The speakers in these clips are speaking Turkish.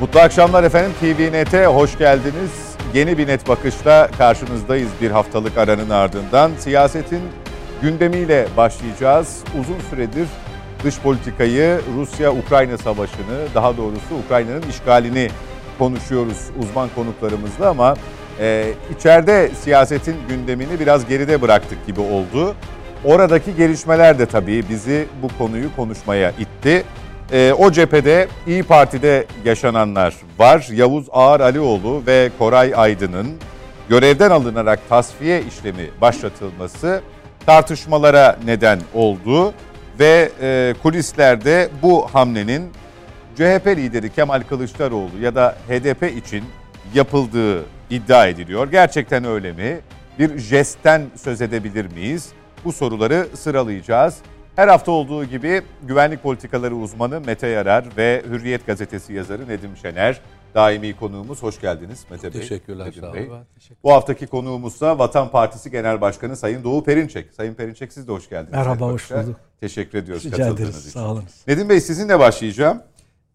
Mutlu akşamlar efendim. TVNet'e hoş geldiniz. Yeni bir net bakışla karşınızdayız bir haftalık aranın ardından. Siyasetin gündemiyle başlayacağız. Uzun süredir dış politikayı, Rusya-Ukrayna savaşını, daha doğrusu Ukrayna'nın işgalini konuşuyoruz uzman konuklarımızla ama içeride siyasetin gündemini biraz geride bıraktık gibi oldu. Oradaki gelişmeler de tabii bizi bu konuyu konuşmaya itti. O cephede İYİ Parti'de yaşananlar var. Yavuz Ağar Alioğlu ve Koray Aydın'ın görevden alınarak tasfiye işlemi başlatılması tartışmalara neden oldu. Ve kulislerde bu hamlenin CHP lideri Kemal Kılıçdaroğlu ya da HDP için yapıldığı iddia ediliyor. Gerçekten öyle mi? Bir jestten söz edebilir miyiz? Bu soruları sıralayacağız. Her hafta olduğu gibi güvenlik politikaları uzmanı Mete Yarar ve Hürriyet gazetesi yazarı Nedim Şener daimi konuğumuz. Hoş geldiniz Mete Bey. Teşekkürler. Nedim Sağ Bey. olun. Bu haftaki konuğumuz da Vatan Partisi Genel Başkanı Sayın Doğu Perinçek. Sayın Perinçek, siz de hoş geldiniz. Merhaba, hoş bulduk. Teşekkür ediyoruz Rica katıldığınız ederiz, için. sağ olun. Nedim Bey, sizinle başlayacağım.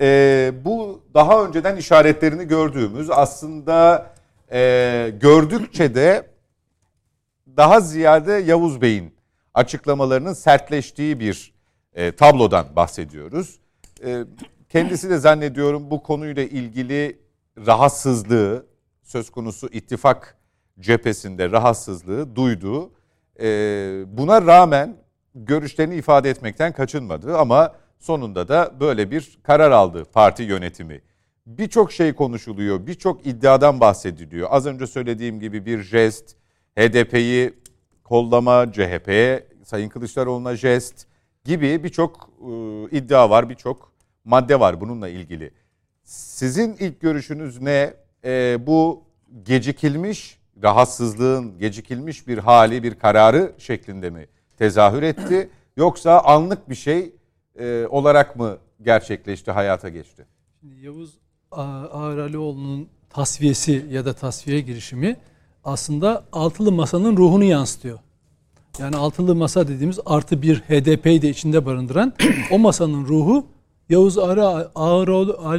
Bu daha önceden işaretlerini gördüğümüz, aslında gördükçe de daha ziyade Yavuz Bey'in açıklamalarının sertleştiği bir tablodan bahsediyoruz. Kendisi de zannediyorum bu konuyla ilgili rahatsızlığı, söz konusu ittifak cephesinde rahatsızlığı duydu. Buna rağmen görüşlerini ifade etmekten kaçınmadı ama sonunda da böyle bir karar aldı parti yönetimi. Birçok şey konuşuluyor, birçok iddiadan bahsediliyor. Az önce söylediğim gibi bir jest, HDP'yi kollama, CHP'ye, Sayın Kılıçdaroğlu'na jest gibi birçok iddia var, birçok madde var bununla ilgili. Sizin ilk görüşünüz ne? Bu gecikilmiş, rahatsızlığın gecikilmiş bir hali, bir kararı şeklinde mi tezahür etti? Yoksa anlık bir şey olarak mı gerçekleşti, hayata geçti? Şimdi Yavuz Ağar Alioğlu'nun tasfiyesi ya da tasfiye girişimi aslında Altılı Masa'nın ruhunu yansıtıyor. Yani Altılı Masa dediğimiz artı bir HDP'yi de içinde barındıran o masanın ruhu Yavuz Ağar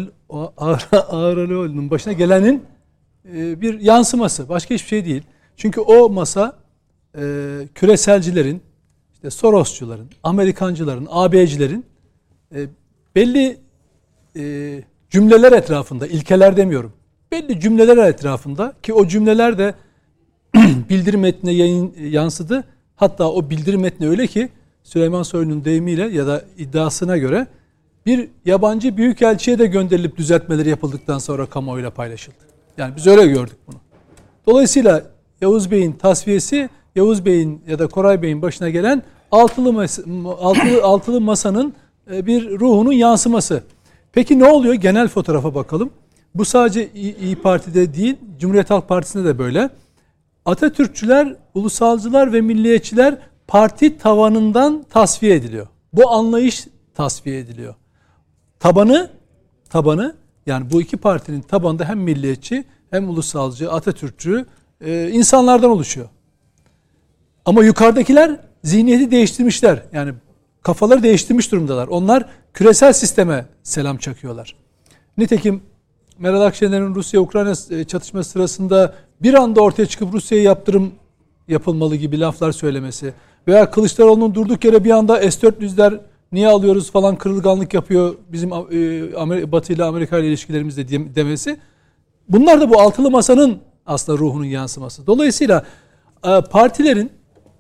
Alioğlu'nun başına gelenin bir yansıması. Başka hiçbir şey değil. Çünkü o masa küreselcilerin, işte Sorosçuların, Amerikancıların, AB'cilerin belli cümleler etrafında, ilkeler demiyorum, belli cümleler etrafında ki o cümleler de bildirim metnine yansıdı. Hatta o bildirim metni öyle ki Süleyman Soylu'nun deyimiyle ya da iddiasına göre bir yabancı büyükelçiye de gönderilip düzeltmeleri yapıldıktan sonra kamuoyuyla paylaşıldı. Yani biz öyle gördük bunu. Dolayısıyla Yavuz Bey'in tasfiyesi, Yavuz Bey'in ya da Koray Bey'in başına gelen altılı masanın bir ruhunun yansıması. Peki ne oluyor? Genel fotoğrafa bakalım. Bu sadece İYİ Parti'de değil, Cumhuriyet Halk Partisi'nde de böyle. Atatürkçüler, ulusalcılar ve milliyetçiler parti tavanından tasfiye ediliyor. Bu anlayış tasfiye ediliyor. Tabanı yani bu iki partinin tabanında hem milliyetçi hem ulusalcı, Atatürkçü insanlardan oluşuyor. Ama yukarıdakiler zihniyeti değiştirmişler. Yani kafaları değiştirmiş durumdalar. Onlar küresel sisteme selam çakıyorlar. Nitekim Meral Akşener'in Rusya-Ukrayna çatışması sırasında bir anda ortaya çıkıp Rusya'ya yaptırım yapılmalı gibi laflar söylemesi veya Kılıçdaroğlu'nun durduk yere bir anda S-400'ler niye alıyoruz falan kırılganlık yapıyor bizim Batı ile Amerika ile ilişkilerimizde demesi, bunlar da bu altılı masanın aslında ruhunun yansıması. Dolayısıyla partilerin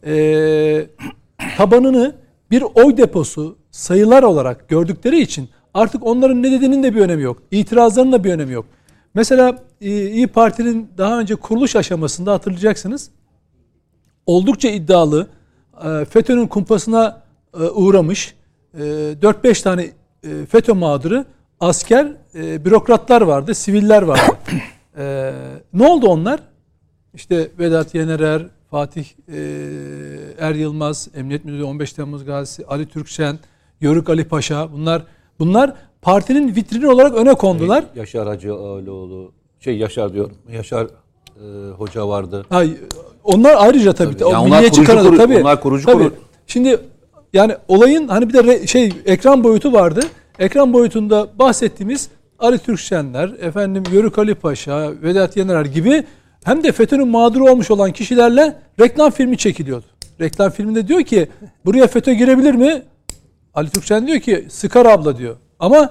tabanını bir oy deposu, sayılar olarak gördükleri için artık onların ne dediğinin de bir önemi yok. İtirazlarının da bir önemi yok. Mesela İYİ Parti'nin daha önce kuruluş aşamasında hatırlayacaksınız, oldukça iddialı, FETÖ'nün kumpasına uğramış 4-5 tane FETÖ mağduru asker, bürokratlar vardı, siviller vardı. Ne oldu onlar? İşte Vedat Yenerer, Fatih Er Yılmaz, Emniyet Müdürü 15 Temmuz Gazisi, Ali Türkşen, Yörük Ali Paşa, bunlar partinin vitrini olarak öne kondular. Yaşar Hacıoğlu, Yaşar Hoca vardı. Onlar ayrıca tabii. Yani Milliyetçi kanadı tabii. Onlar kurucu tabii. Şimdi yani olayın hani bir de ekran boyutu vardı. Ekran boyutunda bahsettiğimiz Ali Türkçenler, Yörük Ali Paşa, Vedat Yener gibi hem de FETÖ'nün mağduru olmuş olan kişilerle reklam filmi çekiliyordu. Reklam filminde diyor ki buraya FETÖ girebilir mi? Ali Türkçen diyor ki sıkar abla diyor. Ama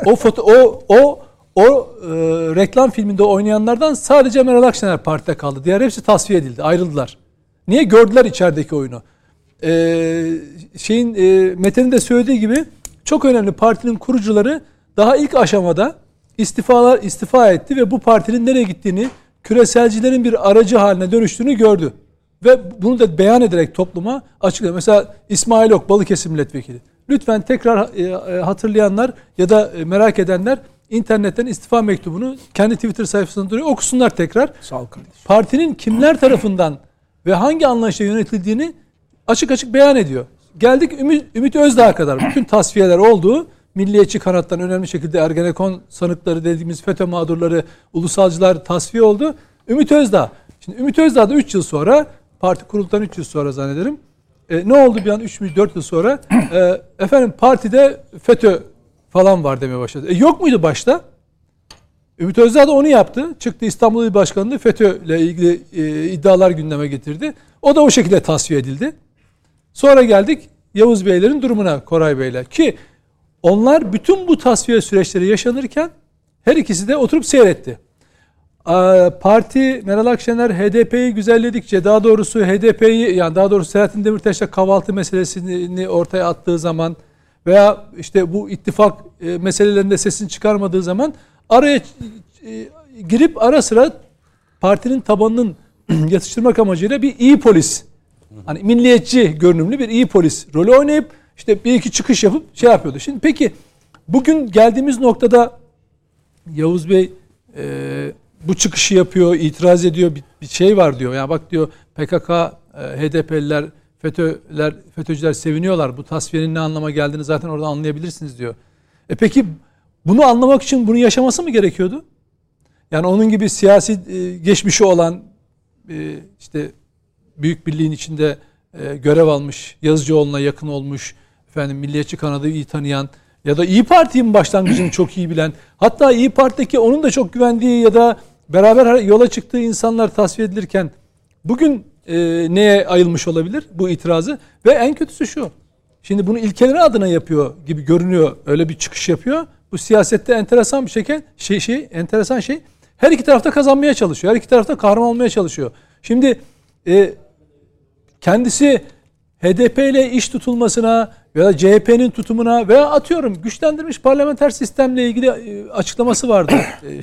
reklam filminde oynayanlardan sadece Meral Akşener partide kaldı. Diğer hepsi tasfiye edildi, ayrıldılar. Niye? Gördüler içerideki oyunu. Mete'nin de söylediği gibi çok önemli, partinin kurucuları daha ilk aşamada istifa etti ve bu partinin nereye gittiğini, küreselcilerin bir aracı haline dönüştüğünü gördü. Ve bunu da beyan ederek topluma açıkladı. Mesela İsmail Ok, Balıkesir Milletvekili. Lütfen tekrar hatırlayanlar ya da merak edenler internetten istifa mektubunu kendi Twitter sayfasında duruyor, okusunlar tekrar. Sağ ol kardeşim. Partinin kimler tarafından ve hangi anlayışla yönetildiğini açık açık beyan ediyor. Geldik Ümit Özdağ'a kadar. Bütün tasfiyeler olduğu, milliyetçi kanattan önemli şekilde Ergenekon sanıkları dediğimiz FETÖ mağdurları, ulusalcılar tasfiye oldu. Ümit Özdağ. Şimdi Ümit Özdağ da 3 yıl sonra, parti kurulduktan 3 yıl sonra zannederim. Ne oldu bir an 3-4 yıl sonra? Partide FETÖ falan var demeye başladı. Yok muydu başta? Ümit Özdağ da onu yaptı. Çıktı İstanbul İl Başkanlığı FETÖ ile ilgili iddialar gündeme getirdi. O da o şekilde tasfiye edildi. Sonra geldik Yavuz Beylerin durumuna, Koray Beyler. Ki onlar bütün bu tasfiye süreçleri yaşanırken her ikisi de oturup seyretti. Parti, Meral Akşener HDP'yi güzelledikçe, daha doğrusu Selahattin Demirtaş'la kahvaltı meselesini ortaya attığı zaman veya işte bu ittifak meselelerinde sesini çıkarmadığı zaman araya girip ara sıra partinin tabanının yatıştırmak amacıyla bir iyi polis, hani milliyetçi görünümlü bir iyi polis rolü oynayıp işte bir iki çıkış yapıp yapıyordu. Şimdi peki bugün geldiğimiz noktada Yavuz Bey bu çıkışı yapıyor, itiraz ediyor, bir şey var diyor. Yani bak diyor, PKK, HDP'liler, FETÖ'cüler seviniyorlar. Bu tasfiyenin ne anlama geldiğini zaten oradan anlayabilirsiniz diyor. Peki bunu anlamak için bunu yaşaması mı gerekiyordu? Yani onun gibi siyasi geçmişi olan, işte Büyük Birliğin içinde görev almış, Yazıcıoğlu'na yakın olmuş, milliyetçi kanadı iyi tanıyan ya da İYİ Parti'nin başlangıcını çok iyi bilen, hatta İYİ Parti'deki onun da çok güvendiği ya da beraber yola çıktığı insanlar tasfiye edilirken bugün neye ayılmış olabilir bu itirazı? Ve en kötüsü şu. Şimdi bunu ilkeleri adına yapıyor gibi görünüyor. Öyle bir çıkış yapıyor. Bu siyasette enteresan bir enteresan şey. Her iki tarafta kazanmaya çalışıyor. Her iki tarafta kahraman olmaya çalışıyor. Şimdi kendisi HDP ile iş tutulmasına veya CHP'nin tutumuna veya atıyorum güçlendirilmiş parlamenter sistemle ilgili açıklaması vardı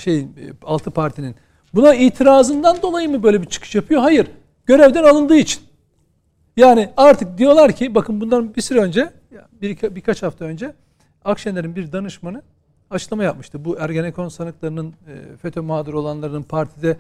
altı partinin. Buna itirazından dolayı mı böyle bir çıkış yapıyor? Hayır. Görevden alındığı için. Yani artık diyorlar ki, bakın bundan bir süre önce, birkaç hafta önce Akşener'in bir danışmanı açıklama yapmıştı. Bu Ergenekon sanıklarının, FETÖ mağduru olanların partide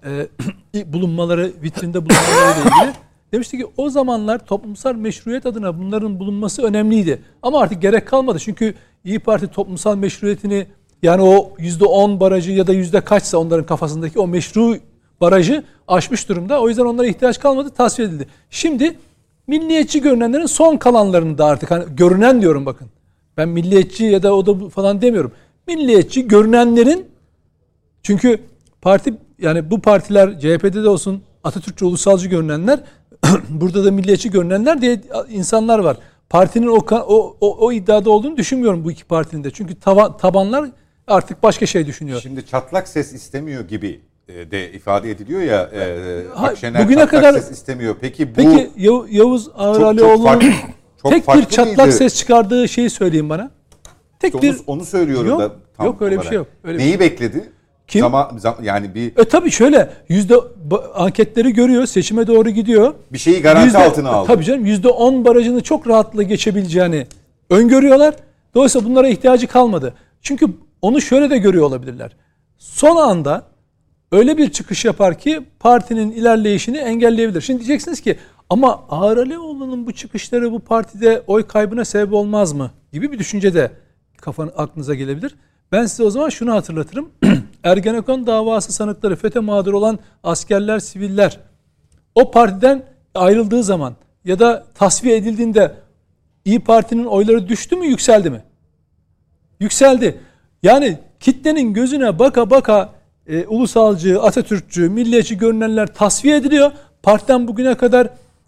bulunmaları, vitrinde bulunmaları ile ilgili demişti ki o zamanlar toplumsal meşruiyet adına bunların bulunması önemliydi. Ama artık gerek kalmadı. Çünkü İYİ Parti toplumsal meşruiyetini, yani o %10 barajı ya da yüzde kaçsa onların kafasındaki o meşru barajı aşmış durumda. O yüzden onlara ihtiyaç kalmadı, tasfiye edildi. Şimdi milliyetçi görünenlerin son kalanlarını da artık, hani görünen diyorum bakın. Ben milliyetçi ya da o da falan demiyorum. Milliyetçi görünenlerin, çünkü parti, yani bu partiler CHP'de de olsun, Atatürkçü ulusalcı görünenler, burada da milliyetçi görünenler diye insanlar var. Partinin o iddiada olduğunu düşünmüyorum bu iki partinin de. Çünkü tabanlar artık başka şey düşünüyor. Şimdi çatlak ses istemiyor gibi de ifade ediliyor ya. Akşener bugüne çatlak kadar ses istemiyor. Peki Yavuz Ağralioğlu'nun tek bir çatlak mıydı? ses çıkardığı şeyi söyleyin bana. Onu söylüyorum yok, da. Tam yok öyle olarak. Bir şey yok. Neyi bekledi? Kim? Yani bir tabii şöyle anketleri görüyor, seçime doğru gidiyor. Bir şeyi garanti altına aldı. Tabii canım, %10 barajını çok rahatlıkla geçebileceğini öngörüyorlar. Dolayısıyla bunlara ihtiyacı kalmadı. Çünkü onu şöyle de görüyor olabilirler. Son anda öyle bir çıkış yapar ki partinin ilerleyişini engelleyebilir. Şimdi diyeceksiniz ki ama Ağralioğlu'nun bu çıkışları bu partide oy kaybına sebep olmaz mı gibi bir düşünce de aklınıza gelebilir. Ben size o zaman şunu hatırlatırım. Ergenekon davası sanıkları, FETÖ mağdur olan askerler, siviller o partiden ayrıldığı zaman ya da tasfiye edildiğinde İYİ Parti'nin oyları düştü mü, yükseldi mi? Yükseldi. Yani kitlenin gözüne baka baka ulusalcı, Atatürkçü, milliyetçi görünenler tasfiye ediliyor. Partiden bugüne kadar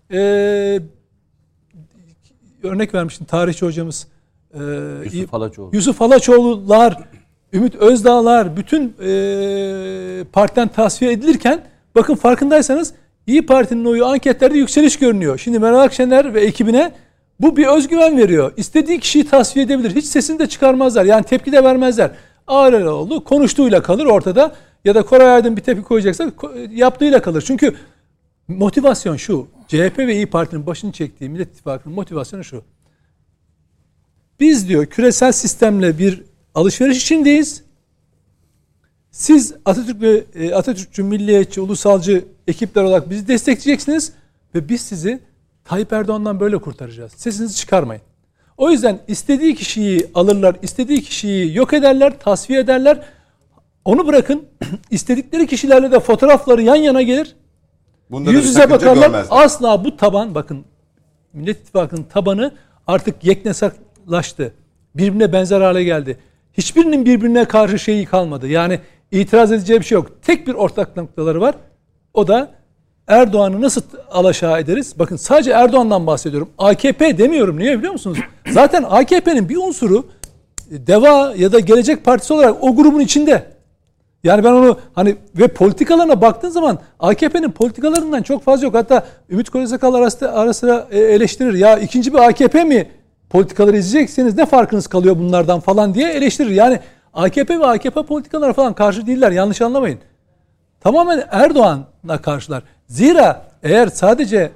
örnek vermiştim tarihçi hocamız Yusuf Halaçoğlu'lar, Ümit Özdağlar bütün partiden tasfiye edilirken bakın farkındaysanız İYİ Parti'nin oyu anketlerde yükseliş görünüyor. Şimdi Meral Akşener ve ekibine bu bir özgüven veriyor. İstediği kişiyi tasfiye edebilir. Hiç sesini de çıkarmazlar. Yani tepki de vermezler. Ağırlıoğlu konuştuğuyla kalır ortada. Ya da Koray Aydın bir tepki koyacaksa yaptığıyla kalır. Çünkü motivasyon şu. CHP ve İYİ Parti'nin başını çektiği Millet İttifakı'nın motivasyonu şu. Biz diyor küresel sistemle bir alışveriş içindeyiz. Siz Atatürkçü, milliyetçi, ulusalcı ekipler olarak bizi destekleyeceksiniz ve biz sizi Tayyip Erdoğan'dan böyle kurtaracağız. Sesinizi çıkarmayın. O yüzden istediği kişiyi alırlar, istediği kişiyi yok ederler, tasfiye ederler. Onu bırakın, istedikleri kişilerle de fotoğrafları yan yana gelir. Yüz yüze bakarlar. Görmezler. Asla bu taban, bakın Millet İttifakı'nın tabanı artık yeknesaklaştı. Birbirine benzer hale geldi. Hiçbirinin birbirine karşı şeyi kalmadı. Yani itiraz edeceği bir şey yok. Tek bir ortak noktaları var. O da Erdoğan'ı nasıl alaşağı ederiz? Bakın sadece Erdoğan'dan bahsediyorum. AKP demiyorum. Niye biliyor musunuz? Zaten AKP'nin bir unsuru DEVA ya da Gelecek Partisi olarak o grubun içinde. Yani ben onu hani ve politikalarına baktığın zaman AKP'nin politikalarından çok fazla yok. Hatta Ümit Kocaksakal ara sıra eleştirir. Ya ikinci bir AKP mi politikaları izleyecekseniz ne farkınız kalıyor bunlardan falan diye eleştirir. Yani AKP ve AKP politikaları falan karşı değiller. Yanlış anlamayın. Tamamen Erdoğan'la karşılar. Zira eğer sadece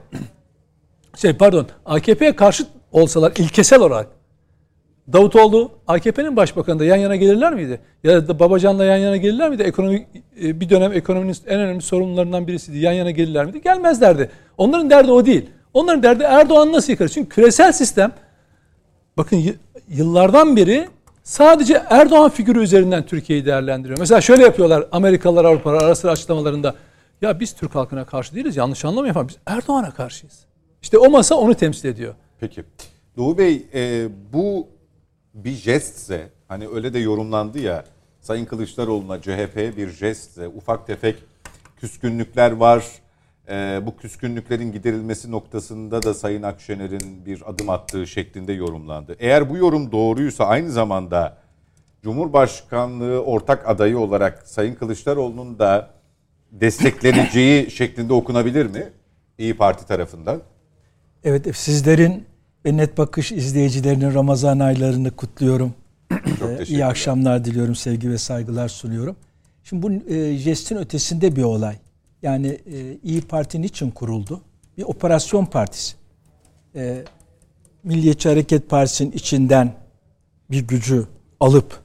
AKP'ye karşı olsalar ilkesel olarak Davutoğlu AKP'nin başbakanı da yan yana gelirler miydi? Ya da Babacan'la yan yana gelirler miydi? Bir dönem ekonominin en önemli sorunlarından birisiydi. Yan yana gelirler miydi? Gelmezlerdi. Onların derdi o değil. Onların derdi Erdoğan nasıl yıkar? Çünkü küresel sistem bakın yıllardan beri sadece Erdoğan figürü üzerinden Türkiye'yi değerlendiriyor. Mesela şöyle yapıyorlar Amerikalılar, Avrupalılar ara sıra açıklamalarında. Ya biz Türk halkına karşı değiliz. Yanlış anlamayın falan. Biz Erdoğan'a karşıyız. İşte o masa onu temsil ediyor. Peki. Doğu Bey bu bir jestse hani öyle de yorumlandı ya Sayın Kılıçdaroğlu'na CHP'ye bir jestse ufak tefek küskünlükler var. Bu küskünlüklerin giderilmesi noktasında da Sayın Akşener'in bir adım attığı şeklinde yorumlandı. Eğer bu yorum doğruysa aynı zamanda Cumhurbaşkanlığı ortak adayı olarak Sayın Kılıçdaroğlu'nun da destekleneceği şeklinde okunabilir mi İYİ Parti tarafından? Evet, sizlerin ve Net Bakış izleyicilerinin Ramazan aylarını kutluyorum. İyi akşamlar diliyorum, sevgi ve saygılar sunuyorum. Şimdi bu jestin ötesinde bir olay. Yani İYİ Parti niçin kuruldu? Bir operasyon partisi. Milliyetçi Hareket Partisi'nin içinden bir gücü alıp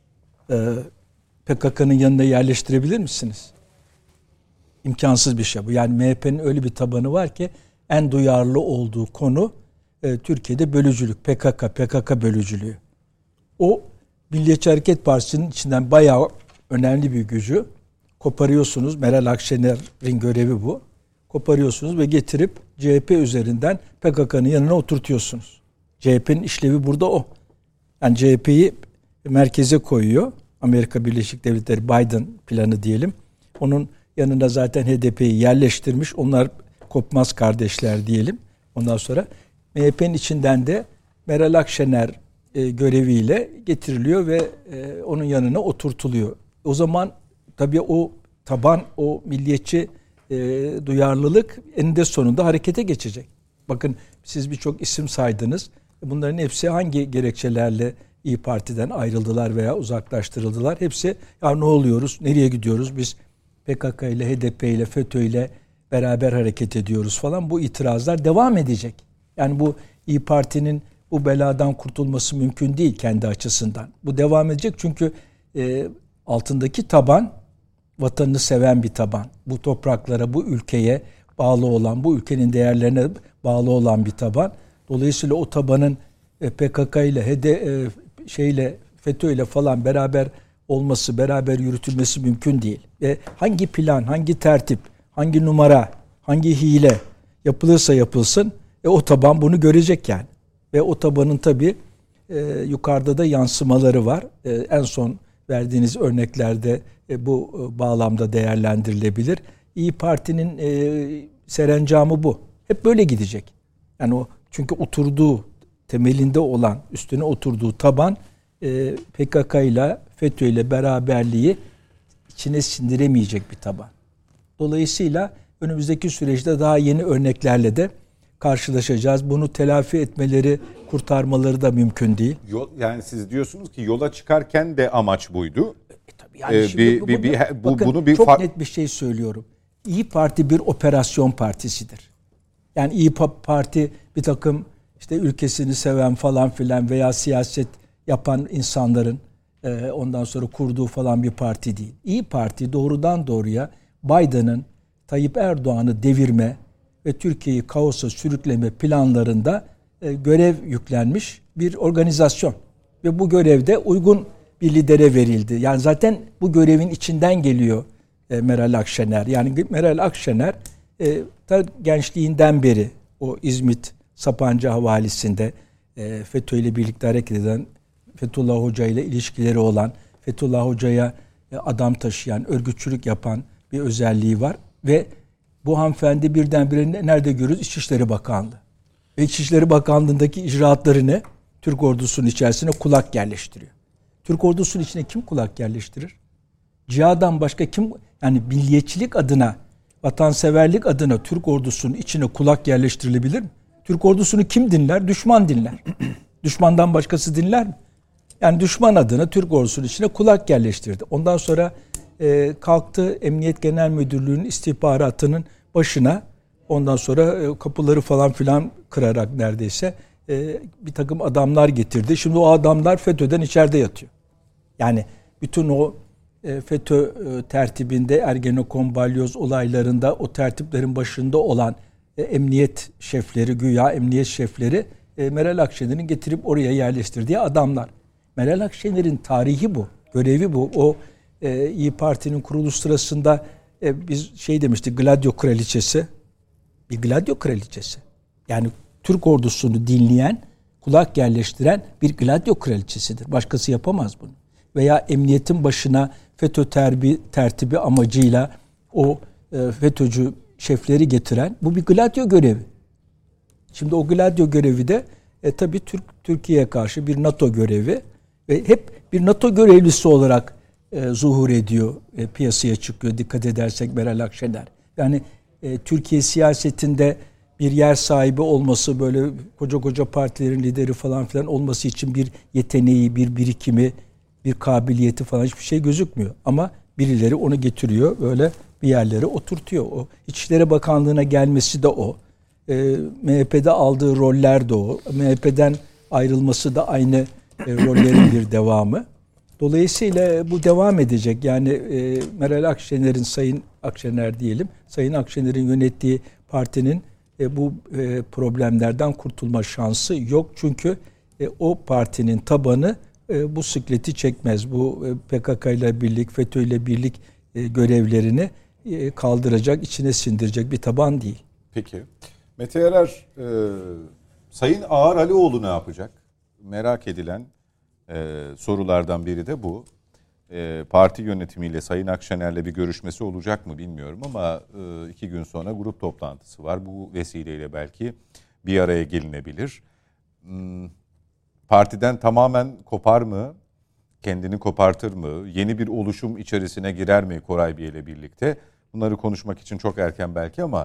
PKK'nın yanına yerleştirebilir misiniz? İmkansız bir şey bu. Yani MHP'nin öyle bir tabanı var ki en duyarlı olduğu konu Türkiye'de bölücülük, PKK bölücülüğü. O Milliyetçi Hareket Partisi'nin içinden bayağı önemli bir gücü koparıyorsunuz. Meral Akşener'in görevi bu. Koparıyorsunuz ve getirip CHP üzerinden PKK'nın yanına oturtuyorsunuz. CHP'nin işlevi burada o. Yani CHP'yi merkeze koyuyor. Amerika Birleşik Devletleri Biden planı diyelim. Onun yanına zaten HDP'yi yerleştirmiş. Onlar kopmaz kardeşler diyelim. Ondan sonra MHP'nin içinden de Meral Akşener göreviyle getiriliyor ve onun yanına oturtuluyor. O zaman tabii o taban, o milliyetçi duyarlılık eninde sonunda harekete geçecek. Bakın siz birçok isim saydınız. Bunların hepsi hangi gerekçelerle İYİ Parti'den ayrıldılar veya uzaklaştırıldılar? Hepsi ya ne oluyoruz, nereye gidiyoruz? Biz PKK ile, HDP ile, FETÖ ile beraber hareket ediyoruz falan. Bu itirazlar devam edecek. Yani bu İYİ Parti'nin bu beladan kurtulması mümkün değil kendi açısından. Bu devam edecek çünkü altındaki taban vatanını seven bir taban. Bu topraklara, bu ülkeye bağlı olan, bu ülkenin değerlerine bağlı olan bir taban. Dolayısıyla o tabanın PKK ile FETÖ ile falan beraber olması, beraber yürütülmesi mümkün değil. Ve hangi plan, hangi tertip, hangi numara, hangi hile yapılırsa yapılsın o taban bunu görecek yani. Ve o tabanın tabii yukarıda da yansımaları var. En son verdiğiniz örneklerde bu bağlamda değerlendirilebilir. İYİ Parti'nin serencamı bu. Hep böyle gidecek. Yani o çünkü oturduğu temelinde olan, üstüne oturduğu taban PKK ile FETÖ ile beraberliği içine sindiremeyecek bir taban. Dolayısıyla önümüzdeki süreçte daha yeni örneklerle de karşılaşacağız. Bunu telafi etmeleri, kurtarmaları da mümkün değil. Yani siz diyorsunuz ki yola çıkarken de amaç buydu. Tabii yani bakın, çok net bir şey söylüyorum. İYİ Parti bir operasyon partisidir. Yani İYİ Parti bir takım işte ülkesini seven falan filan veya siyaset yapan insanların ondan sonra kurduğu falan bir parti değil. İYİ Parti doğrudan doğruya Biden'ın Tayyip Erdoğan'ı devirme ve Türkiye'yi kaosa sürükleme planlarında görev yüklenmiş bir organizasyon. Ve bu görevde uygun bir lidere verildi. Yani zaten bu görevin içinden geliyor Meral Akşener. Yani Meral Akşener ta gençliğinden beri o İzmit Sapanca Havalisi'nde FETÖ ile birlikte hareket eden, Fethullah Hoca ile ilişkileri olan, Fethullah Hoca'ya adam taşıyan, örgütçülük yapan bir özelliği var. Ve bu hanımefendi birdenbire nerede görüyoruz? İçişleri Bakanlığı. Ve İçişleri Bakanlığı'ndaki icraatları ne? Türk ordusunun içerisine kulak yerleştiriyor. Türk ordusunun içine kim kulak yerleştirir? CİHA'dan başka kim? Yani milliyetçilik adına, vatanseverlik adına Türk ordusunun içine kulak yerleştirilebilir mi? Türk ordusunu kim dinler? Düşman dinler. Düşmandan başkası dinler mi? Yani düşman adına Türk ordusunun içine kulak yerleştirdi. Ondan sonra kalktı Emniyet Genel Müdürlüğü'nün istihbaratının başına, ondan sonra kapıları falan filan kırarak neredeyse bir takım adamlar getirdi. Şimdi o adamlar FETÖ'den içeride yatıyor. Yani bütün o FETÖ tertibinde Ergenekon, Balyoz olaylarında o tertiplerin başında olan emniyet şefleri, güya emniyet şefleri Meral Akşener'in getirip oraya yerleştirdiği adamlar. Meral Akşener'in tarihi bu, görevi bu. O İYİ Parti'nin kuruluş sırasında biz demiştik, Gladio Kraliçesi. Bir Gladio Kraliçesi. Yani Türk ordusunu dinleyen, kulak yerleştiren bir Gladio Kraliçesidir. Başkası yapamaz bunu. Veya emniyetin başına FETÖ tertibi amacıyla o FETÖ'cü şefleri getiren, bu bir Gladio görevi. Şimdi o Gladio görevi de tabii Türkiye'ye karşı bir NATO görevi ve hep bir NATO görevlisi olarak zuhur ediyor, piyasaya çıkıyor. Dikkat edersek Meral Akşener. Yani Türkiye siyasetinde bir yer sahibi olması, böyle koca koca partilerin lideri falan filan olması için bir yeteneği, bir birikimi, bir kabiliyeti falan hiçbir şey gözükmüyor. Ama birileri onu getiriyor, böyle bir yerlere oturtuyor. O İçişleri Bakanlığı'na gelmesi de o. MHP'de aldığı roller de o. MHP'den ayrılması da aynı rollerin bir devamı. Dolayısıyla bu devam edecek. Yani Meral Akşener'in, Sayın Akşener diyelim, Sayın Akşener'in yönettiği partinin bu problemlerden kurtulma şansı yok. Çünkü o partinin tabanı bu sikleti çekmez. Bu PKK ile birlik, FETÖ ile birlik görevlerini kaldıracak, içine sindirecek bir taban değil. Peki. Mete Yarar, Sayın Ağar Alioğlu ne yapacak? Merak edilen sorulardan biri de bu. Parti yönetimiyle, Sayın Akşener'le bir görüşmesi olacak mı bilmiyorum ama 2 gün sonra grup toplantısı var. Bu vesileyle belki bir araya gelinebilir. Partiden tamamen kopar mı? Kendini kopartır mı? Yeni bir oluşum içerisine girer mi Koray Bey ile birlikte? Bunları konuşmak için çok erken belki ama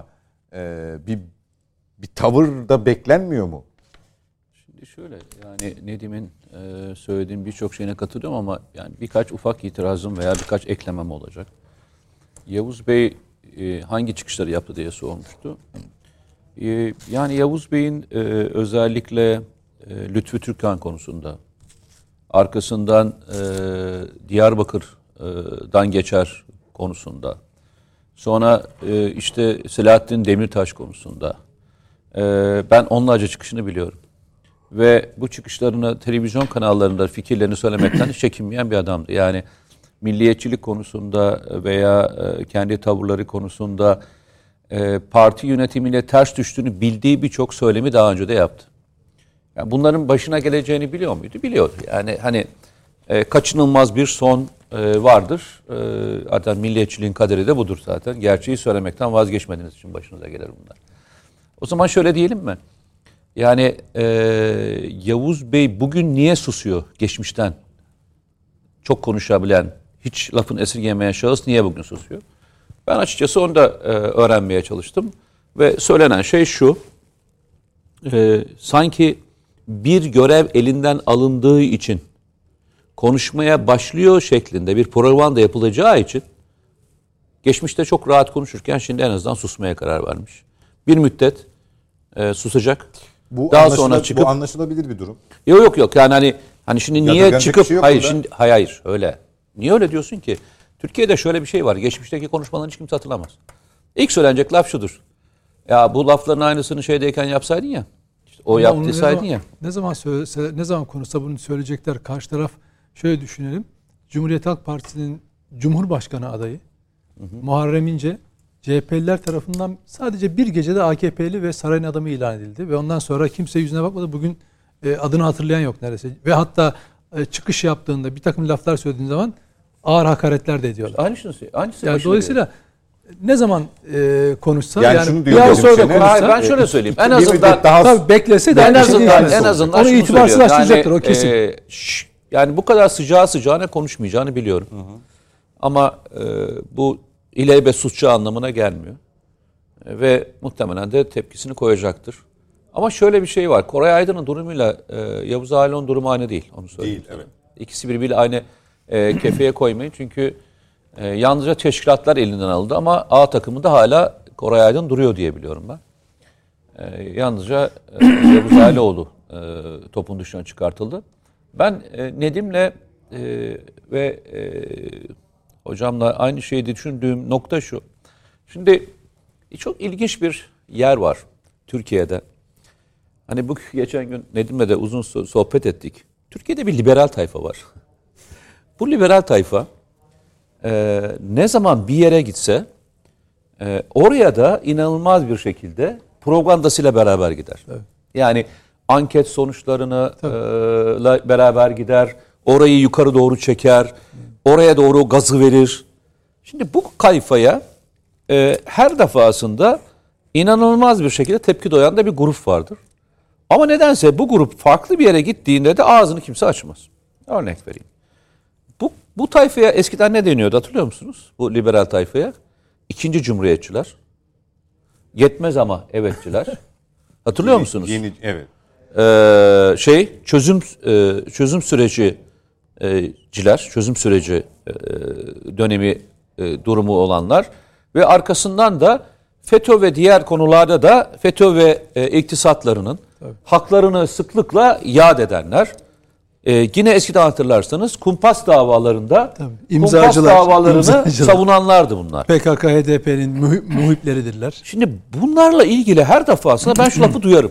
bir tavır da beklenmiyor mu? Şimdi şöyle, yani Nedim'in söylediğim birçok şeyine katılıyorum ama yani birkaç ufak itirazım veya birkaç eklemem olacak. Yavuz Bey hangi çıkışları yaptı diye sormuştu. Yani Yavuz Bey'in özellikle Lütfü Türkkan konusunda, arkasından Diyarbakır'dan geçer konusunda, sonra işte Selahattin Demirtaş konusunda ben onlarca çıkışını biliyorum. Ve bu çıkışlarını televizyon kanallarında fikirlerini söylemekten hiç çekinmeyen bir adamdı. Yani milliyetçilik konusunda veya kendi tavırları konusunda parti yönetimiyle ters düştüğünü bildiği birçok söylemi daha önce de yaptı. Yani bunların başına geleceğini biliyor muydu? Biliyordu. Yani hani kaçınılmaz bir son vardır. Zaten milliyetçiliğin kaderi de budur zaten. Gerçeği söylemekten vazgeçmediğiniz için başınıza gelir bunlar. O zaman şöyle diyelim mi? Yani Yavuz Bey bugün niye susuyor geçmişten? Çok konuşabilen, hiç lafın esirgemeyen şahıs niye bugün susuyor? Ben açıkçası onu da öğrenmeye çalıştım. Ve söylenen şey şu. Sanki bir görev elinden alındığı için konuşmaya başlıyor şeklinde bir propaganda yapılacağı için geçmişte çok rahat konuşurken şimdi en azından susmaya karar vermiş. Bir müddet susacak. Daha sonra çıkıp bu anlaşılabilir bir durum. Yok yani hani şimdi niye çıkıp şey hayır öyle. Niye öyle diyorsun ki? Türkiye'de şöyle bir şey var. Geçmişteki konuşmalarını hiç kimse hatırlamaz. İlk söylenecek laf şudur. Ya bu lafların aynısını şeydeyken yapsaydın ya. İşte o yaptısaydın ya. Ne zaman konuşsa bunu söyleyecekler. Karşı taraf şöyle düşünelim. Cumhuriyet Halk Partisi'nin Cumhurbaşkanı adayı Muharrem İnce CHP'liler tarafından sadece bir gecede AKP'li ve sarayın adamı ilan edildi ve ondan sonra kimse yüzüne bakmadı. Bugün adını hatırlayan yok neredeyse. Ve hatta çıkış yaptığında bir takım laflar söylediğin zaman ağır hakaretler de ediyorlar. Aynısı yani dolayısıyla ne zaman konuşsa yani şunu bir ay sonra da konuşsa ben şöyle söyleyeyim. En azından tabii beklese de en azından onu itibarsızlaştıracaktır o kesin. Yani bu kadar sıcağına konuşmayacağını biliyorum. Ama bu ilelebet suçlu anlamına gelmiyor. Ve muhtemelen de tepkisini koyacaktır. Ama şöyle bir şey var. Koray Aydın'ın durumuyla Yavuz Ağaoğlu'nun durumu aynı değil. Onu söyleyeyim. Değil, evet. İkisi birbiriyle aynı kefeye koymayın. Çünkü yalnızca teşkilatlar elinden alındı ama A takımında hala Koray Aydın duruyor diye biliyorum ben. Yalnızca Yavuz Ağaoğlu topun dışına çıkartıldı. Ben Nedim'le ve hocamla aynı şeyi düşündüğüm nokta şu. Şimdi çok ilginç bir yer var Türkiye'de. Hani bu geçen gün Nedim'le de uzun sohbet ettik. Türkiye'de bir liberal tayfa var. Bu liberal tayfa ne zaman bir yere gitse oraya da inanılmaz bir şekilde propagandasıyla beraber gider. Evet. Yani anket sonuçlarını beraber gider. Orayı yukarı doğru çeker. Oraya doğru gazı verir. Şimdi bu kayfaya her defasında inanılmaz bir şekilde tepki duyan da bir grup vardır. Ama nedense bu grup farklı bir yere gittiğinde de ağzını kimse açmaz. Örnek vereyim. Bu tayfaya eskiden ne deniyordu hatırlıyor musunuz? Bu liberal tayfaya. İkinci cumhuriyetçiler. Yetmez ama evetçiler. Hatırlıyor musunuz? Evet. Çözüm süreci çözüm süreci dönemi durumu olanlar ve arkasından da FETÖ ve diğer konularda da FETÖ ve iktisatlarının haklarını sıklıkla yad edenler. Yine eskiden hatırlarsanız kumpas davalarında kumpas davalarını savunanlardı bunlar. PKK, HDP'nin muhipleridirler. Şimdi bunlarla ilgili her defasında ben şu lafı duyarım.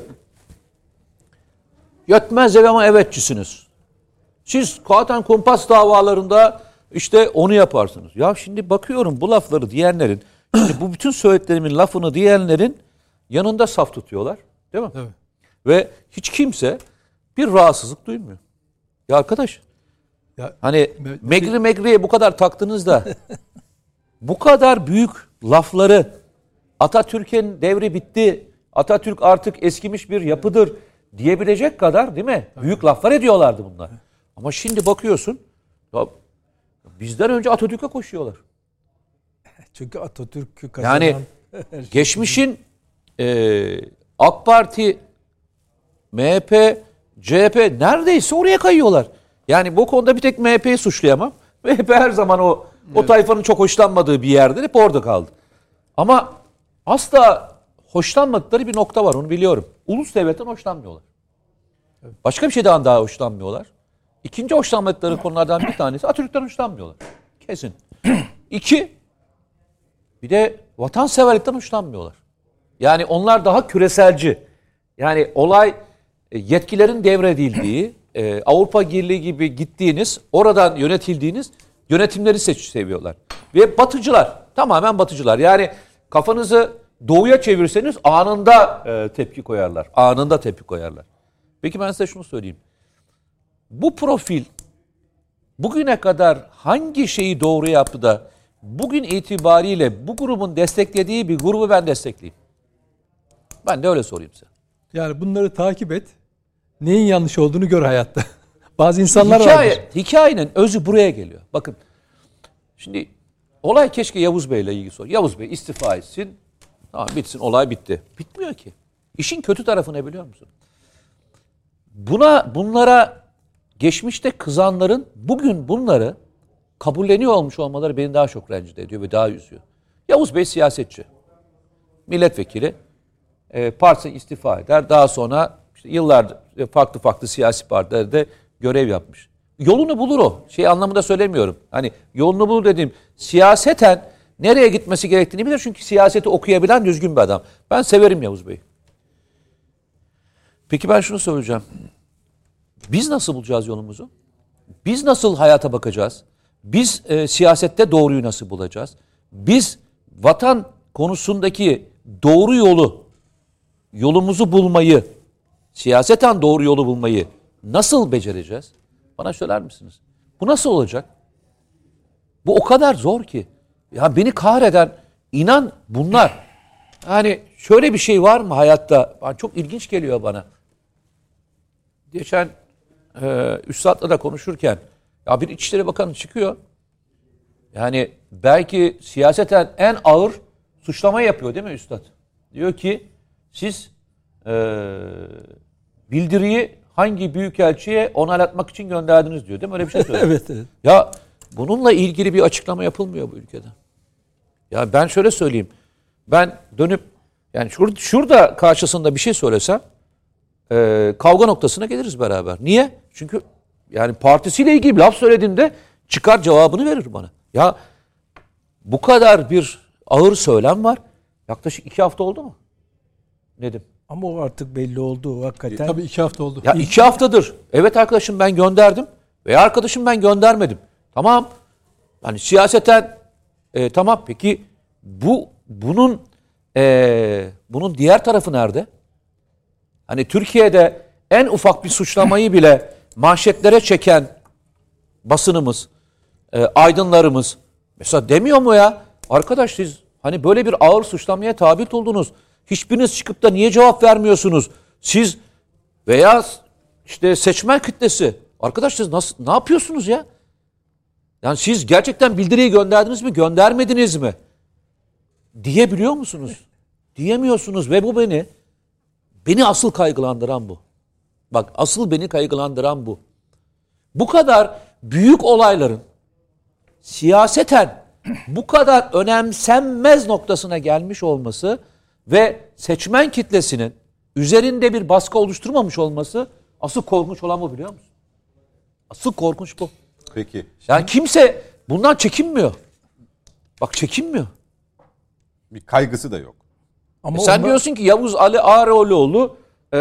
Yetmez ama evetçisiniz. Siz zaten kumpas davalarında işte onu yaparsınız. Ya şimdi bakıyorum bu lafları diyenlerin, şimdi bu bütün söylediklerimin lafını diyenlerin yanında saf tutuyorlar. Değil mi? Evet. Ve hiç kimse bir rahatsızlık duymuyor. Ya arkadaş, hani Megri'ye bu kadar taktınız da bu kadar büyük lafları Atatürk'ün devri bitti, Atatürk artık eskimiş bir yapıdır diyebilecek kadar değil mi? Büyük laflar ediyorlardı bunlar. Ama şimdi bakıyorsun ya bizden önce Atatürk'e koşuyorlar. Çünkü Atatürk'ü kazanan... Yani geçmişin AK Parti, MHP, CHP neredeyse oraya kayıyorlar. Yani bu konuda bir tek MHP'yi suçlayamam. MHP her zaman o tayfanın çok hoşlanmadığı bir yerde hep orada kaldı. Ama asla hoşlanmadıkları bir nokta var, onu biliyorum. Ulus devletten hoşlanmıyorlar. Başka bir şeyden daha hoşlanmıyorlar. İkinci hoşlanmadıkları konulardan bir tanesi Atatürk'ten hoşlanmıyorlar. Kesin. İki, bir de vatanseverlikten hoşlanmıyorlar. Yani onlar daha küreselci. Yani olay yetkilerin devredildiği, Avrupa Birliği gibi gittiğiniz, oradan yönetildiğiniz yönetimleri seviyorlar. Ve batıcılar, tamamen batıcılar. Yani kafanızı doğuya çevirseniz anında tepki koyarlar. Anında tepki koyarlar. Peki ben size şunu söyleyeyim. Bu profil bugüne kadar hangi şeyi doğru yaptı da bugün itibariyle bu grubun desteklediği bir grubu ben destekleyeyim? Ben de öyle sorayım size. Yani bunları takip et. Neyin yanlış olduğunu gör hayatta. Bazı insanlar vardır. Hikayenin özü buraya geliyor. Bakın şimdi olay keşke Yavuz Bey'le ilgili sor. Yavuz Bey istifa etsin. Tamam bitsin, olay bitti. Bitmiyor ki. İşin kötü tarafı ne biliyor musun? Bunlara geçmişte kızanların bugün bunları kabulleniyor olmuş olmaları beni daha çok rencide ediyor ve daha üzüyor. Yavuz Bey siyasetçi. Milletvekili. Partisi istifa eder. Daha sonra işte yıllardır farklı siyasi partilerde görev yapmış. Yolunu bulur o. Şey anlamında söylemiyorum. Hani yolunu bulur dediğim siyaseten nereye gitmesi gerektiğini bilir. Çünkü siyaseti okuyabilen düzgün bir adam. Ben severim Yavuz Bey'i. Peki ben şunu söyleyeceğim. Biz nasıl bulacağız yolumuzu? Biz nasıl hayata bakacağız? Biz siyasette doğruyu nasıl bulacağız? Biz vatan konusundaki doğru yolumuzu bulmayı, siyaseten doğru yolu bulmayı nasıl becereceğiz? Bana söyler misiniz? Bu nasıl olacak? Bu o kadar zor ki. Ya beni kahreden inan bunlar. Yani şöyle bir şey var mı hayatta? Çok ilginç geliyor bana. Geçen Üstad'la da konuşurken ya bir İçişleri Bakanı çıkıyor. Yani belki siyaseten en ağır suçlama yapıyor değil mi Üstad? Diyor ki siz bildiriyi hangi büyükelçiye onaylatmak için gönderdiniz diyor değil mi? Öyle bir şey söylüyor. Evet. Ya bununla ilgili bir açıklama yapılmıyor bu ülkede. Ya ben şöyle söyleyeyim. Ben dönüp yani şurada karşısında bir şey söylesem kavga noktasına geliriz beraber. Niye? Çünkü yani partisiyle ilgili bir laf söylediğimde çıkar cevabını verir bana. Ya bu kadar bir ağır söylem var. Yaklaşık 2 hafta oldu mu? Nedim? Ama o artık belli oldu hakikaten. Tabii 2 hafta oldu. Ya 2 haftadır. Evet arkadaşım ben gönderdim. Veya arkadaşım ben göndermedim. Tamam. Hani siyaseten tamam peki bunun diğer tarafı nerede? Hani Türkiye'de en ufak bir suçlamayı bile manşetlere çeken basınımız, aydınlarımız mesela demiyor mu ya? Arkadaş siz hani böyle bir ağır suçlamaya tabi oldunuz. Hiçbiriniz çıkıp da niye cevap vermiyorsunuz? Siz veya işte seçmen kitlesi. Arkadaş siz ne yapıyorsunuz ya? Yani siz gerçekten bildiriyi gönderdiniz mi, göndermediniz mi? Diyebiliyor musunuz? Diyemiyorsunuz ve bu beni asıl kaygılandıran bu. Bak asıl beni kaygılandıran bu. Bu kadar büyük olayların siyaseten bu kadar önemsenmez noktasına gelmiş olması ve seçmen kitlesinin üzerinde bir baskı oluşturmamış olması asıl korkunç olan bu biliyor musun? Asıl korkunç bu. Peki. Yani kimse bundan çekinmiyor. Bak çekinmiyor. Bir kaygısı da yok. Ama Sen diyorsun ki Yavuz Ali Ağaoğlu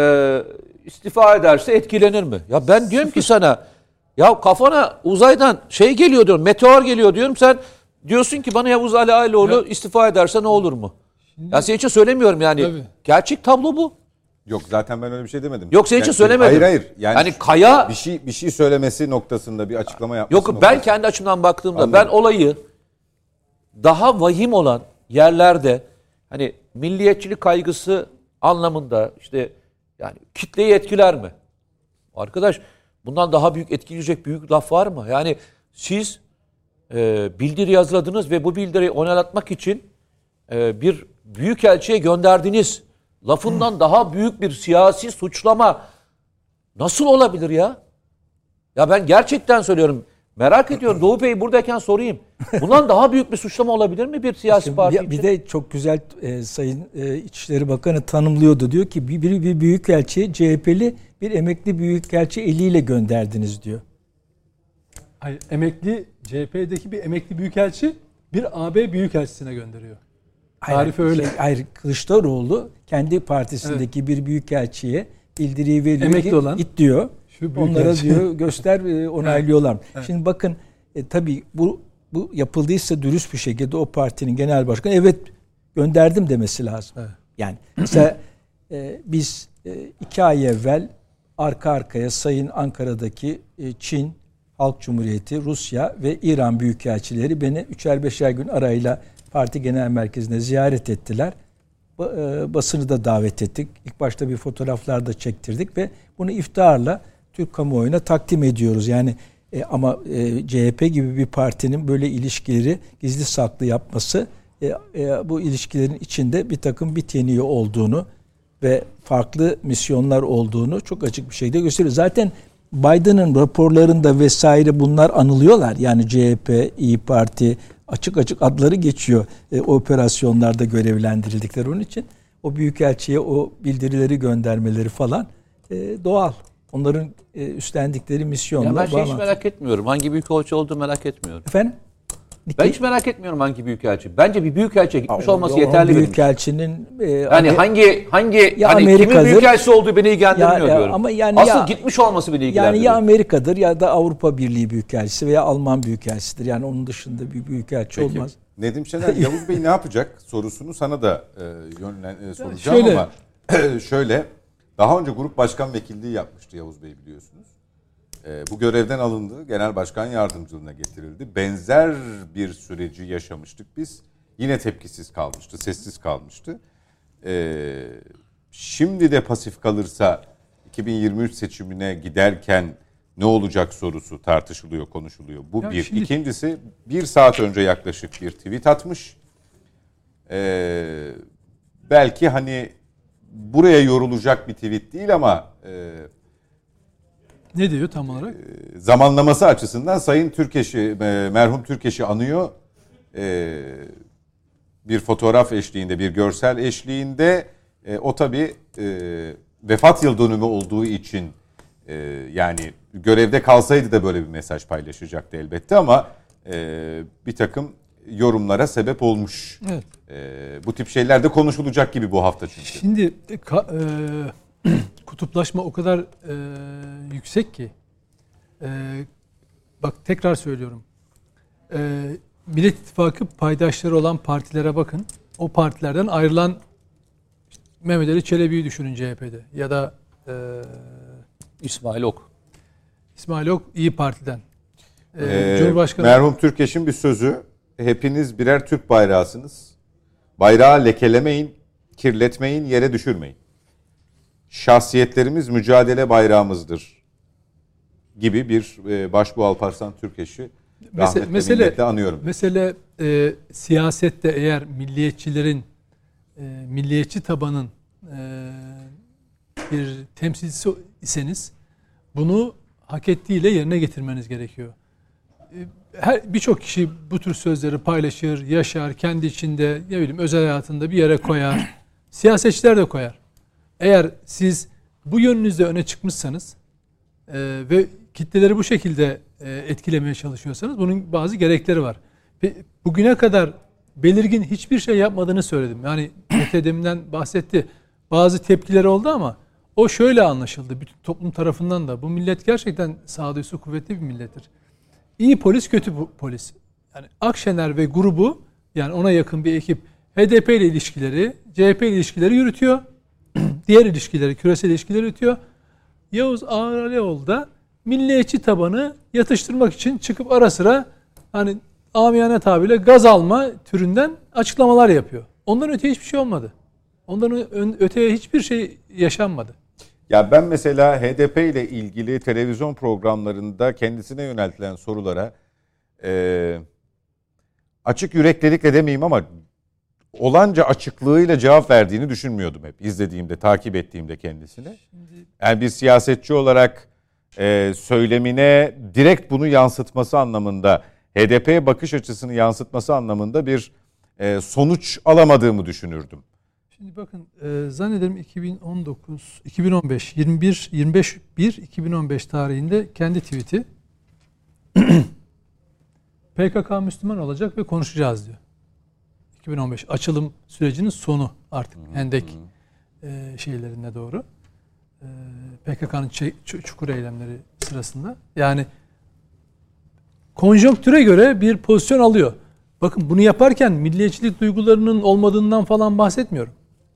istifa ederse etkilenir mi? Ya ben diyorum ki sana ya kafana uzaydan şey geliyor diyorum, meteor geliyor diyorum. Sen diyorsun ki bana Yavuz Ali Ağaoğlu istifa ederse ne olur mu? Ya senin için söylemiyorum yani. Tabii. Gerçek tablo bu. Yok zaten ben öyle bir şey demedim. Yok senin için söylemedim. Hayır. Yani Kaya bir şey söylemesi noktasında bir açıklama yapması. yok ben kendi açımdan baktığımda ben olayı daha vahim olan yerlerde hani milliyetçilik kaygısı anlamında işte yani kitleyi etkiler mi? Arkadaş bundan daha büyük etkileyecek büyük laf var mı? Yani siz bildiri hazırladınız ve bu bildiriyi onaylatmak için bir büyükelçiye gönderdiniz. Lafından daha büyük bir siyasi suçlama nasıl olabilir ya? Ya ben gerçekten söylüyorum. Merak ediyorum. Doğu Bey buradayken sorayım. Bundan daha büyük bir suçlama olabilir mi bir siyasi parti için? Bir de çok güzel Sayın İçişleri Bakanı tanımlıyordu. Diyor ki bir büyükelçi CHP'li bir emekli büyükelçi eliyle gönderdiniz diyor. Hayır, CHP'deki bir emekli büyükelçi bir AB büyükelçisine gönderiyor. Tarifi öyle. Hayır, Kılıçdaroğlu kendi partisindeki bir büyükelçiye bildiriyi veriyor. Emekli olan. Git diyor. Onlara diyor göster onaylıyorlar. Evet. Şimdi bakın tabii bu yapıldıysa dürüst bir şekilde o partinin genel başkanı evet gönderdim demesi lazım. Evet. Yani mesela biz 2 ay evvel arka arkaya Sayın Ankara'daki Çin, Halk Cumhuriyeti, Rusya ve İran büyükelçileri beni 3'er 5'er gün arayla parti genel merkezine ziyaret ettiler. Basını da davet ettik. İlk başta bir fotoğraflar da çektirdik ve bunu iftiharla Türk kamuoyuna takdim ediyoruz. Yani ama CHP gibi bir partinin böyle ilişkileri gizli saklı yapması bu ilişkilerin içinde bir takım bit yeniği olduğunu ve farklı misyonlar olduğunu çok açık bir şekilde gösteriyor. Zaten Biden'ın raporlarında vesaire bunlar anılıyorlar. Yani CHP, İYİ Parti açık açık adları geçiyor operasyonlarda görevlendirildikleri onun için. O büyükelçiye o bildirileri göndermeleri falan doğal. Onların üstlendikleri misyonla ben hiç merak etmiyorum. Hangi büyükelçi olduğunu merak etmiyorum. Efendim? Ben hiç merak etmiyorum hangi büyükelçi. Bence bir büyükelçiye gitmiş olması yeterli benim için. Büyükelçinin yani hangi hani kimin büyükelçisi olduğu beni ilgilendirmiyor diyorum. Ama yani asıl gitmiş olması beni ilgilendiriyor. Yani ya Amerika'dır ya da Avrupa Birliği büyükelçisi veya Alman büyükelçisidir. Yani onun dışında bir büyükelçi olmaz. Nedim Şener, Yavuz Bey ne yapacak sorusunu sana da soracağım ama şöyle, daha önce grup başkan vekilliği yapmıştı Yavuz Bey, biliyorsunuz. Bu görevden alındı, genel başkan yardımcılığına getirildi. Benzer bir süreci yaşamıştık biz. Yine tepkisiz kalmıştı, sessiz kalmıştı. Şimdi de pasif kalırsa 2023 seçimine giderken ne olacak sorusu tartışılıyor, konuşuluyor. Bu ya bir. Şimdi... İkincisi, 1 saat önce yaklaşık bir tweet atmış. Belki hani buraya yorulacak bir tweet değil ama... ne diyor tam olarak? Zamanlaması açısından Sayın Türkeş'i, merhum Türkeş'i anıyor. Bir fotoğraf eşliğinde, bir görsel eşliğinde. O tabii vefat yıl dönümü olduğu için yani görevde kalsaydı da böyle bir mesaj paylaşacaktı elbette ama bir takım yorumlara sebep olmuş. Evet. Bu tip şeyler de konuşulacak gibi bu hafta çünkü. Şimdi kutuplaşma o kadar yüksek ki bak tekrar söylüyorum, Millet İttifakı paydaşları olan partilere bakın, o partilerden ayrılan işte Mehmet Ali Çelebi'yi düşünün CHP'de ya da İsmail Ok İYİ Parti'den. Cumhurbaşkanı merhum Türkeş'in bir sözü: hepiniz birer Türk bayrağısınız, bayrağı lekelemeyin, kirletmeyin, yere düşürmeyin. Şahsiyetlerimiz mücadele bayrağımızdır gibi bir Başbuğ Alparslan Türkeş'i rahmetle minnetle anıyorum. Mesele siyasette eğer milliyetçilerin, milliyetçi tabanın bir temsilcisi iseniz bunu hak ettiğiyle yerine getirmeniz gerekiyor. Birçok kişi bu tür sözleri paylaşır, yaşar, kendi içinde ne bileyim özel hayatında bir yere koyar. Siyasetçiler de koyar. Eğer siz bu yönünüzde öne çıkmışsanız ve kitleleri bu şekilde etkilemeye çalışıyorsanız bunun bazı gerekleri var. Bugüne kadar belirgin hiçbir şey yapmadığını söyledim. Yani Mete deminden bahsetti. Bazı tepkileri oldu ama o şöyle anlaşıldı bütün toplum tarafından da. Bu millet gerçekten sağduyusu kuvvetli bir millettir. İyi polis, kötü polis. Yani Akşener ve grubu, yani ona yakın bir ekip HDP ile ilişkileri, CHP ile ilişkileri yürütüyor. Diğer ilişkileri, küresel ilişkileri yürütüyor. Yavuz Ağralioğlu da milliyetçi tabanı yatıştırmak için çıkıp ara sıra hani amiyane tabirle gaz alma türünden açıklamalar yapıyor. Ondan öteye hiçbir şey olmadı. Ondan öteye hiçbir şey yaşanmadı. Ya ben mesela HDP ile ilgili televizyon programlarında kendisine yöneltilen sorulara açık yüreklilikle demeyeyim ama olanca açıklığıyla cevap verdiğini düşünmüyordum hep. İzlediğimde, takip ettiğimde kendisini. Yani bir siyasetçi olarak söylemine direkt bunu yansıtması anlamında, HDP'ye bakış açısını yansıtması anlamında bir sonuç alamadığımı düşünürdüm. Şimdi bakın zannederim 25-1 tarihinde kendi tweet'i PKK Müslüman olacak ve konuşacağız diyor. 2015 açılım sürecinin sonu artık Hendek şeylerine doğru. PKK'nın çukur eylemleri sırasında. Yani konjonktüre göre bir pozisyon alıyor. Bakın bunu yaparken milliyetçilik duygularının olmadığından falan bahsetmiyorum.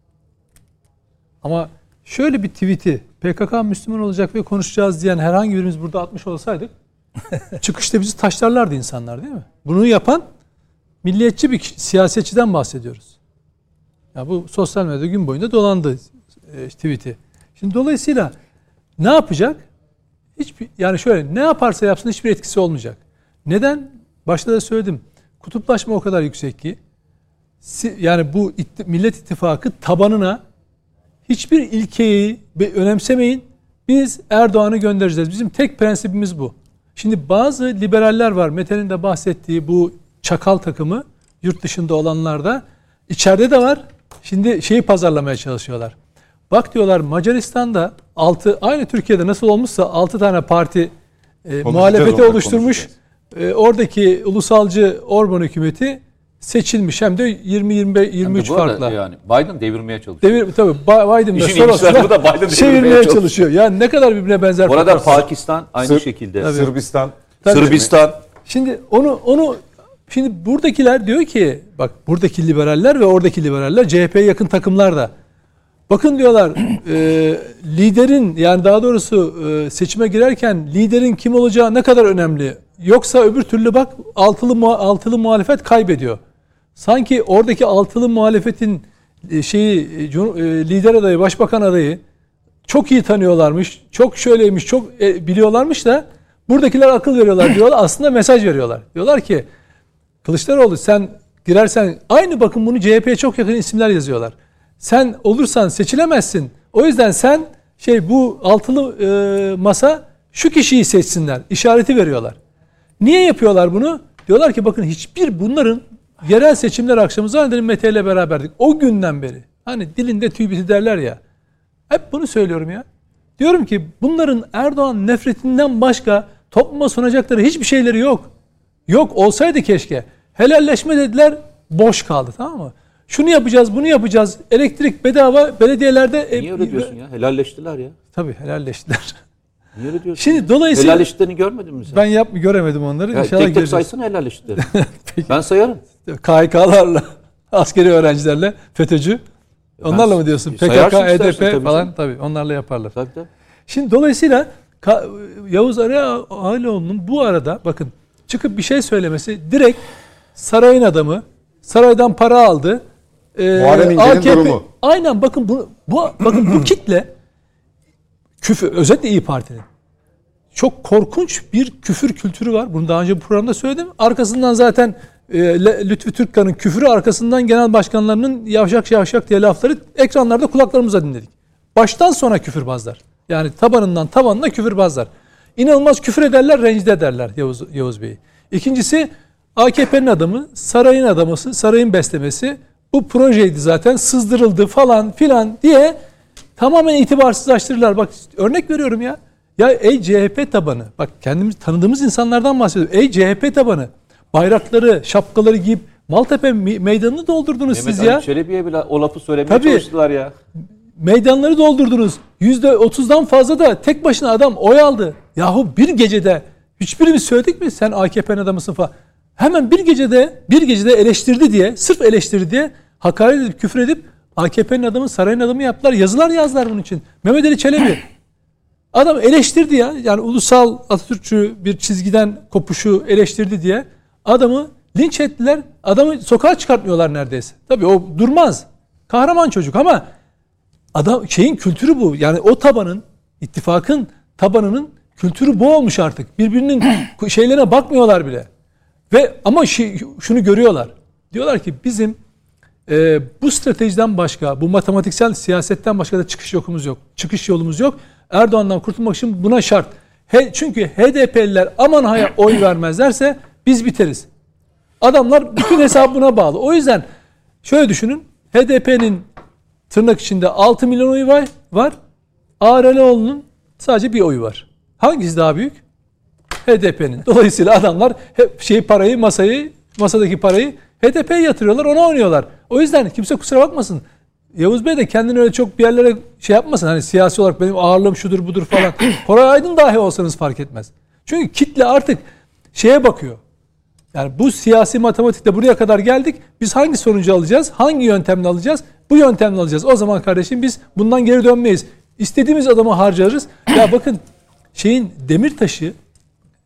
Ama şöyle bir tweet'i PKK Müslüman olacak ve konuşacağız diyen herhangi birimiz burada atmış olsaydık çıkışta bizi taşlarlardı insanlar, değil mi? Bunu yapan milliyetçi bir siyasetçiden bahsediyoruz. Ya bu sosyal medyada gün boyunca dolandı tweet'i. Şimdi dolayısıyla ne yapacak? Yani şöyle, ne yaparsa yapsın hiçbir etkisi olmayacak. Neden? Başta da söyledim. Kutuplaşma o kadar yüksek ki, yani bu Millet İttifakı tabanına hiçbir ilkeyi önemsemeyin. Biz Erdoğan'ı göndereceğiz. Bizim tek prensibimiz bu. Şimdi bazı liberaller var. Mete'nin de bahsettiği bu çakal takımı, yurt dışında olanlar da içeride de var. Şimdi şeyi pazarlamaya çalışıyorlar. Bak diyorlar, Macaristan'da aynı Türkiye'de nasıl olmuşsa 6 tane parti muhalefeti oluşturmuş. Oradaki ulusalcı Orban hükümeti seçilmiş, hem de 20-23 farkla. Yani Biden devirmeye çalışıyor. Tabii Biden da Soros'la çevirmeye çalışıyor. Yani ne kadar birbirine benzer. Orada Pakistan aynı şekilde. Tabii. Sırbistan. Şimdi şimdi buradakiler diyor ki, bak buradaki liberaller ve oradaki liberaller CHP'ye yakın takımlar da. Bakın diyorlar, liderin, yani daha doğrusu seçime girerken liderin kim olacağı ne kadar önemli. Yoksa öbür türlü bak altılı muhalefet kaybediyor. Sanki oradaki altılı muhalefetin lider adayı, başbakan adayı çok iyi tanıyorlarmış, çok şöyleymiş, çok biliyorlarmış da buradakiler akıl veriyorlar diyorlar. Aslında mesaj veriyorlar. Diyorlar ki Kılıçdaroğlu, sen girersen, aynı bakın bunu CHP'ye çok yakın isimler yazıyorlar. Sen olursan seçilemezsin. O yüzden sen bu altılı masa şu kişiyi seçsinler. İşareti veriyorlar. Niye yapıyorlar bunu? Diyorlar ki bakın, hiçbir bunların yerel seçimler akşamı zannederim Mete ile beraberdik. O günden beri. Hani dilinde tüy biti derler ya. Hep bunu söylüyorum ya. Diyorum ki bunların Erdoğan nefretinden başka topluma sunacakları hiçbir şeyleri yok. Yok, olsaydı keşke. Helalleşme dediler, boş kaldı, tamam mı? Şunu yapacağız, bunu yapacağız. Elektrik bedava belediyelerde. Niye öyle diyorsun ya? Helalleştiler ya. Tabii helalleştiler. Niye öyle diyorsun? Şimdi dolayısıyla helalleştiklerini görmedin mi sen? Ben göremedim onları. Ya, İnşallah tek saysana helalleştikleri. Ben sayarım. KHK'larla, askeri öğrencilerle, FETÖ'cü. Onlarla mı diyorsun? PKK, HDP falan, tabii onlarla yaparlar. Tabii. Şimdi dolayısıyla Yavuz Ağaoğlu'nun bu arada bakın çıkıp bir şey söylemesi, direkt sarayın adamı, saraydan para aldı. Muharrem İnce'nin durumu. Aynen, bakın bu kitle küfür, özellikle İYİ Parti'nin çok korkunç bir küfür kültürü var. Bunu daha önce bu programda söyledim. Arkasından zaten Lütfü Türkkan'ın küfürü, arkasından genel başkanlarının yavşak diye lafları ekranlarda kulaklarımıza dinledik. Baştan sona küfürbazlar. Yani tabanına küfürbazlar. İnanılmaz küfür ederler, rencide ederler Yavuz Bey'i. İkincisi, AKP'nin adamı, sarayın adamısı, sarayın beslemesi. Bu projeydi zaten, sızdırıldı falan filan diye tamamen itibarsızlaştırırlar. Bak örnek veriyorum ya. Ya ey CHP tabanı, bak kendimiz tanıdığımız insanlardan bahsediyorum. Ey CHP tabanı, bayrakları, şapkaları giyip Maltepe meydanını doldurdunuz siz ya. Mehmet Ali Çelebi'ye bile o lafı söylemeye çalıştılar ya. Meydanları doldurdunuz. %30'dan fazla da tek başına adam oy aldı. Yahu bir gecede hiçbirimiz söyledik mi sen AKP'nin adamısın falan. Hemen bir gecede eleştirdi diye, sırf eleştirdi diye hakaret edip, küfür edip AKP'nin adamı, sarayın adamı yaptılar. Yazılar yazdılar bunun için. Mehmet Ali Çelebi adam eleştirdi ya. Yani ulusal Atatürkçü bir çizgiden kopuşu eleştirdi diye adamı linç ettiler. Adamı sokağa çıkartmıyorlar neredeyse. Tabii o durmaz. Kahraman çocuk ama adam kültürü bu. Yani o tabanın, ittifakın tabanının kültürü bu olmuş artık. Birbirinin şeylerine bakmıyorlar bile. Ama şunu görüyorlar. Diyorlar ki bizim bu stratejiden başka, bu matematiksel siyasetten başka da çıkış yolumuz yok. Erdoğan'dan kurtulmak için buna şart. Çünkü HDP'liler aman haya oy vermezlerse biz biteriz. Adamlar bütün hesabı buna bağlı. O yüzden şöyle düşünün. HDP'nin tırnak içinde 6 milyon oyu var. Ağrelioğlu'nun sadece bir oyu var. Hangisi daha büyük? HDP'nin. Dolayısıyla adamlar hep masadaki parayı HDP'ye yatırıyorlar, ona oynuyorlar. O yüzden kimse kusura bakmasın. Yavuz Bey de kendini öyle çok bir yerlere yapmasın. Hani siyasi olarak benim ağırlığım şudur budur falan. Koray Aydın dahi olsanız fark etmez. Çünkü kitle artık bakıyor. Yani bu siyasi matematikte buraya kadar geldik. Biz hangi sonucu alacağız? Hangi yöntemle alacağız? Bu yöntemle alacağız. O zaman kardeşim biz bundan geri dönmeyiz. İstediğimiz adamı harcarız. Ya bakın Demirtaş'ı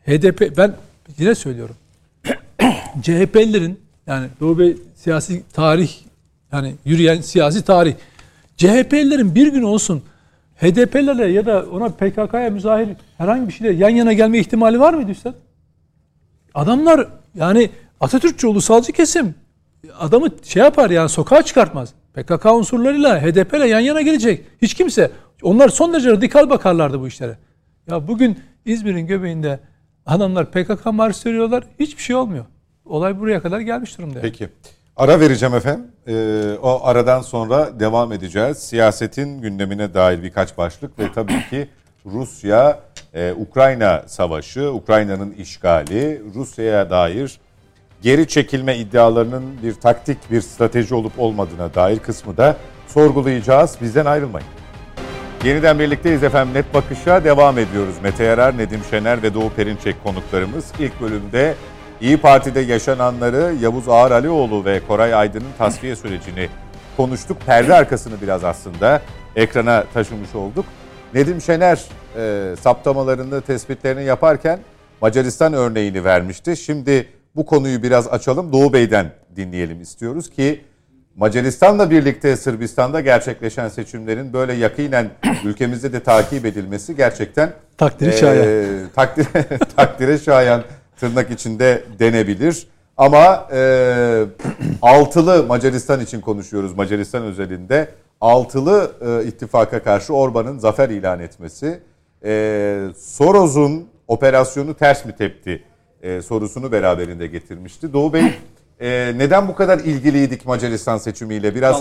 HDP, ben yine söylüyorum. CHP'lilerin, yani Doğu Bey siyasi tarih, yani yürüyen siyasi tarih. CHP'lilerin bir gün olsun HDP'lerle ya da ona PKK'ya müzahir herhangi bir şeyle yan yana gelme ihtimali var mıydı Üstad? Adamlar yani Atatürkçü ulusalcı kesim adamı şey yapar yani, sokağa çıkartmaz. PKK unsurlarıyla HDP'yle yan yana gelecek. Hiç kimse. Onlar son derece radikal bakarlardı bu işlere. Ya bugün İzmir'in göbeğinde adamlar PKK marşı veriyorlar. Hiçbir şey olmuyor. Olay buraya kadar gelmiş durumda. Peki. Ara vereceğim efendim. O aradan sonra devam edeceğiz. Siyasetin gündemine dair birkaç başlık ve tabii ki Rusya, Ukrayna savaşı, Ukrayna'nın işgali, Rusya'ya dair geri çekilme iddialarının bir taktik, bir strateji olup olmadığına dair kısmı da sorgulayacağız. Bizden ayrılmayın. Yeniden birlikteyiz efendim. Net Bakış'a devam ediyoruz. Mete Yarar, Nedim Şener ve Doğu Perinçek konuklarımız. İlk bölümde İYİ Parti'de yaşananları, Yavuz Ağaralioğlu ve Koray Aydın'ın tasfiye sürecini konuştuk. Perde arkasını biraz aslında ekrana taşımış olduk. Nedim Şener saptamalarını, tespitlerini yaparken Macaristan örneğini vermişti. Şimdi bu konuyu biraz açalım. Doğu Bey'den dinleyelim istiyoruz ki Macaristan'la birlikte Sırbistan'da gerçekleşen seçimlerin böyle yakinen ülkemizde de takip edilmesi gerçekten Takdiri şayan. Takdire şayan tırnak içinde denebilir. Ama altılı Macaristan için konuşuyoruz, Macaristan özelinde. Altılı ittifaka karşı Orban'ın zafer ilan etmesi, Soros'un operasyonu ters mi tepti sorusunu beraberinde getirmişti. Doğu Bey, neden bu kadar ilgiliydik Macaristan seçimiyle? Biraz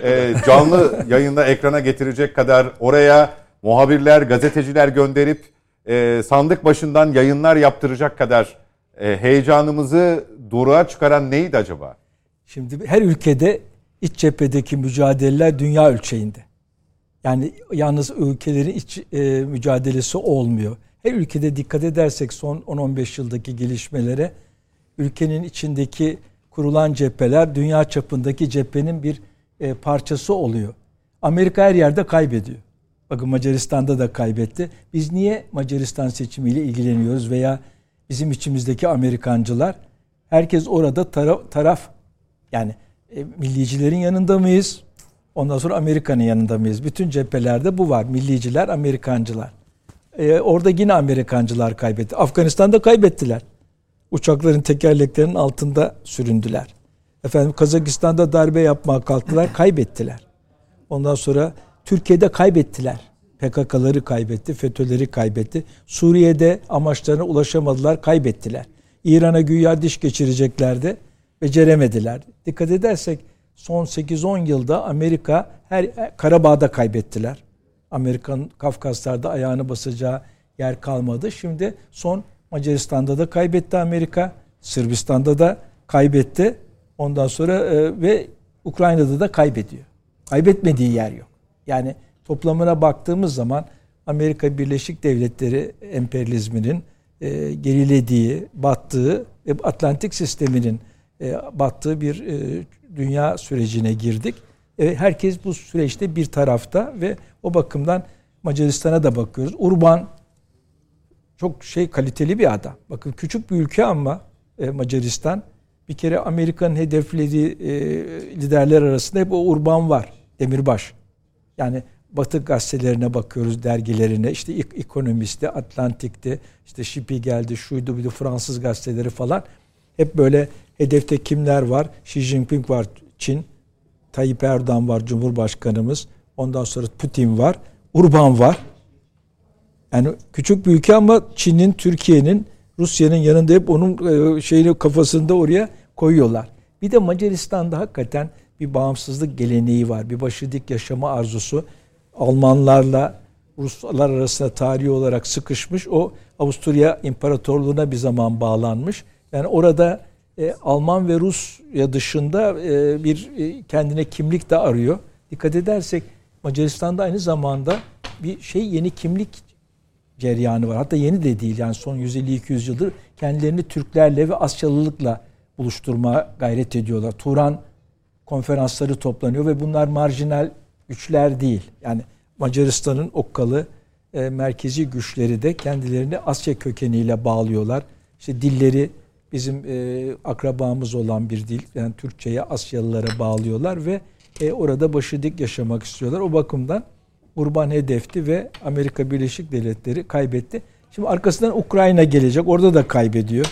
canlı yayında ekrana getirecek kadar oraya muhabirler, gazeteciler gönderip sandık başından yayınlar yaptıracak kadar heyecanımızı doruğa çıkaran neydi acaba? Şimdi her ülkede iç cephedeki mücadeleler dünya ölçeğinde. Yani yalnız ülkelerin iç mücadelesi olmuyor. Her ülkede dikkat edersek son 10-15 yıldaki gelişmelere, ülkenin içindeki kurulan cepheler dünya çapındaki cephenin bir parçası oluyor. Amerika her yerde kaybediyor. Bakın Macaristan'da da kaybetti. Biz niye Macaristan seçimiyle ilgileniyoruz veya bizim içimizdeki Amerikancılar? Herkes orada taraf, yani millicilerin yanında mıyız? Ondan sonra Amerika'nın yanında mıyız? Bütün cephelerde bu var. Milliciler, Amerikancılar. Orada yine Amerikancılar kaybetti. Afganistan'da kaybettiler. Uçakların tekerleklerinin altında süründüler. Efendim Kazakistan'da darbe yapmaya kalktılar, kaybettiler. Ondan sonra Türkiye'de kaybettiler. PKK'ları kaybetti, FETÖ'leri kaybetti. Suriye'de amaçlarına ulaşamadılar, kaybettiler. İran'a güya diş geçireceklerdi, beceremediler. Dikkat edersek son 8-10 yılda Amerika Karabağ'da kaybettiler. Amerika'nın Kafkaslar'da ayağını basacağı yer kalmadı. Şimdi son Macaristan'da da kaybetti Amerika, Sırbistan'da da kaybetti. Ondan sonra ve Ukrayna'da da kaybediyor. Kaybetmediği yer yok. Yani toplamına baktığımız zaman Amerika Birleşik Devletleri emperyalizminin gerilediği, battığı ve Atlantik sisteminin battığı bir dünya sürecine girdik. Herkes bu süreçte bir tarafta ve o bakımdan Macaristan'a da bakıyoruz. Urban çok kaliteli bir adam. Bakın küçük bir ülke ama Macaristan, bir kere Amerika'nın hedeflediği liderler arasında hep o Urban var. Demirbaş. Yani Batı gazetelerine bakıyoruz, dergilerine. İşte Ekonomist'te, Atlantik'te, işte Spiegel'de, şuydu bir de Fransız gazeteleri falan. Hep böyle hedefte kimler var? Xi Jinping var, Çin. Tayyip Erdoğan var, Cumhurbaşkanımız. Ondan sonra Putin var. Urban var. Yani küçük bir ülke ama Çin'in, Türkiye'nin, Rusya'nın yanında hep onun kafasında oraya koyuyorlar. Bir de Macaristan'da hakikaten bir bağımsızlık geleneği var. Bir başıdik yaşama arzusu. Almanlarla Ruslar arasında tarihi olarak sıkışmış. O Avusturya İmparatorluğu'na bir zaman bağlanmış. Yani orada Alman ve Rusya dışında bir kendine kimlik de arıyor. Dikkat edersek Macaristan'da aynı zamanda bir yeni kimlik cereyanı var. Hatta yeni de değil, yani son 150-200 yıldır kendilerini Türklerle ve Asyalılıkla buluşturmaya gayret ediyorlar. Turan konferansları toplanıyor ve bunlar marjinal güçler değil. Yani Macaristan'ın okkalı merkezi güçleri de kendilerini Asya kökeniyle bağlıyorlar. İşte dilleri bizim akrabamız olan bir dil. Yani Türkçe'ye Asyalılara bağlıyorlar ve orada başı dik yaşamak istiyorlar. O bakımdan urban hedefti ve Amerika Birleşik Devletleri kaybetti. Şimdi arkasından Ukrayna gelecek. Orada da kaybediyor.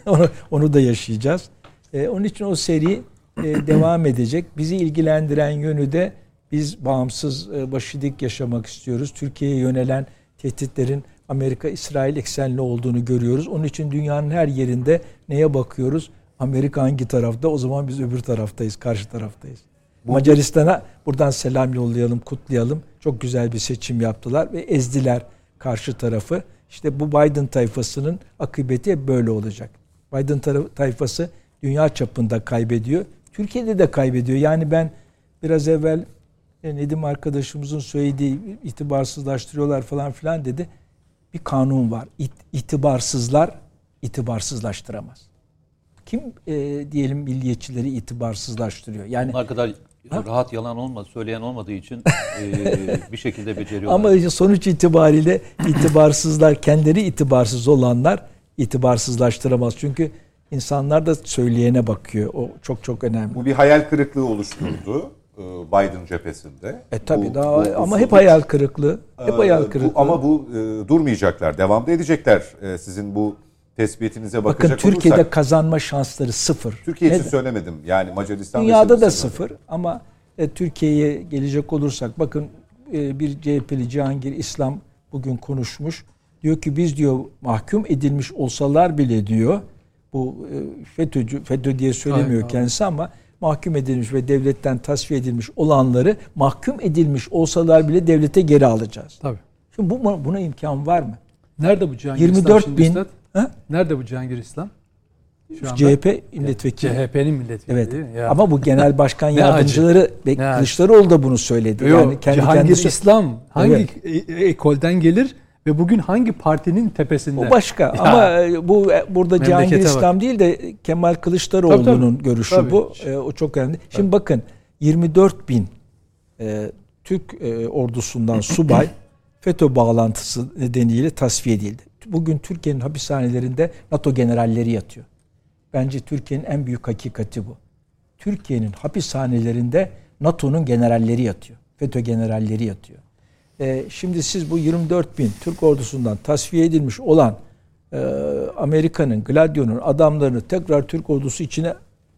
Onu da yaşayacağız. Onun için o seri devam edecek. Bizi ilgilendiren yönü de biz bağımsız, başı dik yaşamak istiyoruz. Türkiye'ye yönelen tehditlerin Amerika-İsrail eksenli olduğunu görüyoruz. Onun için dünyanın her yerinde neye bakıyoruz? Amerika hangi tarafta? O zaman biz öbür taraftayız, karşı taraftayız. Macaristan'a buradan selam yollayalım, kutlayalım. Çok güzel bir seçim yaptılar ve ezdiler karşı tarafı. İşte bu Biden tayfasının akıbeti böyle olacak. Biden tayfası dünya çapında kaybediyor. Türkiye'de de kaybediyor. Yani ben biraz evvel Nedim arkadaşımızın söylediği itibarsızlaştırıyorlar falan filan dedi. Bir kanun var. İtibarsızlar itibarsızlaştıramaz. Kim diyelim milliyetçileri itibarsızlaştırıyor? Yani onlar kadar rahat yalan söyleyen olmadığı için bir şekilde beceriyorlar. Ama sonuç itibariyle itibarsızlar, kendileri itibarsız olanlar itibarsızlaştıramaz. Çünkü insanlar da söyleyene bakıyor. O çok çok önemli. Bu bir hayal kırıklığı oluşturdu Biden cephesinde. Tabii ama hep hayal kırıklığı. Hep hayal kırıklığı. Ama durmayacaklar. Devam da edecekler. Sizin bu tespitinize bakacak bakın Türkiye'de olursak, kazanma şansları sıfır. Türkiye için söylemedim. Yani Macaristan dünyada da sıfır ama Türkiye'ye gelecek olursak bakın bir CHP'li Cihangir İslam bugün konuşmuş. Diyor ki biz diyor mahkum edilmiş olsalar bile diyor bu FETÖ diye söylemiyor kendisi ama mahkum edilmiş ve devletten tasfiye edilmiş olanları mahkum edilmiş olsalar bile devlete geri alacağız. Tabii. Şimdi buna imkan var mı? Nerede bu Cihangir 24 bin. Nerede bu Cihangir İslam? Şu anda CHP milletvekili. CHP'nin milletvekili evet. değil mi? Ya. Ama bu genel başkan yardımcıları ve Kılıçdaroğlu da bunu söyledi. Yani Cihangir İslam hangi ekolden gelir ve bugün hangi partinin tepesinde? O başka ya. Ama burada Cihangir İslam değil de Kemal Kılıçdaroğlu'nun görüşü tabii. Bu. O çok önemli. Tabii. Şimdi bakın 24 bin Türk ordusundan subay FETÖ bağlantısı nedeniyle tasfiye edildi. Bugün Türkiye'nin hapishanelerinde NATO generalleri yatıyor. Bence Türkiye'nin en büyük hakikati bu. Türkiye'nin hapishanelerinde NATO'nun generalleri yatıyor. FETÖ generalleri yatıyor. Şimdi siz bu 24 bin Türk ordusundan tasfiye edilmiş olan Amerika'nın, Gladio'nun adamlarını tekrar Türk ordusu içine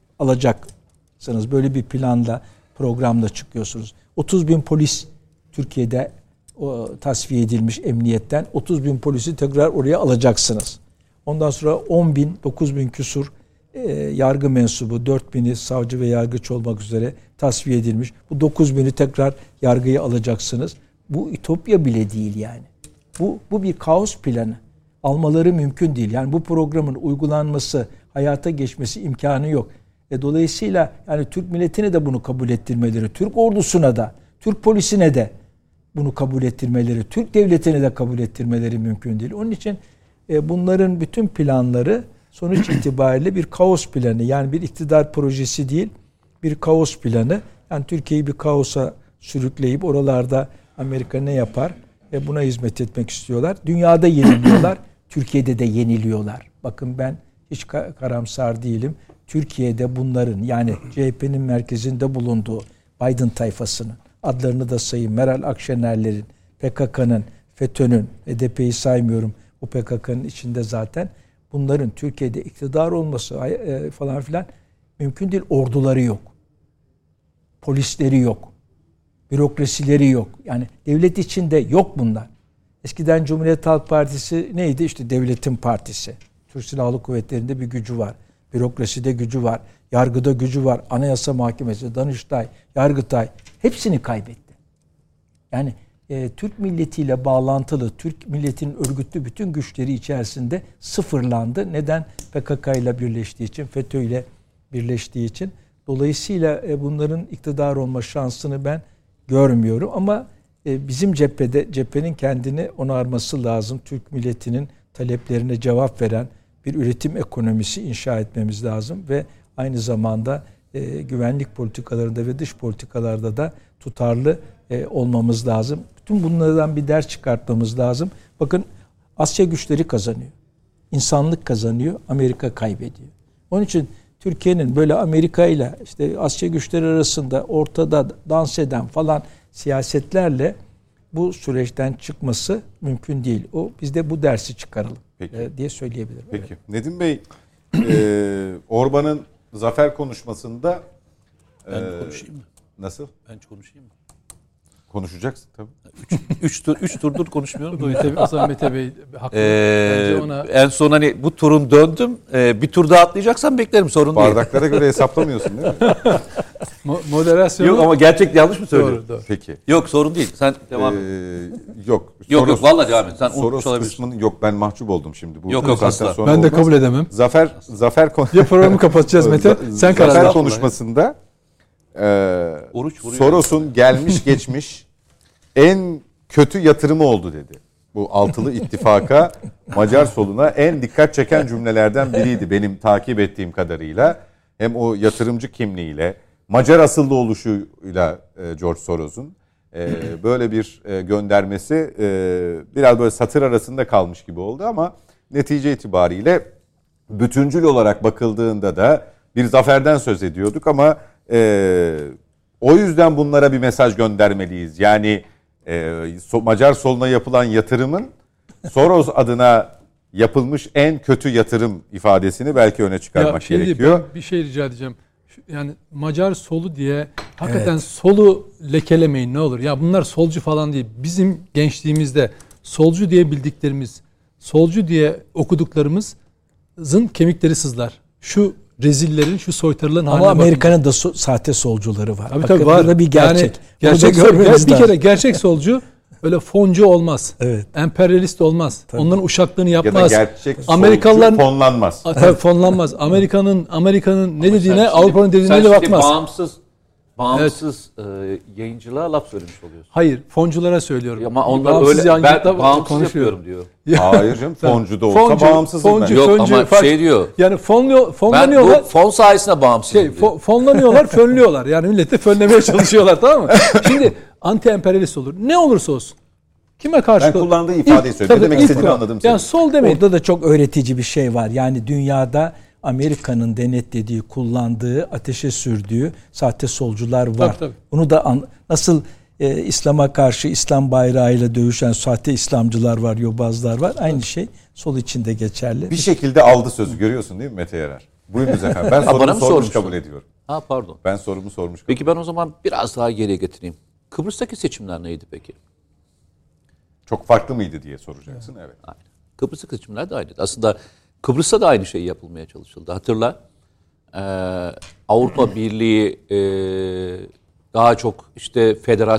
alacaksınız. Böyle bir planla, programla çıkıyorsunuz. 30 bin polis Türkiye'de tasfiye edilmiş emniyetten 30 bin polisi tekrar oraya alacaksınız. Ondan sonra 10 bin, 9 bin küsur yargı mensubu, 4 bini savcı ve yargıç olmak üzere tasfiye edilmiş. Bu 9 bini tekrar yargıya alacaksınız. Bu ütopya bile değil yani. Bu bir kaos planı. Almaları mümkün değil. Yani bu programın uygulanması, hayata geçmesi imkanı yok. Dolayısıyla yani Türk milletine de bunu kabul ettirmeleri, Türk ordusuna da, Türk polisine de bunu kabul ettirmeleri, Türk devletine de kabul ettirmeleri mümkün değil. Onun için bunların bütün planları sonuç itibariyle bir kaos planı. Yani bir iktidar projesi değil, bir kaos planı. Yani Türkiye'yi bir kaosa sürükleyip oralarda Amerika ne yapar? Buna hizmet etmek istiyorlar. Dünyada yeniliyorlar, Türkiye'de de yeniliyorlar. Bakın ben hiç karamsar değilim. Türkiye'de bunların yani CHP'nin merkezinde bulunduğu Biden tayfasının adlarını da sayayım. Meral Akşener'lerin, PKK'nın, FETÖ'nün, HDP'yi saymıyorum. Bu PKK'nın içinde zaten bunların Türkiye'de iktidar olması falan filan mümkün değil. Orduları yok. Polisleri yok. Bürokrasileri yok. Yani devlet içinde yok bunlar. Eskiden Cumhuriyet Halk Partisi neydi? İşte devletin partisi. Türk Silahlı Kuvvetleri'nde bir gücü var. Bürokraside gücü var. Yargıda gücü var. Anayasa Mahkemesi, Danıştay, Yargıtay hepsini kaybetti. Yani Türk milletiyle bağlantılı, Türk milletinin örgütlü bütün güçleri içerisinde sıfırlandı. Neden? PKK ile birleştiği için, FETÖ ile birleştiği için. Dolayısıyla bunların iktidar olma şansını ben görmüyorum. Ama bizim cephenin kendini onarması lazım. Türk milletinin taleplerine cevap veren bir üretim ekonomisi inşa etmemiz lazım ve aynı zamanda güvenlik politikalarında ve dış politikalarda da tutarlı olmamız lazım. Bütün bunlardan bir ders çıkartmamız lazım. Bakın Asya güçleri kazanıyor. İnsanlık kazanıyor, Amerika kaybediyor. Onun için Türkiye'nin böyle Amerika ile işte Asya güçleri arasında ortada dans eden falan siyasetlerle bu süreçten çıkması mümkün değil. Biz de bu dersi çıkaralım diye söyleyebilirim. Peki. Evet. Nedim Bey, Orban'ın zafer konuşmasında ben konuşayım mı? Nasıl? Ben konuşayım mı? Konuşacaksın tabii. Üç turdur konuşmuyorum da. O zaman Mete Bey haklı. Bence ona... En son hani bu turun döndüm. Bir tur daha atlayacaksan beklerim, sorun değil. Bardaklara göre hesaplamıyorsun değil mi? Moderasyonu... Yok ama gerçekten yanlış mı söylüyorum? Doğru. Peki. Yok, sorun değil. Sen devam et. Yok. Yok vallahi devam et. Sen unutmuş Soros kısmını yok, ben mahcup oldum şimdi. Bu yok asla. Ben de kabul edemem. Zafer ya programı kapatacağız Mete. Sen karar ver. Zafer konuşmasında Soros'un gelmiş geçmiş en kötü yatırımı oldu dedi. Bu altılı ittifaka, Macar soluna en dikkat çeken cümlelerden biriydi benim takip ettiğim kadarıyla. Hem o yatırımcı kimliğiyle, Macar asıllı oluşuyla George Soros'un böyle bir göndermesi biraz böyle satır arasında kalmış gibi oldu ama netice itibariyle bütüncül olarak bakıldığında da bir zaferden söz ediyorduk ama o yüzden bunlara bir mesaj göndermeliyiz. Yani Macar soluna yapılan yatırımın Soros adına yapılmış en kötü yatırım ifadesini belki öne çıkarmak gerekiyor. Ben bir şey rica edeceğim. Yani Macar solu diye hakikaten solu lekelemeyin ne olur. Ya bunlar solcu falan değil. Bizim gençliğimizde solcu diye bildiklerimiz, solcu diye okuduklarımızın kemikleri sızlar. Şu rezillerin, şu soytarıların haline bakın. Ama Amerika'nın da sahte solcuları var. Tabii var. Bu da bir gerçek. Yani bir kere gerçek solcu öyle foncu olmaz. Evet. Emperyalist olmaz. Tabii. Onların uşaklığını yapmaz. Ya da gerçek Amerikalıların fonlanmaz. Tabii fonlanmaz. Amerika'nın ne dediğine, Avrupa'nın dediğine de bakmaz. Bağımsız yayıncılığa laf söylemiş oluyorsun. Hayır, fonculara söylüyorum. Ya ama onlar öyle, ben bağımsız yapıyorum diyor. Hayır canım, foncu da olsa bağımsızım ben. Yok ama şey diyor. Yani fonlanıyorlar. Ben bu fon sayesinde bağımsızım diyor. Fonlanıyorlar, fönlüyorlar. Yani milleti fönlemeye çalışıyorlar, tamam mı? Şimdi anti-emperyalist olur. Ne olursa olsun. Kime karşı? Ben kullandığı ifadeyi söyledim. Demek istediğimi anladım. Yani sol demeyin. Orada da çok öğretici bir şey var. Yani dünyada Amerika'nın denetlediği, kullandığı, ateşe sürdüğü sahte solcular var. Tabii. Bunu da nasıl İslam'a karşı İslam bayrağıyla dövüşen sahte İslamcılar var, yobazlar var. Aynı şey sol için de geçerli. Bir şekilde aldı sözü, görüyorsun değil mi Mete Yarar? Buyurunuz efendim. Ben sorumu sormuş kabul ediyorum. Pardon. Ben sorumu sormuş. Peki ben o zaman biraz daha geriye getireyim. Kıbrıs'taki seçimler neydi peki? Çok farklı mıydı diye soracaksın. Evet. Aynen. Kıbrıs'taki seçimler de aynıydı. Aslında Kıbrıs'ta da aynı şey yapılmaya çalışıldı. Hatırla. Avrupa Birliği daha çok işte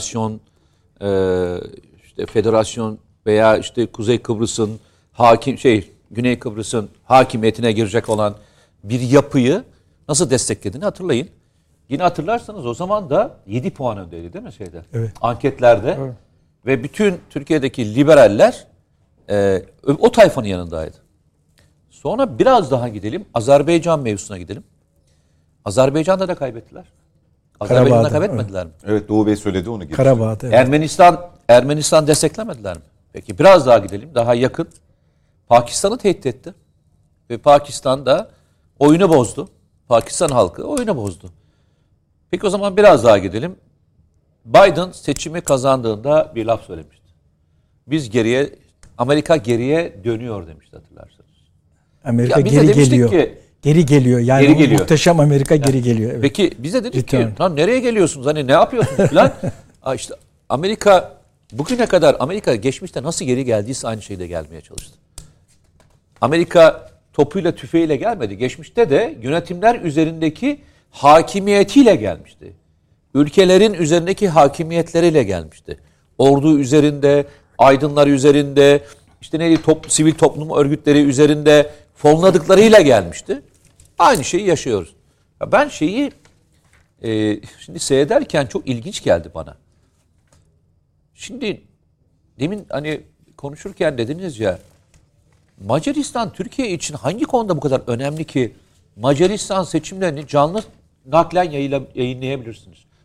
federasyon veya işte Kuzey Kıbrıs'ın Güney Kıbrıs'ın hakimiyetine girecek olan bir yapıyı nasıl desteklediğini hatırlayın. Yine hatırlarsanız o zaman da 7 puan öndeydi değil mi Evet. Anketlerde. Evet. Ve bütün Türkiye'deki liberaller o tayfanın yanındaydı. Sonra biraz daha gidelim. Azerbaycan mevzusuna gidelim. Azerbaycan'da da kaybettiler. Azerbaycan'da kaybetmediler mi? Evet, Doğu Bey söyledi onu. Karabağ'da. Evet. Ermenistan desteklemediler mi? Peki biraz daha gidelim. Daha yakın. Pakistan'ı tehdit etti. Ve Pakistan da oyunu bozdu. Pakistan halkı oyunu bozdu. Peki o zaman biraz daha gidelim. Biden seçimi kazandığında bir laf söylemişti. Amerika geriye dönüyor demişti, hatırlarsanız. Amerika geri geliyor. Geri geliyor. Yani geri geliyor. Muhteşem Amerika geri geliyor. Evet. Peki bize dedik ki nereye geliyorsunuz? Hani ne yapıyorsunuz falan? İşte Amerika bugüne kadar geçmişte nasıl geri geldiyse aynı şeyde gelmeye çalıştı. Amerika topuyla tüfeğiyle gelmedi. Geçmişte de yönetimler üzerindeki hakimiyetiyle gelmişti. Ülkelerin üzerindeki hakimiyetleriyle gelmişti. Ordu üzerinde, aydınlar üzerinde, sivil toplum örgütleri üzerinde fonladıklarıyla gelmişti. Aynı şeyi yaşıyoruz. Ben şimdi seyrederken çok ilginç geldi bana. Şimdi demin hani konuşurken dediniz ya, Macaristan Türkiye için hangi konuda bu kadar önemli ki Macaristan seçimlerini canlı naklen yayınlayabilirsiniz?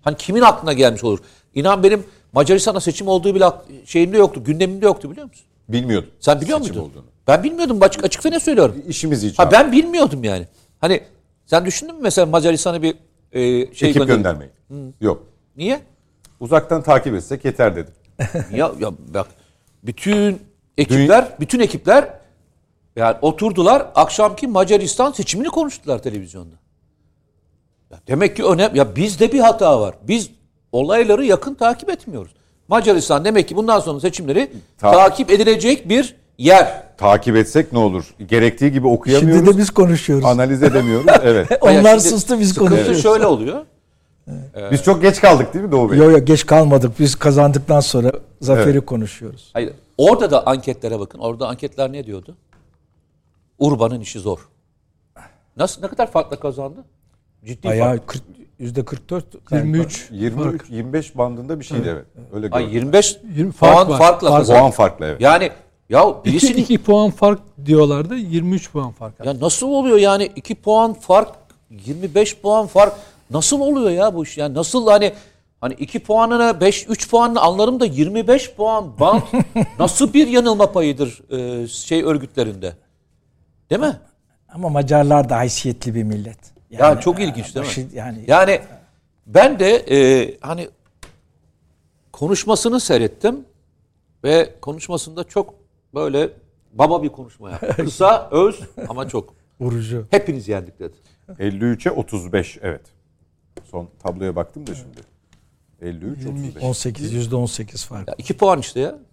Hani kimin aklına gelmiş olur? İnan benim Macaristan'da seçim olduğu bile şeyimde yoktu, gündemimde yoktu biliyor musun? Bilmiyordum. Sen biliyor seçim muydun? olduğunu. Ben bilmiyordum, açık ve ne söylüyorum. İşimiz icabı. Ben bilmiyordum yani. Hani sen düşündün mü mesela Macaristan'a bir Ekip göndermeyi. Yok. Niye? Uzaktan takip etsek yeter dedim. ya bak bütün ekipler yani oturdular, akşamki Macaristan seçimini konuştular televizyonda. Ya demek ki bizde bir hata var. Biz olayları yakın takip etmiyoruz. Macaristan demek ki bundan sonra seçimleri takip edilecek bir yer. Takip etsek ne olur? Gerektiği gibi okuyamıyoruz. Şimdi de biz konuşuyoruz. Analiz edemiyoruz. Evet. Onlar sustu, biz konuşuyoruz. Şöyle oluyor. Biz çok geç kaldık değil mi Doğu Bey? Yok geç kalmadık. Biz kazandıktan sonra zaferi konuşuyoruz. Hayır. Orada da anketlere bakın. Orada anketler ne diyordu? Urban'ın işi zor. Ne kadar farkla kazandı? Ciddi Bayağı fark. %44 23 23-25 bandında bir şeydi evet. Öyle gördüm. 25 fark puan var. farkla kazandı. Puan farklı evet. Yani ya birisinin 2 puan fark diyorlardı. 23 puan fark. ya nasıl oluyor yani 2 puan fark 25 puan fark nasıl oluyor ya bu iş? Yani nasıl hani 2 puanına 3 puanını anlarım da 25 puan band nasıl bir yanılma payıdır örgütlerinde? Değil mi? Ama Macarlar da haysiyetli bir millet. Ya çok ilginç değil mi? Yani Ben de hani konuşmasını seyrettim ve konuşmasında çok böyle baba bir konuşma yaptı. Kısa, öz ama çok vurucu. hepiniz yendik dedi. 53'e 35 evet. Son tabloya baktım da şimdi. 53-35. 18 %18 fark. Ya 2 puan işte ya.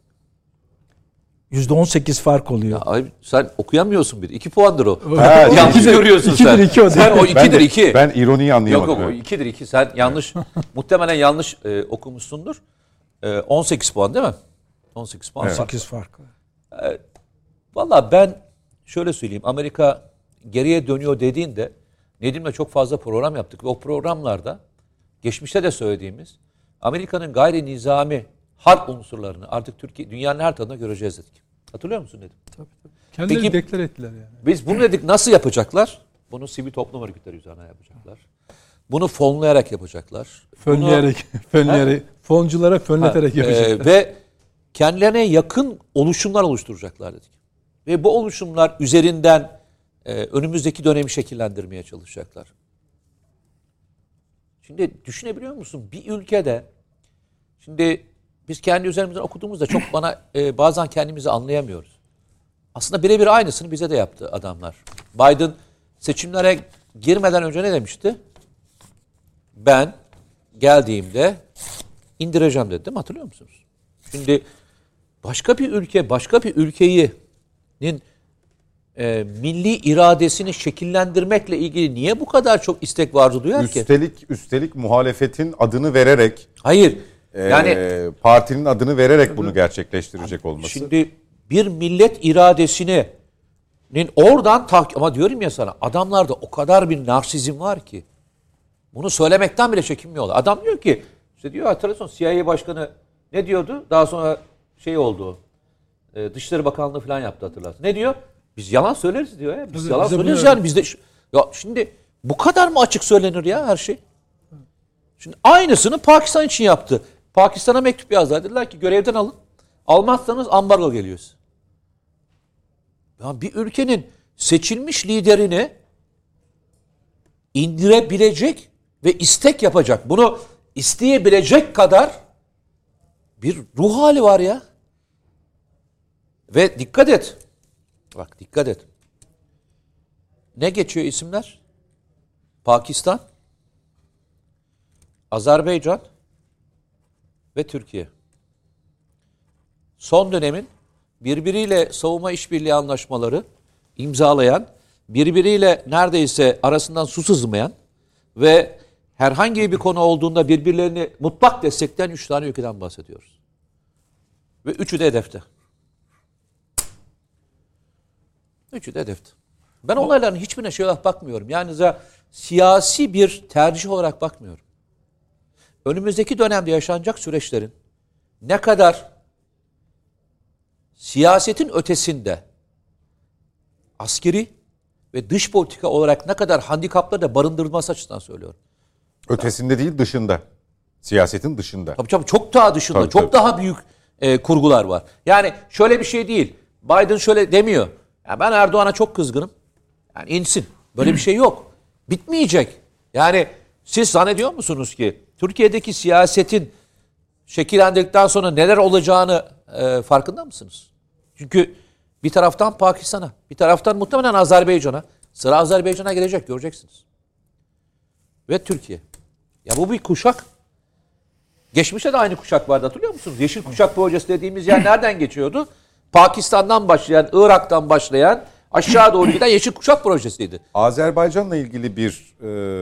%18 fark oluyor. Ya sen okuyamıyorsun bir. 2 puandır o. Ha, yanlış görüyorsun sen. 2'dir 2 o. Sen o 2'dir 2. Ben ironiyi anlayamadım. Yok o 2'dir 2. Sen yanlış muhtemelen yanlış okumuşsundur. 18 puan değil mi? 18 puan. Evet. 18 fark. Valla ben şöyle söyleyeyim. Amerika geriye dönüyor dediğinde Nedim'le çok fazla program yaptık ve o programlarda geçmişte de söylediğimiz Amerika'nın gayri nizami harp unsurlarını artık Türkiye dünyanın her tarafında göreceğiz dedik. Hatırlıyor musun Nedim? Tabii. Kendileri Peki, deklar ettiler yani. Biz bunu dedik nasıl yapacaklar? Bunu sivil toplum örgütleri üzerine yapacaklar. Bunu fonlayarak yapacaklar. Fönleyerek, fonculara fönleterek yapacaklar. Ve kendilerine yakın oluşumlar oluşturacaklar dedik. Ve bu oluşumlar üzerinden önümüzdeki dönemi şekillendirmeye çalışacaklar. Şimdi düşünebiliyor musun? Bir ülkede şimdi biz kendi üzerimizden okuduğumuzda çok bazen kendimizi anlayamıyoruz. Aslında birebir aynısını bize de yaptı adamlar. Biden seçimlere girmeden önce ne demişti? Ben geldiğimde indireceğim dedi değil mi? Hatırlıyor musunuz? Şimdi başka bir ülkenin milli iradesini şekillendirmekle ilgili niye bu kadar çok istek vardı duyar ki? Üstelik muhalefetin adını vererek Hayır. partinin adını vererek bunu gerçekleştirecek olması. Şimdi bir millet iradesinin oradan ama diyorum ya sana adamlarda o kadar bir narsizm var ki bunu söylemekten bile çekinmiyorlar. Adam diyor ki işte diyor hatırlıyorsun CIA başkanı ne diyordu? Daha sonra oldu. Dışişleri Bakanlığı falan yaptı hatırlarsın. Ne diyor? Biz yalan söyleriz diyor ya. Biz yalan söyleriz yani bizde. Ya şimdi bu kadar mı açık söylenir ya her şey? Şimdi aynısını Pakistan için yaptı. Pakistan'a mektup yazdılar. Dediler ki görevden alın. Almazsanız ambargo geliyor. Ya bir ülkenin seçilmiş liderini indirebilecek ve istek yapacak. Bunu isteyebilecek kadar bir ruh hali var ya. Ve dikkat et. Bak dikkat et. Ne geçiyor isimler? Pakistan, Azerbaycan ve Türkiye. Son dönemin birbiriyle savunma işbirliği anlaşmaları imzalayan, birbiriyle neredeyse arasından su sızmayan ve herhangi bir konu olduğunda birbirlerini mutlak destekleyen 3 tane ülkeden bahsediyoruz. Ve üçü de hedefte. Üçü de hedefte. Ben olayların hiçbirine şey olarak bakmıyorum. Yani siyasi bir tercih olarak bakmıyorum. Önümüzdeki dönemde yaşanacak süreçlerin ne kadar siyasetin ötesinde askeri ve dış politika olarak ne kadar handikapları da barındırılması açısından söylüyorum. Ötesinde değil dışında. Siyasetin dışında. Tabii çok daha dışında, Tabii, çok tabii. daha büyük kurgular var. Yani şöyle bir şey değil. Biden şöyle demiyor. Ya ben Erdoğan'a çok kızgınım. Yani insin. Böyle bir şey yok. Bitmeyecek. Yani siz zannediyor musunuz ki Türkiye'deki siyasetin şekillendirdikten sonra neler olacağını farkında mısınız? Çünkü bir taraftan Pakistan'a, bir taraftan muhtemelen Azerbaycan'a, sıra Azerbaycan'a gelecek, göreceksiniz. Ve Türkiye. Ya bu bir kuşak. Geçmişte de aynı kuşak vardı, hatırlıyor musunuz? Yeşil Kuşak projesi dediğimiz yer nereden geçiyordu? Pakistan'dan başlayan, Irak'tan başlayan, aşağı doğru giden Yeşil Kuşak projesiydi. Azerbaycan'la ilgili bir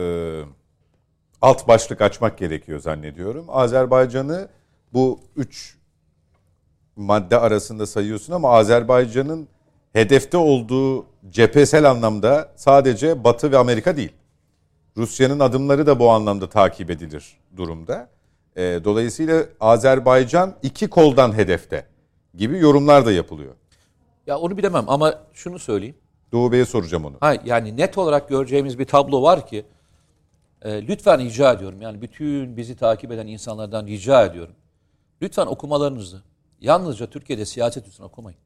alt başlık açmak gerekiyor zannediyorum. Azerbaycan'ı bu 3 madde arasında sayıyorsun ama Azerbaycan'ın hedefte olduğu cephesel anlamda sadece Batı ve Amerika değil. Rusya'nın adımları da bu anlamda takip edilir durumda. Dolayısıyla Azerbaycan iki koldan hedefte gibi yorumlar da yapılıyor. Ya onu bilemem ama şunu söyleyeyim. Doğu Bey'e soracağım onu. Yani net olarak göreceğimiz bir tablo var ki lütfen rica ediyorum. Yani bütün bizi takip eden insanlardan rica ediyorum. Lütfen okumalarınızı yalnızca Türkiye'de siyaset üstüne okumayın.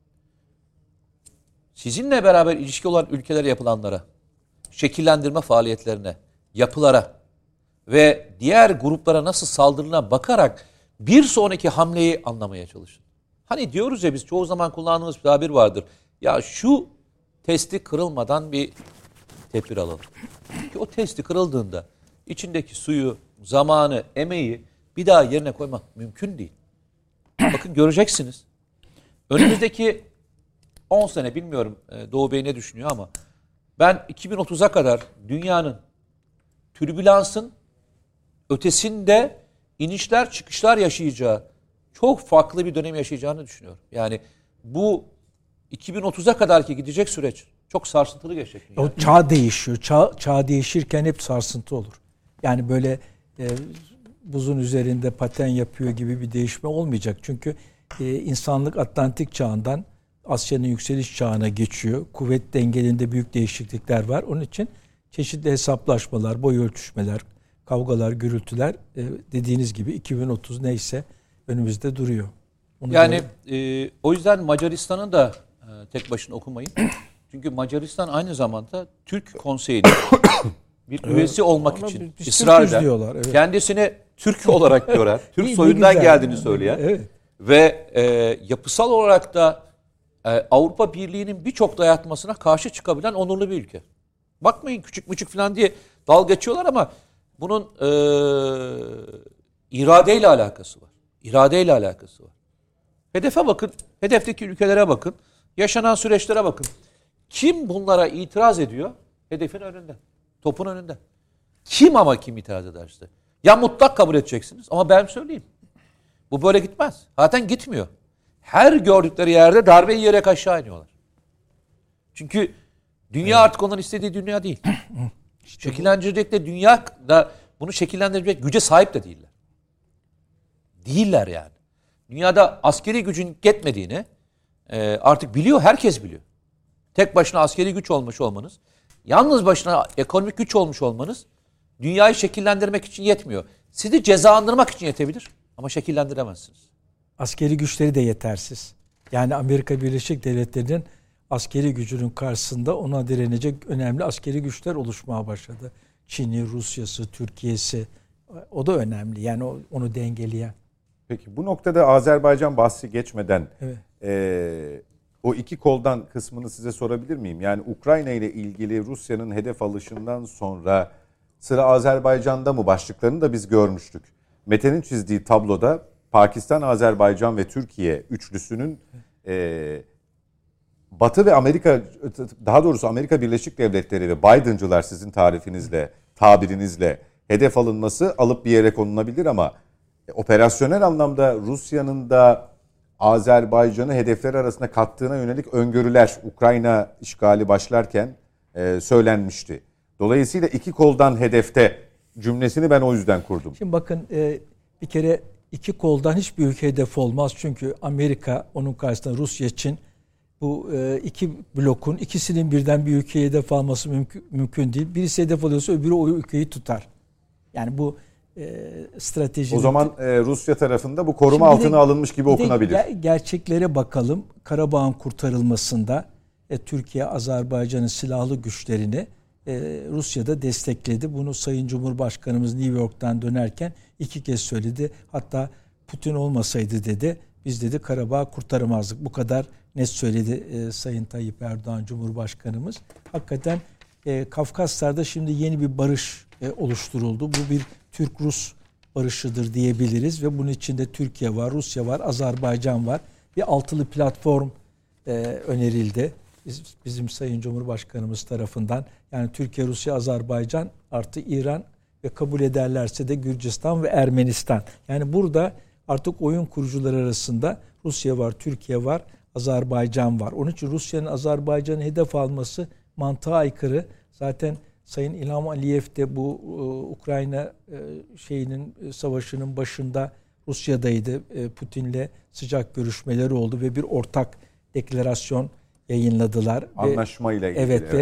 Sizinle beraber ilişki olan ülkelere yapılanlara, şekillendirme faaliyetlerine, yapılara ve diğer gruplara nasıl saldırına bakarak bir sonraki hamleyi anlamaya çalışın. Hani diyoruz ya, biz çoğu zaman kullandığımız bir tabir vardır. Ya şu testi kırılmadan bir tedbir alalım. Çünkü o testi kırıldığında içindeki suyu, zamanı, emeği bir daha yerine koymak mümkün değil. Bakın göreceksiniz. Önümüzdeki 10 sene, bilmiyorum Doğu Bey ne düşünüyor ama ben 2030'a kadar dünyanın türbülansın ötesinde inişler çıkışlar yaşayacağı, çok farklı bir dönem yaşayacağını düşünüyorum. Yani bu 2030'a kadarki gidecek süreç çok sarsıntılı geçecek. O çağ değişiyor. Çağ değişirken hep sarsıntı olur. Yani böyle buzun üzerinde paten yapıyor gibi bir değişme olmayacak. Çünkü insanlık Atlantik çağından Asya'nın yükseliş çağına geçiyor. Kuvvet dengelerinde büyük değişiklikler var. Onun için çeşitli hesaplaşmalar, boy ölçüşmeler, kavgalar, gürültüler dediğiniz gibi 2030 neyse önümüzde duruyor. Onu yani o yüzden Macaristan'ı da tek başına okumayın. Çünkü Macaristan aynı zamanda Türk Konseyi'nin bir üyesi olmak için ısrar eder. Diyorlar, evet. Kendisini Türk olarak gören, Türk soyundan geldiğini söyleyen ve yapısal olarak da Avrupa Birliği'nin birçok dayatmasına karşı çıkabilen onurlu bir ülke. Bakmayın küçük falan diye dalga geçiyorlar ama bunun iradeyle alakası var. İradeyle alakası var. Hedefe bakın, hedefteki ülkelere bakın, yaşanan süreçlere bakın. Kim bunlara itiraz ediyor? Hedefin önünde, topun önünde. Kim itiraz ederse. Ya mutlak kabul edeceksiniz ama ben söyleyeyim. Bu böyle gitmez. Zaten gitmiyor. Her gördükleri yerde darbe yiyerek aşağı iniyorlar. Çünkü dünya artık onların istediği dünya değil. Şekillendirecek dünya da bunu şekillendirecek güce sahip de değiller. Değiller yani. Dünyada askeri gücün yetmediğini artık biliyor, herkes biliyor. Tek başına askeri güç olmuş olmanız, yalnız başına ekonomik güç olmuş olmanız dünyayı şekillendirmek için yetmiyor. Sizi cezalandırmak için yetebilir ama şekillendiremezsiniz. Askeri güçleri de yetersiz. Yani Amerika Birleşik Devletleri'nin askeri gücünün karşısında ona direnecek önemli askeri güçler oluşmaya başladı. Çin'i, Rusya'sı, Türkiye'si, o da önemli. Yani onu dengeleyen. Peki bu noktada Azerbaycan bahsi geçmeden Evet. O iki koldan kısmını size sorabilir miyim? Yani Ukrayna ile ilgili Rusya'nın hedef alışından sonra sıra Azerbaycan'da mı başlıklarını da biz görmüştük. Mete'nin çizdiği tabloda Pakistan, Azerbaycan ve Türkiye üçlüsünün Batı ve Amerika, daha doğrusu Amerika Birleşik Devletleri ve Biden'cılar sizin tarifinizle, tabirinizle hedef alınması alıp bir yere konulabilir ama operasyonel anlamda Rusya'nın da Azerbaycan'ı hedefler arasında kattığına yönelik öngörüler Ukrayna işgali başlarken söylenmişti. Dolayısıyla iki koldan hedefte cümlesini ben o yüzden kurdum. Şimdi bakın bir kere iki koldan hiçbir ülke hedef olmaz. Çünkü Amerika, onun karşısında Rusya, Çin, bu iki blokun ikisinin birden bir ülkeye hedef alması mümkün değil. Birisi hedef alıyorsa öbürü o ülkeyi tutar. Yani bu stratejinin... O zaman Rusya tarafında bu koruma Şimdi altına alınmış gibi okunabilir. Gerçeklere bakalım. Karabağ'ın kurtarılmasında Türkiye, Azerbaycan'ın silahlı güçlerini Rusya'da destekledi. Bunu Sayın Cumhurbaşkanımız New York'tan dönerken 2 kez söyledi. Hatta Putin olmasaydı dedi, biz dedi Karabağ'ı kurtaramazdık. Bu kadar net söyledi Sayın Tayyip Erdoğan Cumhurbaşkanımız. Hakikaten Kafkaslar'da şimdi yeni bir barış oluşturuldu. Bu bir Türk-Rus barışıdır diyebiliriz ve bunun içinde Türkiye var, Rusya var, Azerbaycan var. Bir altılı platform önerildi. Bizim Sayın Cumhurbaşkanımız tarafından. Yani Türkiye, Rusya, Azerbaycan artı İran ve kabul ederlerse de Gürcistan ve Ermenistan. Yani burada artık oyun kurucuları arasında Rusya var, Türkiye var, Azerbaycan var. Onun için Rusya'nın Azerbaycan'ı hedef alması mantığa aykırı. Zaten Sayın İlham Aliyev de bu Ukrayna savaşının başında Rusya'daydı. Putin'le sıcak görüşmeleri oldu ve bir ortak deklarasyon yayınladılar. Anlaşmayla ilgili. Evet.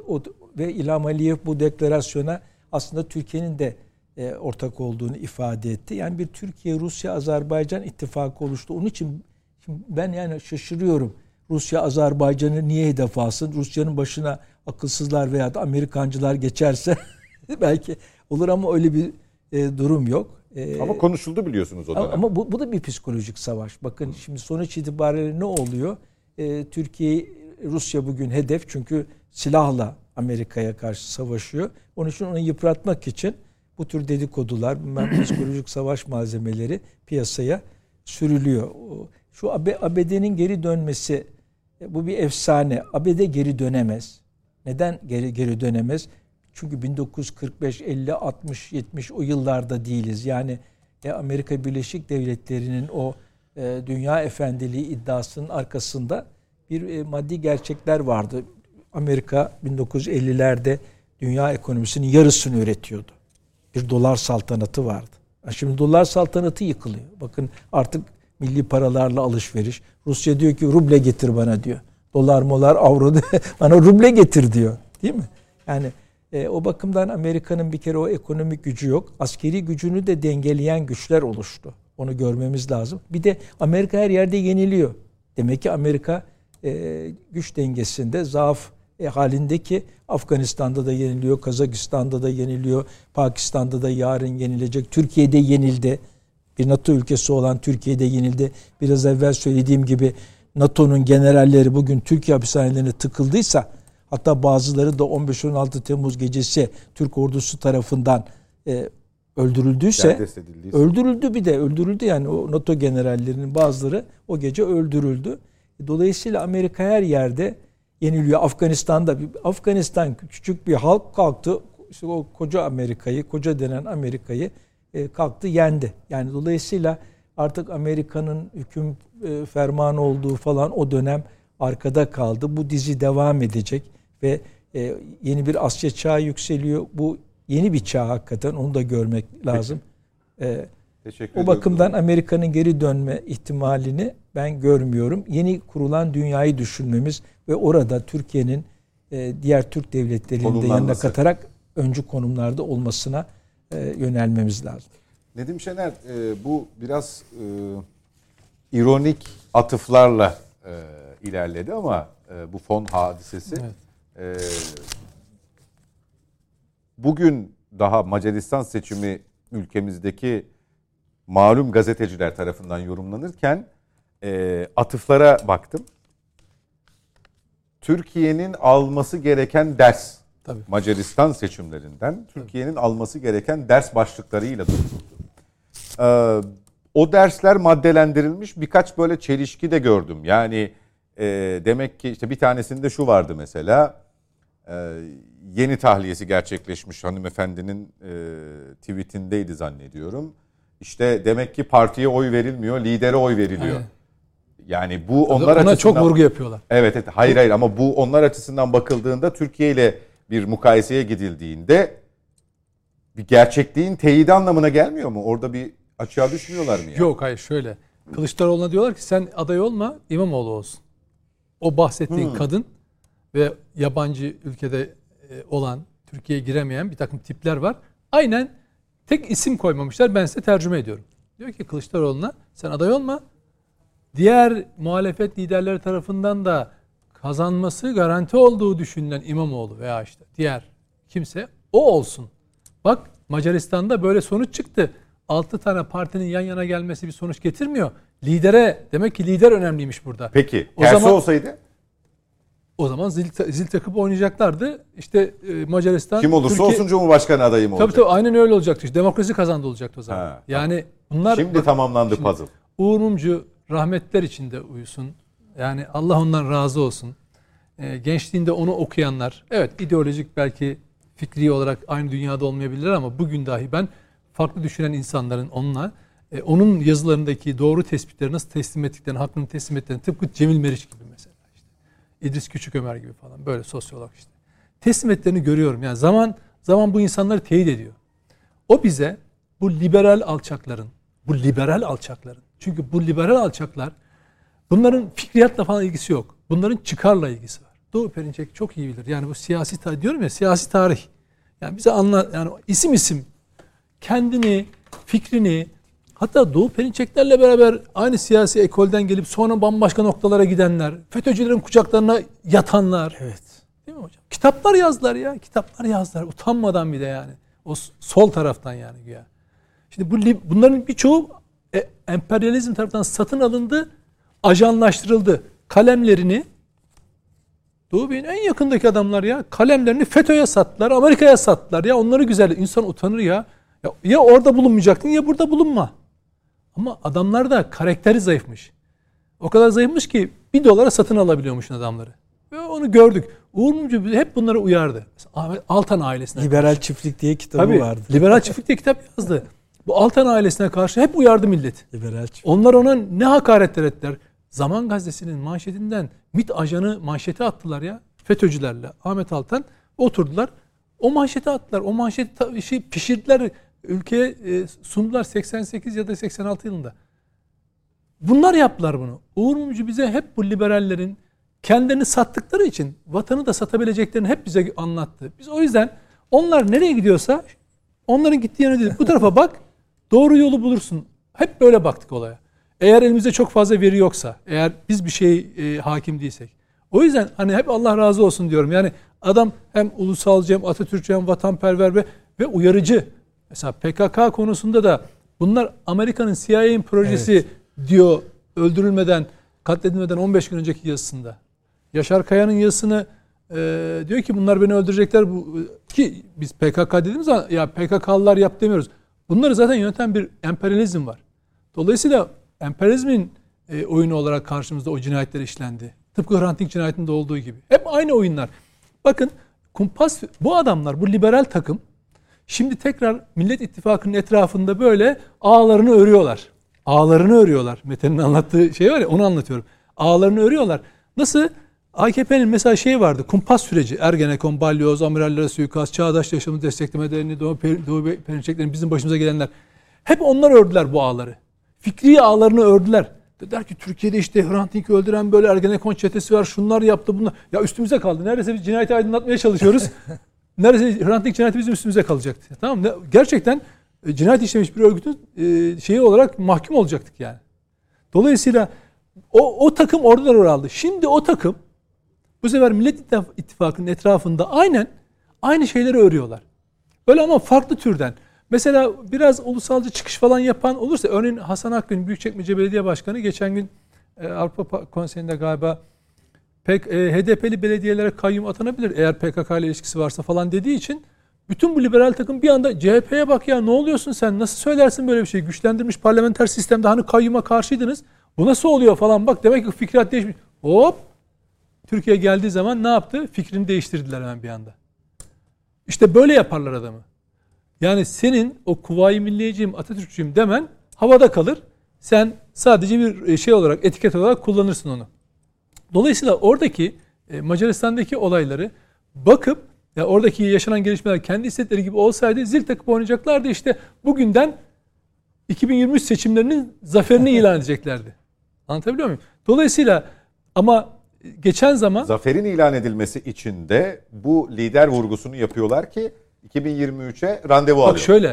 Ve İlham Aliyev bu deklarasyona aslında Türkiye'nin de ortak olduğunu ifade etti. Yani bir Türkiye, Rusya, Azerbaycan ittifakı oluştu. Onun için ben yani şaşırıyorum. Rusya Azerbaycan'ı niye hedef alsın? Rusya'nın başına akılsızlar veya da Amerikancılar geçerse belki olur ama öyle bir durum yok. Ama konuşuldu biliyorsunuz o dönem. Ama bu da bir psikolojik savaş. Bakın şimdi sonuç itibariyle ne oluyor? Türkiye, Rusya bugün hedef çünkü silahla Amerika'ya karşı savaşıyor. Onun için onu yıpratmak için bu tür dedikodular, psikolojik savaş malzemeleri piyasaya sürülüyor. Şu ABD'nin geri dönmesi, bu bir efsane. ABD geri dönemez. Neden geri dönemez? Çünkü 1945, 50, 60, 70 o yıllarda değiliz. Yani Amerika Birleşik Devletleri'nin o dünya efendiliği iddiasının arkasında bir maddi gerçekler vardı. Amerika 1950'lerde dünya ekonomisinin yarısını üretiyordu. Bir dolar saltanatı vardı. Şimdi dolar saltanatı yıkılıyor. Bakın artık milli paralarla alışveriş. Rusya diyor ki ruble getir bana diyor. Dolar molar avro bana ruble getir diyor. Değil mi? Yani o bakımdan Amerika'nın bir kere o ekonomik gücü yok. Askeri gücünü de dengeleyen güçler oluştu. Onu görmemiz lazım. Bir de Amerika her yerde yeniliyor. Demek ki Amerika güç dengesinde zaaf halindeki Afganistan'da da yeniliyor, Kazakistan'da da yeniliyor, Pakistan'da da yarın yenilecek, Türkiye'de yenildi. Bir NATO ülkesi olan Türkiye'de yenildi. Biraz evvel söylediğim gibi NATO'nun generalleri bugün Türkiye hapishanelerine tıkıldıysa, hatta bazıları da 15-16 Temmuz gecesi Türk ordusu tarafından öldürüldüyse, öldürüldü yani o NATO generallerinin bazıları o gece öldürüldü. Dolayısıyla Amerika her yerde yeniliyor. Afganistan küçük bir halk kalktı. İşte o koca Amerika'yı, koca denen Amerika'yı kalktı yendi. Yani dolayısıyla artık Amerika'nın hüküm fermanı olduğu falan o dönem arkada kaldı. Bu dizi devam edecek ve yeni bir Asya çağı yükseliyor. Bu yeni bir çağ hakikaten, onu da görmek lazım. O bakımdan Amerika'nın geri dönme ihtimalini ben görmüyorum. Yeni kurulan dünyayı düşünmemiz ve orada Türkiye'nin diğer Türk devletlerinin de yanına katarak öncü konumlarda olmasına yönelmemiz lazım. Nedim Şener, bu biraz ironik atıflarla ilerledi ama bu fon hadisesi. Evet. Bugün daha Macaristan seçimi ülkemizdeki malum gazeteciler tarafından yorumlanırken atıflara baktım. Türkiye'nin alması gereken ders, tabii, Macaristan seçimlerinden Türkiye'nin alması gereken ders başlıklarıyla tutuldu. O dersler maddelendirilmiş, birkaç böyle çelişki de gördüm. Yani demek ki işte bir tanesinde şu vardı mesela, yeni tahliyesi gerçekleşmiş hanımefendinin tweetindeydi zannediyorum. İşte demek ki partiye oy verilmiyor, lidere oy veriliyor. Evet. Yani bu onlar açısından... Ona çok vurgu yapıyorlar. Evet. Hayır ama bu onlar açısından bakıldığında, Türkiye ile bir mukayeseye gidildiğinde bir gerçekliğin teyidi anlamına gelmiyor mu? Orada bir açığa düşmüyorlar mı? Yani? Yok, hayır, şöyle. Kılıçdaroğlu'na diyorlar ki sen aday olma, İmamoğlu olsun. O bahsettiğin kadın ve yabancı ülkede olan, Türkiye'ye giremeyen bir takım tipler var. Aynen Tek isim koymamışlar. Ben size tercüme ediyorum. Diyor ki Kılıçdaroğlu'na sen aday olma. Diğer muhalefet liderleri tarafından da kazanması garanti olduğu düşünülen İmamoğlu veya işte diğer kimse o olsun. Bak Macaristan'da böyle sonuç çıktı. 6 tane partinin yan yana gelmesi bir sonuç getirmiyor. Lidere, demek ki lider önemliymiş burada. Peki O tersi zaman- olsaydı O zaman zil takıp oynayacaklardı. İşte Macaristan... kim olursa Türkiye- olsun Cumhurbaşkanı adayı mı olacak? Tabii aynen öyle olacaktı. İşte demokrasi kazandı olacaktı o zaman. Ha, Yani bunlar... Şimdi tamamlandı puzzle. Uğur Mumcu rahmetler içinde uyusun. Yani Allah ondan razı olsun. Gençliğinde onu okuyanlar, evet ideolojik belki fikri olarak aynı dünyada olmayabilirler ama bugün dahi ben farklı düşünen insanların onunla onun yazılarındaki doğru tespitleri nasıl teslim ettiklerini, hakkını teslim ettiklerini, tıpkı Cemil Meriç gibi mesela işte. İdris Küçükömer gibi falan böyle sosyolog işte. Teslim ettiklerini görüyorum. Yani zaman bu insanları teyit ediyor. O bize bu liberal alçakların çünkü bu liberal alçaklar bunların fikriyatla falan ilgisi yok. Bunların çıkarla ilgisi var. Doğu Perinçek çok iyi bilir. Yani bu siyasi tarih diyorum ya, siyasi tarih. Yani bize yani isim kendini, fikrini, hatta Doğu Perinçeklerle beraber aynı siyasi ekolden gelip sonra bambaşka noktalara gidenler, FETÖ'cülerin kucaklarına yatanlar. Evet. Değil mi hocam? Kitaplar yazdılar ya. Kitaplar yazdılar. Utanmadan bir de yani. O sol taraftan yani güya. Şimdi bunların birçoğu emperyalizm tarafından satın alındı, ajanlaştırıldı. Kalemlerini Doğu Bey'in en yakındaki adamlar ya kalemlerini FETÖ'ye sattılar, Amerika'ya sattılar ya. Onları güzel. İnsan utanır ya. Ya orada bulunmayacaktın ya burada bulunma. Ama adamlar da karakteri zayıfmış. O kadar zayıfmış ki $1 satın alabiliyormuşsun adamları. Ve onu gördük. Uğur Mumcu hep bunları uyardı. Ahmet Altan ailesine Liberal karşı. Çiftlik diye kitabı Tabii, vardı. Liberal Çiftlik diye kitap yazdı. Bu Altan ailesine karşı hep uyardı millet. Liberal Çiftlik. Onlar ona ne hakaretler ettiler. Zaman Gazetesi'nin manşetinden MİT ajanı manşeti attılar ya. FETÖ'cülerle Ahmet Altan oturdular. O manşeti attılar. O manşeti pişirdiler. Ülkeye sundular 88 ya da 86 yılında. Bunlar yaptılar bunu. Uğur Mumcu bize hep bu liberallerin kendilerini sattıkları için vatanı da satabileceklerini hep bize anlattı. Biz o yüzden onlar nereye gidiyorsa onların gittiği yöne değil. Bu tarafa bak, doğru yolu bulursun. Hep böyle baktık olaya. Eğer elimizde çok fazla veri yoksa, eğer biz bir şey hakim değilsek. O yüzden hani hep Allah razı olsun diyorum. Yani adam hem ulusalcı hem Atatürkçü hem vatanperver ve uyarıcı. Mesela PKK konusunda da bunlar Amerika'nın CIA'nin projesi diyor öldürülmeden, katledilmeden 15 gün önceki yazısında. Yaşar Kaya'nın yazısını diyor ki bunlar beni öldürecekler. Ki biz PKK dediğimiz zaman ya PKK'lılar yap demiyoruz. Bunları zaten yöneten bir emperyalizm var. Dolayısıyla emperyalizmin oyunu olarak karşımızda o cinayetler işlendi. Tıpkı Hrant Dink cinayetinde olduğu gibi. Hep aynı oyunlar. Bakın kumpas, bu adamlar, bu liberal takım şimdi tekrar Millet İttifakı'nın etrafında böyle ağlarını örüyorlar. Ağlarını örüyorlar. Mete'nin anlattığı şey var ya, onu anlatıyorum. Ağlarını örüyorlar. Nasıl? AKP'nin mesela vardı. Kumpas süreci. Ergenekon, balyoz, amirallere suikast, çağdaş yaşamı destekleme derneği, Doğu Perinçeklerin bizim başımıza gelenler. Hep onlar ördüler bu ağları. Fikri ağlarını ördüler. Dediler ki Türkiye'de işte Hrant Dink'i öldüren böyle Ergenekon çetesi var. Şunlar yaptı bunlar. Ya üstümüze kaldı. Neredeyse biz cinayeti aydınlatmaya çalışıyoruz. Neredeyse Hrant Dink cinayeti bizim üstümüze kalacaktı. Tamam mı? Gerçekten cinayet işlemiş bir örgütün şeyi olarak mahkum olacaktık yani. Dolayısıyla o takım orada rol aldı. Şimdi o takım bu sefer Millet İttifakı'nın etrafında aynı şeyleri örüyorlar. Öyle ama farklı türden. Mesela biraz ulusalcı çıkış falan yapan olursa, örneğin Hasan Akgün Büyükçekmece Belediye Başkanı geçen gün Avrupa Konseyi'nde galiba HDP'li belediyelere kayyum atanabilir eğer PKK ile ilişkisi varsa falan dediği için bütün bu liberal takım bir anda CHP'ye bak ya, ne oluyorsun sen, nasıl söylersin böyle bir şey, güçlendirilmiş parlamenter sistemde hani kayyuma karşıydınız, bu nasıl oluyor falan, bak demek ki fikret değişmiş. Hop, Türkiye geldiği zaman ne yaptı? Fikrini değiştirdiler hemen bir anda. İşte böyle yaparlar adamı. Yani senin o Kuvayi Milliyeciyim, Atatürkçüyüm demen havada kalır. Sen sadece bir şey olarak, etiket olarak kullanırsın onu. Dolayısıyla oradaki Macaristan'daki olayları bakıp ya oradaki yaşanan gelişmeler kendi istedikleri gibi olsaydı zil takıp oynayacaklardı, işte bugünden 2023 seçimlerinin zaferini ilan edeceklerdi. Anlatabiliyor muyum? Dolayısıyla ama geçen zaman zaferin ilan edilmesi için de bu lider vurgusunu yapıyorlar ki 2023'e randevu alıyor. bak şöyle,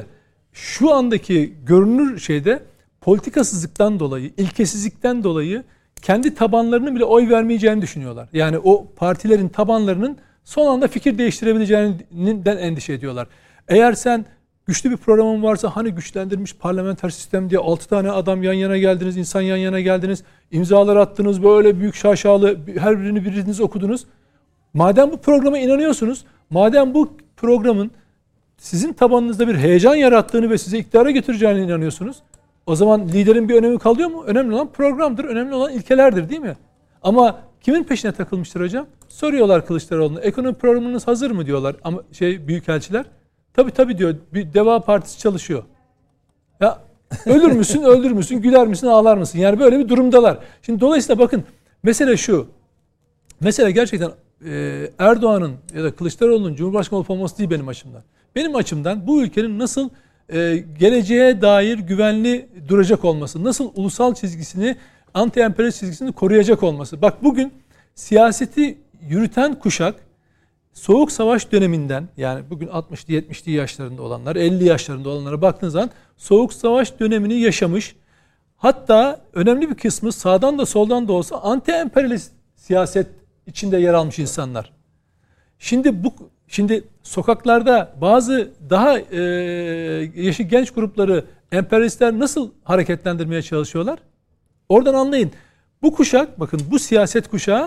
şu andaki görünür şeyde politikasızlıktan dolayı, ilkesizlikten dolayı kendi tabanlarının bile oy vermeyeceğini düşünüyorlar. Yani o partilerin tabanlarının son anda fikir değiştirebileceğinden endişe ediyorlar. Eğer sen güçlü bir programın varsa hani güçlendirilmiş parlamenter sistem diye 6 tane adam yan yana geldiniz, insan yan yana geldiniz, imzalar attınız, böyle büyük şaşalı, her birini biriniz okudunuz. Madem bu programa inanıyorsunuz, madem bu programın sizin tabanınızda bir heyecan yarattığını ve size iktidara getireceğine inanıyorsunuz, o zaman liderin bir önemi kalıyor mu? Önemli olan programdır, önemli olan ilkelerdir, değil mi? Ama kimin peşine takılmıştır hocam? Soruyorlar Kılıçdaroğlu'na. Ekonomi programınız hazır mı diyorlar ama büyükelçiler. Tabii diyor. Bir Deva Partisi çalışıyor. Ya ölür müsün, öldürür müsün, güler misin, ağlar mısın? Yani böyle bir durumdalar. Şimdi dolayısıyla bakın mesele şu. Mesele gerçekten Erdoğan'ın ya da Kılıçdaroğlu'nun Cumhurbaşkanı olup olması değil benim açımdan. Benim açımdan bu ülkenin nasıl geleceğe dair güvenli duracak olması, nasıl ulusal çizgisini, anti-emperyalist çizgisini koruyacak olması. Bak bugün siyaseti yürüten kuşak Soğuk Savaş döneminden, yani bugün 60'lı 70'li yaşlarında olanlar, 50 yaşlarında olanlara baktığınız zaman Soğuk Savaş dönemini yaşamış. Hatta önemli bir kısmı sağdan da soldan da olsa anti-emperyalist siyaset içinde yer almış insanlar. Şimdi sokaklarda bazı daha yaşı genç grupları emperyalistler nasıl hareketlendirmeye çalışıyorlar? Oradan anlayın. Bu kuşak, bakın bu siyaset kuşağı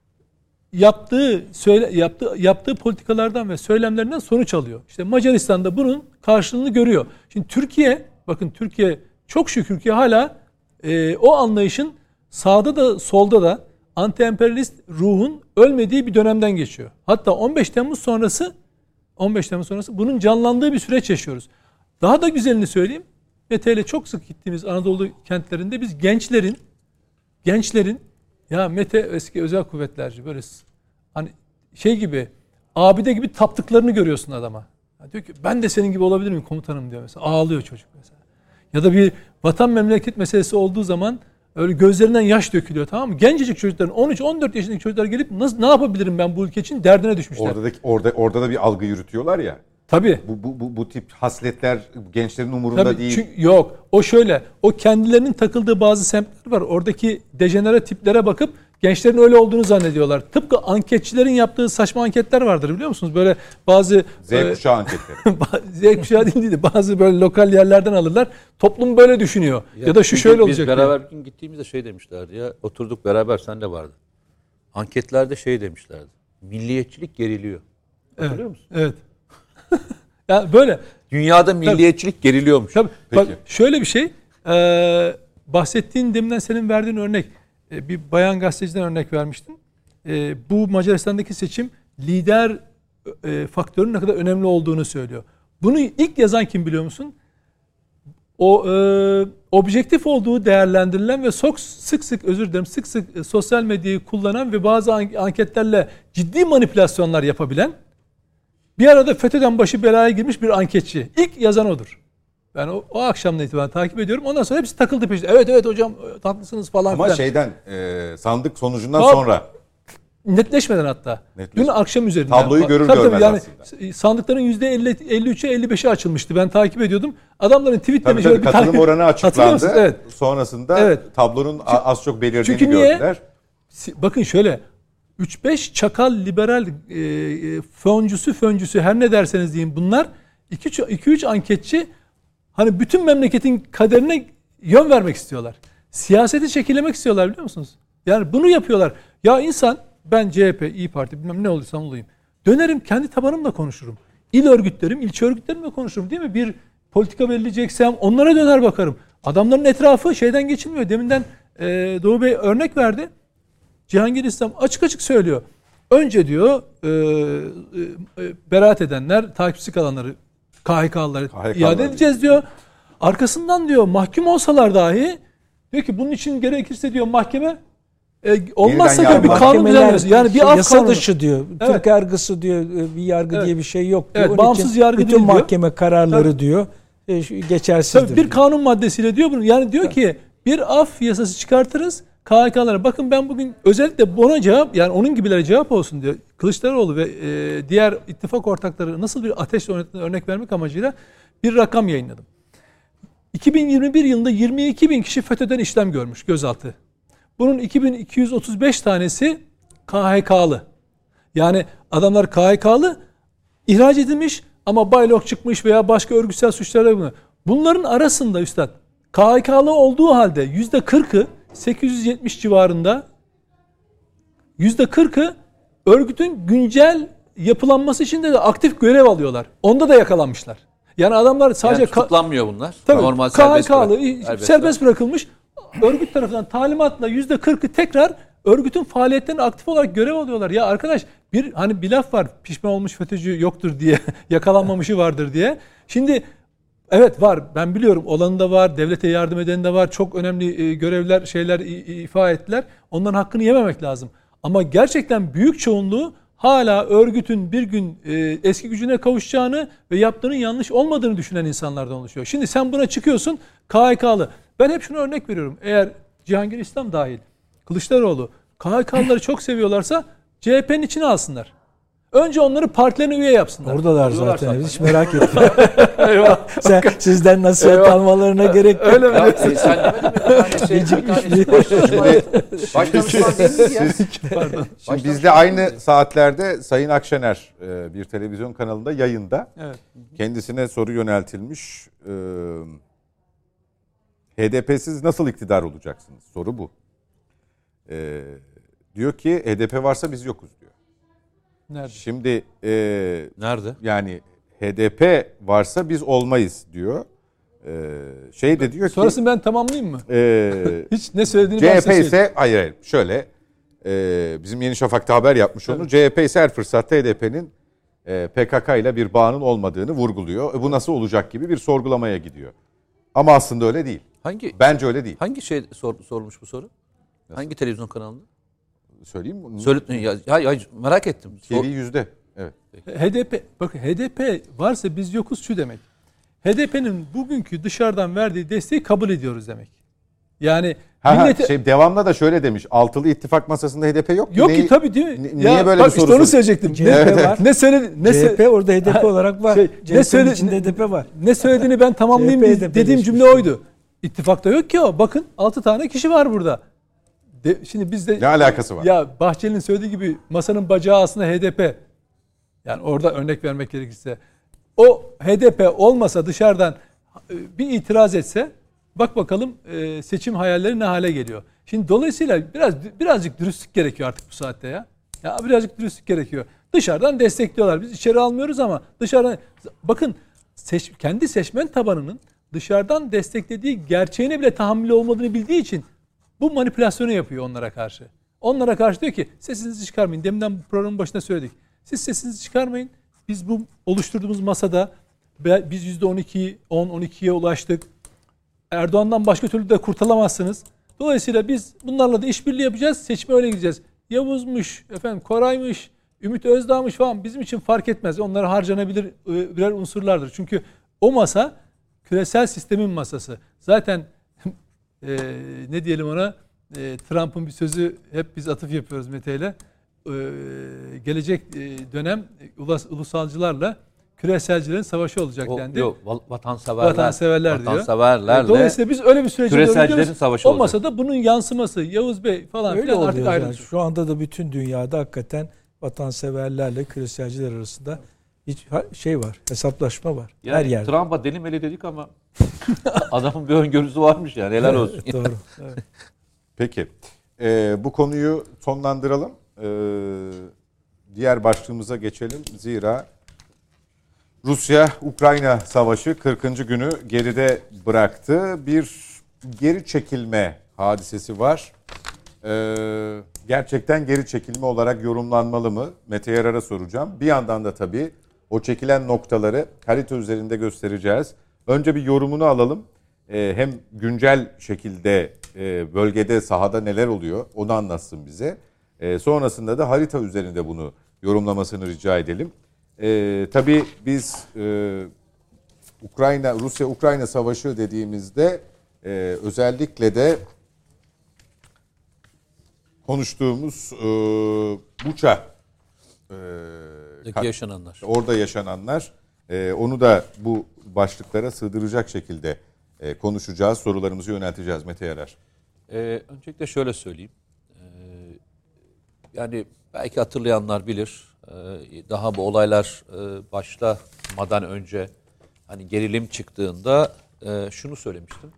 yaptığı politikalardan ve söylemlerinden sonuç alıyor. İşte Macaristan'da bunun karşılığını görüyor. Şimdi Türkiye, bakın Türkiye çok şükür ki hala o anlayışın sağda da solda da anti-emperyalist ruhun ölmediği bir dönemden geçiyor. Hatta 15 Temmuz sonrası bunun canlandığı bir süreç yaşıyoruz. Daha da güzelini söyleyeyim. Mete ile çok sık gittiğimiz Anadolu kentlerinde biz gençlerin ya Mete eski özel kuvvetlerci böyle hani şey gibi abide gibi taptıklarını görüyorsun adama. Ya diyor ki ben de senin gibi olabilir miyim komutanım diyor mesela. Ağlıyor çocuk mesela. Ya da bir vatan memleket meselesi olduğu zaman öyle gözlerinden yaş dökülüyor, tamam mı? Gencecik çocukların 13-14 yaşındaki çocuklar gelip ne yapabilirim ben bu ülke için derdine düşmüşler. Orada da bir algı yürütüyorlar ya. Tabii. Bu tip hasletler gençlerin umurunda Tabii, değil. Çünkü yok. O şöyle. O kendilerinin takıldığı bazı semtler var. Oradaki dejenere tiplere bakıp gençlerin öyle olduğunu zannediyorlar. Tıpkı anketçilerin yaptığı saçma anketler vardır biliyor musunuz? Böyle bazı Z kuşağı anketleri. Z kuşağı değil de bazı böyle lokal yerlerden alırlar. Toplum böyle düşünüyor. Ya da şu şöyle olacak. Biz beraber bir gün gittiğimizde şey demişlerdi ya. Oturduk beraber, sen de vardı. Anketlerde şey demişlerdi. Milliyetçilik geriliyor. Hatırlıyor musun? Evet. Yani böyle. Dünyada milliyetçilik geriliyormuş. Tabii. Bak şöyle bir şey. Bahsettiğin deminden senin verdiğin örnek. Bir bayan gazeteciden örnek vermiştin. Bu Macaristan'daki seçim lider faktörünün ne kadar önemli olduğunu söylüyor. Bunu ilk yazan kim biliyor musun? O objektif olduğu değerlendirilen ve sık sık sosyal medyayı kullanan ve bazı anketlerle ciddi manipülasyonlar yapabilen, bir arada FETÖ'den başı belaya girmiş bir anketçi. İlk yazan odur. Ben o akşamdan itibaren takip ediyorum. Ondan sonra hepsi takıldı peşinde. Evet hocam haklısınız falan Ama filan. sandık sonucundan sonra. Netleşmeden hatta. Dün akşam üzerinden. Tabloyu görmez yani aslında. Sandıkların %53'e 55'e açılmıştı. Ben takip ediyordum. Adamların tweetlemiş. Tabii katılım oranı açıklandı. Evet. Sonrasında tablonun az çok belirdiğini çünkü gördüler. Bakın şöyle. 3-5 çakal liberal föncüsü her ne derseniz deyin, bunlar 2-3 anketçi hani bütün memleketin kaderine yön vermek istiyorlar. Siyaseti şekillemek istiyorlar biliyor musunuz? Yani bunu yapıyorlar. Ya insan, ben CHP, İYİ Parti bilmem ne olursam olayım. Dönerim kendi tabanımla konuşurum. İl örgütlerim, ilçe örgütlerimle konuşurum değil mi? Bir politika belirleyeceksem onlara döner bakarım. Adamların etrafı şeyden geçilmiyor. Deminden Doğu Bey örnek verdi. Cihangir İslam açık açık söylüyor. Önce diyor beraat edenler, takipçi kalanları, KHK'lıları iade edeceğiz diyor. Arkasından diyor mahkum olsalar dahi diyor ki bunun için gerekirse diyor mahkeme olmazsa diyor bir kanun düzenlemesi. Yani bir yasa kanunu dışı diyor. Evet. Türk yargısı diyor, bir yargı diye bir şey yok diyor. Evet, bağımsız yargı bütün değil mahkeme diyor. kararları diyor geçersizdir. Tabii bir kanun maddesiyle diyor bunu. Yani diyor ki bir af yasası çıkartırız. KHK'lara bakın, ben bugün özellikle buna cevap, yani onun gibilere cevap olsun diyor. Kılıçdaroğlu ve diğer ittifak ortakları nasıl bir ateşle örnek vermek amacıyla bir rakam yayınladım. 2021 yılında 22 bin kişi FETÖ'den işlem görmüş gözaltı. Bunun 2235 tanesi KHK'lı. Yani adamlar KHK'lı, ihraç edilmiş ama baylok çıkmış veya başka örgütsel suçlarla bulunuyor. Bunların arasında üstad KHK'lı olduğu halde %40'ı 870 civarında, %40'ı örgütün güncel yapılanması için de aktif görev alıyorlar. Onda da yakalanmışlar. Yani adamlar sadece yani tutuklanmıyor bunlar. Tabii, Normal KHK'lı serbest bırakılmış. Örgüt tarafından talimatla %40'ı tekrar örgütün faaliyetlerine aktif olarak görev alıyorlar. Ya arkadaş bir laf var, pişman olmuş FETÖ'cü yoktur diye, yakalanmamışı vardır diye. Şimdi evet var, ben biliyorum, olanı da var, devlete yardım eden de var, çok önemli görevler, şeyler ifa ettiler. Onların hakkını yememek lazım. Ama gerçekten büyük çoğunluğu hala örgütün bir gün eski gücüne kavuşacağını ve yaptığının yanlış olmadığını düşünen insanlardan oluşuyor. Şimdi sen buna çıkıyorsun, KHK'lı. Ben hep şunu örnek veriyorum. Eğer Cihangir İslam dahil, Kılıçdaroğlu KHK'lıları çok seviyorlarsa CHP'nin içine alsınlar. Önce onları partilerine üye yapsınlar. Oradalar zaten. Hiç merak etme. Sizden nasihat almalarına gerek yok. Öyle mi? Sen demedin mi? Başdanışman değil ya. Şimdi bizle aynı saatlerde Sayın Akşener bir televizyon kanalında yayında. Evet. Kendisine soru yöneltilmiş. HDP'siz nasıl iktidar olacaksınız? Soru bu. Diyor ki HDP varsa biz yokuz diyor. Nerede? Şimdi Nerede? yani HDP varsa biz olmayız diyor. Şey de diyor ki. Sonrasını ben tamamlayayım mı? Hiç ne söylediğini CHP ise hayır şöyle bizim Yeni Şafak'ta haber yapmış onu. CHP ise her fırsatta HDP'nin PKK ile bir bağının olmadığını vurguluyor. Bu nasıl olacak gibi bir sorgulamaya gidiyor. Ama aslında öyle değil. Bence öyle değil. Hangi sormuş bu soru? Hangi televizyon kanalında? Söyleyeyim mi? Hayır, merak ettim. TV %. Evet. HDP varsa biz yokuz şu demek. HDP'nin bugünkü dışarıdan verdiği desteği kabul ediyoruz demek. Yani devamlı da şöyle demiş. Altılı ittifak masasında HDP yok. Yok ki tabii değil mi? Niye böyle bir soru? İşte onu söyleyecektim. CHP var. Ne söyledi? CHP orada HDP olarak var. CHP'nin içinde HDP var. Ne söylediğini ben tamamlayayım dediğim cümle oydu. İttifakta yok ki o. Bakın 6 tane kişi var burada. Şimdi bizde ne alakası var? Ya Bahçeli'nin söylediği gibi masanın bacağı aslında HDP. Yani orada örnek vermek gerekirse o HDP olmasa dışarıdan bir itiraz etse bak bakalım seçim hayalleri ne hale geliyor. Şimdi dolayısıyla birazcık dürüstlük gerekiyor artık bu saatte ya. Ya birazcık dürüstlük gerekiyor. Dışarıdan destekliyorlar. Biz içeri almıyoruz ama dışarıdan bakın kendi seçmen tabanının dışarıdan desteklediği gerçeğine bile tahammülü olmadığını bildiği için bu manipülasyonu yapıyor onlara karşı. Onlara karşı diyor ki sesinizi çıkarmayın. Deminden bu programın başında söyledik. Siz sesinizi çıkarmayın. Biz bu oluşturduğumuz masada biz %12'yi 10-12'ye ulaştık. Erdoğan'dan başka türlü de kurtulamazsınız. Dolayısıyla biz bunlarla da işbirliği yapacağız. Seçime öyle gideceğiz. Yavuz'muş, Koray'mış, Ümit Özdağ'mış falan bizim için fark etmez. Onlar harcanabilir birer unsurlardır. Çünkü o masa küresel sistemin masası. Zaten ne diyelim ona, Trump'ın bir sözü, hep biz atıf yapıyoruz Mete ile. Gelecek dönem ulusalcılarla küreselcilerin savaşı olacak dendi. Yok, vatanseverler diyor. Vatanseverlerle. Dolayısıyla biz öyle bir sürece küreselcilerin savaşı olacak. O masada bunun yansıması Yavuz Bey falan öyle filan artık ayrılır. Yani. Şu anda da bütün dünyada hakikaten vatanseverlerle küreselciler arasında hiç var, hesaplaşma var. Yani her yerde. Trump'a deli meli dedik ama adamın bir öngörüsü varmış yani. Helal olsun. Doğru. Evet. Peki. Bu konuyu sonlandıralım. Diğer başlığımıza geçelim. Zira Rusya-Ukrayna savaşı 40. günü geride bıraktı. Bir geri çekilme hadisesi var. Gerçekten geri çekilme olarak yorumlanmalı mı? Mete Yarar'a soracağım. Bir yandan da tabii o çekilen noktaları harita üzerinde göstereceğiz. Önce bir yorumunu alalım. Hem güncel şekilde bölgede, sahada neler oluyor onu anlatsın bize. Sonrasında da harita üzerinde bunu yorumlamasını rica edelim. Tabii biz Rusya-Ukrayna savaşı dediğimizde özellikle de konuştuğumuz Buça yaşananlar. Orada yaşananlar. Onu da bu başlıklara sığdıracak şekilde konuşacağız, sorularımızı yönelteceğiz Mete Yarar. Öncelikle şöyle söyleyeyim. Yani belki hatırlayanlar bilir. Daha bu olaylar başlamadan önce hani gerilim çıktığında şunu söylemiştim.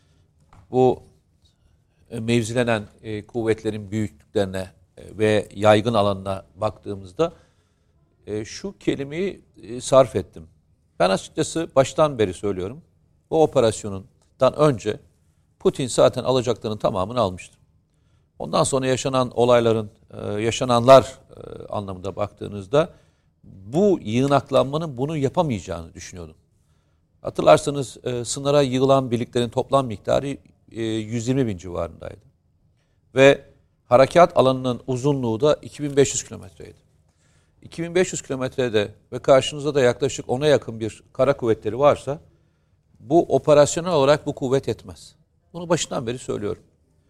Bu mevzilenen kuvvetlerin büyüklüklerine ve yaygın alanına baktığımızda şu kelimeyi sarf ettim. Ben açıkçası baştan beri söylüyorum. Bu operasyonundan önce Putin zaten alacaklarının tamamını almıştı. Ondan sonra yaşanan olayların, yaşananlar anlamında baktığınızda bu yığınaklanmanın bunu yapamayacağını düşünüyordum. Hatırlarsanız sınıra yığılan birliklerin toplam miktarı 120 bin civarındaydı. Ve harekat alanının uzunluğu da 2500 kilometreydi. 2500 kilometrede ve karşınızda da yaklaşık 10'a yakın bir kara kuvvetleri varsa bu operasyonel olarak bu kuvvet yetmez. Bunu başından beri söylüyorum.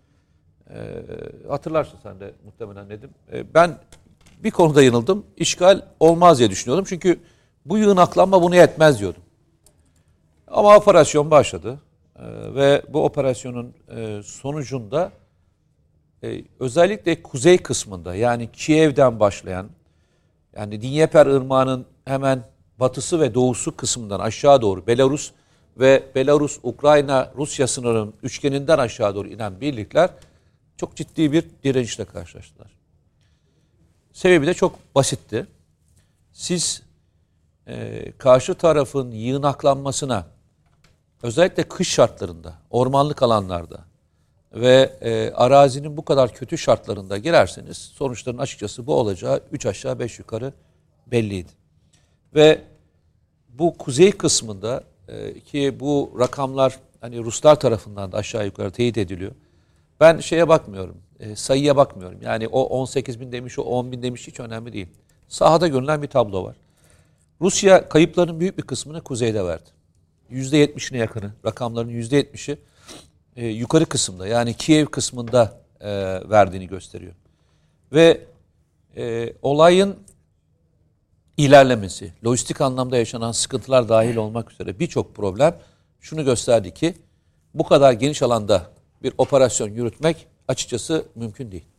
Hatırlarsın sen de muhtemelen Nedim. Ben bir konuda yanıldım. İşgal olmaz diye düşünüyordum. Çünkü bu yığınaklanma bunu yetmez diyordum. Ama operasyon başladı. Ve bu operasyonun sonucunda özellikle kuzey kısmında yani Kiev'den başlayan yani Dnieper Irmağı'nın hemen batısı ve doğusu kısmından aşağı doğru Belarus ve Belarus-Ukrayna-Rusya sınırının üçgeninden aşağı doğru inen birlikler çok ciddi bir direnişle karşılaştılar. Sebebi de çok basitti. Siz karşı tarafın yığınaklanmasına özellikle kış şartlarında, ormanlık alanlarda ve arazinin bu kadar kötü şartlarında girerseniz sonuçların açıkçası bu olacağı 3 aşağı 5 yukarı belliydi. Ve bu kuzey kısmında ki bu rakamlar hani Ruslar tarafından da aşağı yukarı teyit ediliyor. Ben şeye bakmıyorum, sayıya bakmıyorum. Yani o 18 bin demiş, o 10 bin demiş hiç önemli değil. Sahada görülen bir tablo var. Rusya kayıpların büyük bir kısmını kuzeyde verdi. %70'ine yakını, rakamların %70'i yukarı kısımda yani Kiev kısmında verdiğini gösteriyor. Ve olayın ilerlemesi, lojistik anlamda yaşanan sıkıntılar dahil olmak üzere birçok problem şunu gösterdi ki bu kadar geniş alanda bir operasyon yürütmek açıkçası mümkün değil.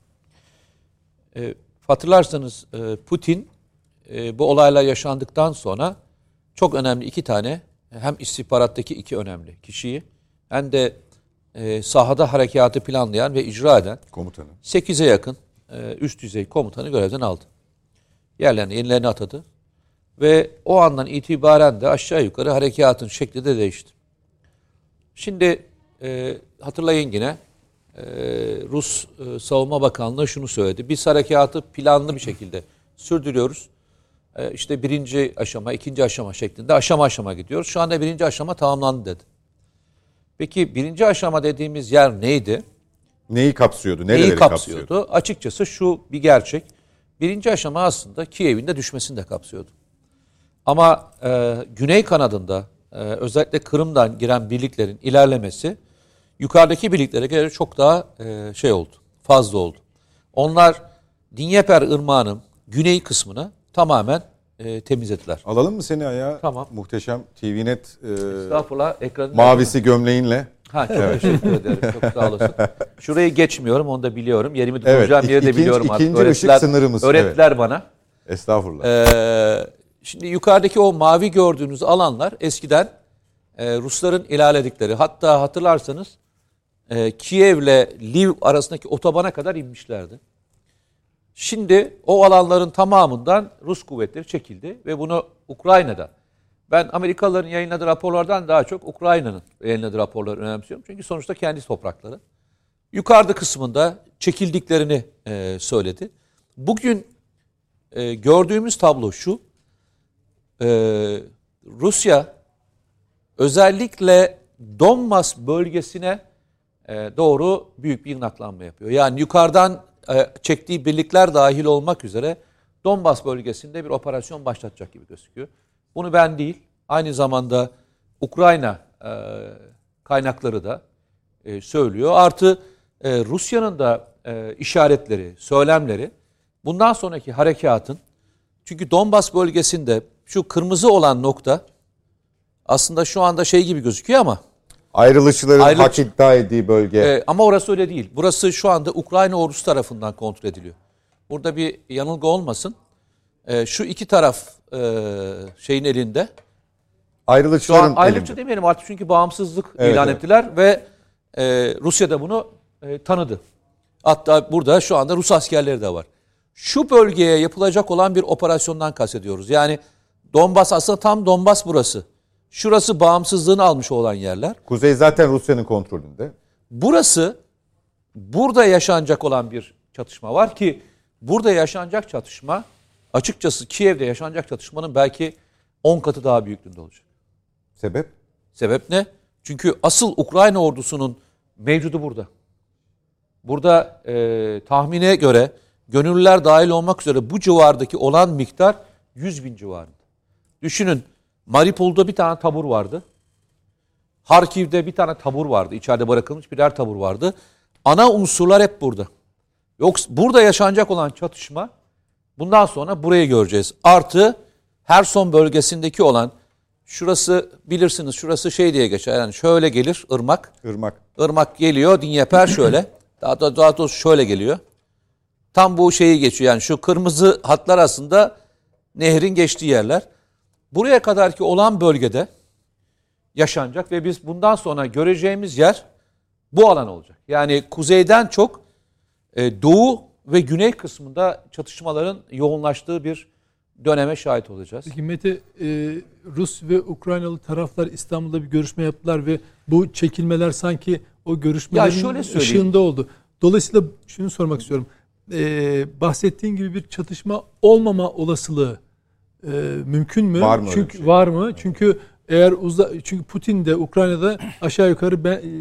Hatırlarsanız Putin bu olaylar yaşandıktan sonra çok önemli iki tane hem istihbarattaki iki önemli kişiyi hem de sahada harekatı planlayan ve icra eden komutanı 8'e yakın üst düzey komutanı görevden aldı. Yerlerine yenilerini atadı ve o andan itibaren de aşağı yukarı harekatın şekli de değişti. Şimdi hatırlayın yine Rus Savunma Bakanlığı şunu söyledi. Biz harekatı planlı bir şekilde sürdürüyoruz. İşte birinci aşama, ikinci aşama şeklinde aşama aşama gidiyoruz. Şu anda birinci aşama tamamlandı dedi. Peki birinci aşama dediğimiz yer neydi? Neyi kapsıyordu? Neyi kapsıyordu? Açıkçası şu bir gerçek. Birinci aşama aslında Kiev'in de düşmesini de kapsıyordu. Ama Güney kanadında özellikle Kırım'dan giren birliklerin ilerlemesi yukarıdaki birliklere göre çok daha fazla oldu. Onlar Dnieper Irmağı'nın güney kısmını tamamen temizlediler. Alalım mı seni ayağa? Tamam. Muhteşem TVNet Estağfurullah, ekranı mavisi gömleğinle. Çok teşekkür ederim. Çok sağ olasın. Şurayı geçmiyorum, onu da biliyorum. Yerimi tutacağım yeri de biliyorum artık. İkinci ışık sınırımız. Öğrettiler bana. Estağfurullah. Şimdi yukarıdaki o mavi gördüğünüz alanlar eskiden Rusların ilerledikleri. Hatta hatırlarsanız Kiev'le Lviv arasındaki otobana kadar inmişlerdi. Şimdi o alanların tamamından Rus kuvvetleri çekildi ve bunu Ukrayna'da. Ben Amerikalıların yayınladığı raporlardan daha çok Ukrayna'nın yayınladığı raporları önemsiyorum. Çünkü sonuçta kendi toprakları. Yukarıda kısmında çekildiklerini söyledi. Bugün gördüğümüz tablo şu. Rusya özellikle Donbas bölgesine doğru büyük bir yığınaklanma yapıyor. Yani yukarıdan çektiği birlikler dahil olmak üzere Donbas bölgesinde bir operasyon başlatacak gibi gözüküyor. Bunu ben değil, aynı zamanda Ukrayna kaynakları da söylüyor. Artı Rusya'nın da işaretleri, söylemleri bundan sonraki harekatın, çünkü Donbas bölgesinde şu kırmızı olan nokta aslında şu anda şey gibi gözüküyor ama Ayrılıkçıların hak iddia ettiği bölge. ama orası öyle değil. Burası şu anda Ukrayna ordusu tarafından kontrol ediliyor. Burada bir yanılgı olmasın. Şu iki taraf şeyin elinde. Şu Ayrılıkçıların an ayrılıkçı elinde. demeyelim artık çünkü bağımsızlık Evet, ilan evet. ettiler ve Rusya da bunu tanıdı. Hatta burada şu anda Rus askerleri de var. Şu bölgeye yapılacak olan bir operasyondan kastediyoruz. Yani Donbas aslında tam Donbas burası. Şurası bağımsızlığını almış olan yerler. Kuzey zaten Rusya'nın kontrolünde. Burası burada yaşanacak olan bir çatışma var ki burada yaşanacak çatışma açıkçası Kiev'de yaşanacak çatışmanın belki 10 katı daha büyüklüğünde olacak. Sebep? Sebep ne? Çünkü asıl Ukrayna ordusunun mevcudu burada. Burada tahmine göre gönüllüler dahil olmak üzere bu civardaki olan miktar 100.000 civarında. Düşünün Mariupol'da bir tane tabur vardı. Harkiv'de bir tane tabur vardı. İçeride bırakılmış birer tabur vardı. Ana unsurlar hep burada. Yoksa burada yaşanacak olan çatışma bundan sonra burayı göreceğiz. Artı Herson bölgesindeki olan şurası bilirsiniz şurası şey diye geçer. Yani şöyle gelir ırmak. Irmak geliyor Dnyeper şöyle. Daha doğrusu şöyle geliyor. Tam bu şeyi geçiyor. Yani şu kırmızı hatlar aslında nehrin geçtiği yerler. Buraya kadarki olan bölgede yaşanacak ve biz bundan sonra göreceğimiz yer bu alan olacak. Yani kuzeyden çok doğu ve güney kısmında çatışmaların yoğunlaştığı bir döneme şahit olacağız. Peki Mete, Rus ve Ukraynalı taraflar İstanbul'da bir görüşme yaptılar ve bu çekilmeler sanki o görüşmelerin ışığında oldu. Dolayısıyla şunu sormak istiyorum. Bahsettiğin gibi bir çatışma olmama olasılığı mümkün mü? Var mı? Çünkü var mı? Çünkü eğer çünkü Putin de Ukrayna'da aşağı yukarı